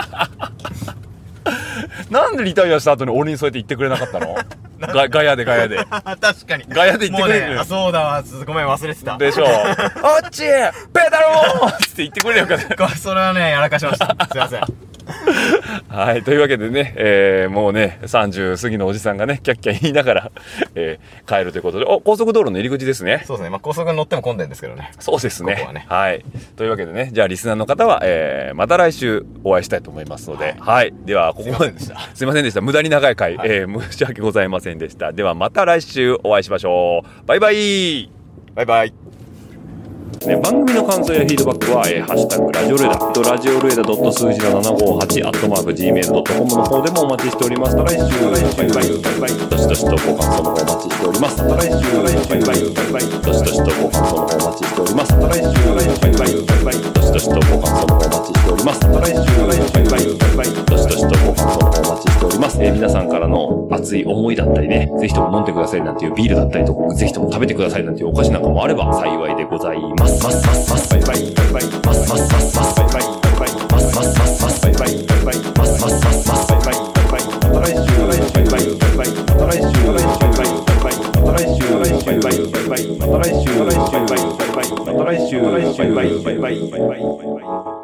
なんでリタイアした後に俺にそうやって言ってくれなかったの？ガヤで。 確かに。 ガヤで言ってくれる。 そうだわ。ごめん、忘れてた。 でしょ。あっちペダルオンって言ってくれるよか。 それはね、やらかしました。すいません。 はい。というわけでね、もうね、30過ぎのおじさんがね、キャッキャ言いながら、帰るということで、高速道路の入り口ですね。 そうですね。まあ、高速に乗っても混んでるんですけどね。 そうですね。 ここはね。 はい。というわけでね、じゃあリスナーの方は、また来週お会いしたいと思いますので、はい。では、ここまででした。すいませんでした。無駄に長い回、申し訳ございませんでした。では、また来週お会いしましょう。バイバイ。 バイバイ。 番組の感想やフィードバックは、ハッシュタグラジオルエダ、ラジオルエダ数字の758 @gmail.com の方でもお待ちしております。来週、バイバイ、どしどしとご感想の方お待ちしております。来週、バイバイ、どしどしとご感想の方お待ちしております。来週、バイバイ、どしどしとご感想の方お待ちしております。来週、バイバイ、どしどしとご感想の方お待ちしております。皆さんからの熱い思いだったりね、ぜひとも飲んでくださいなんていうビールだったりとか、ぜひとも食べてくださいなんていうお菓子なんかもあれば幸いでございます。バイバイ、バイバイ、バイバイ、バイバイ、バイバイ、バイバイ、バイバイ、バイバイ、バイバイ、また来週、バイバイ、バイバイ、また来週、バイバイ、バイバイ、また来週、バイバイ、バイバイ、また来週、バイバイ、バイバイ、また来週、バイバイ、バイバイ、バイバイ。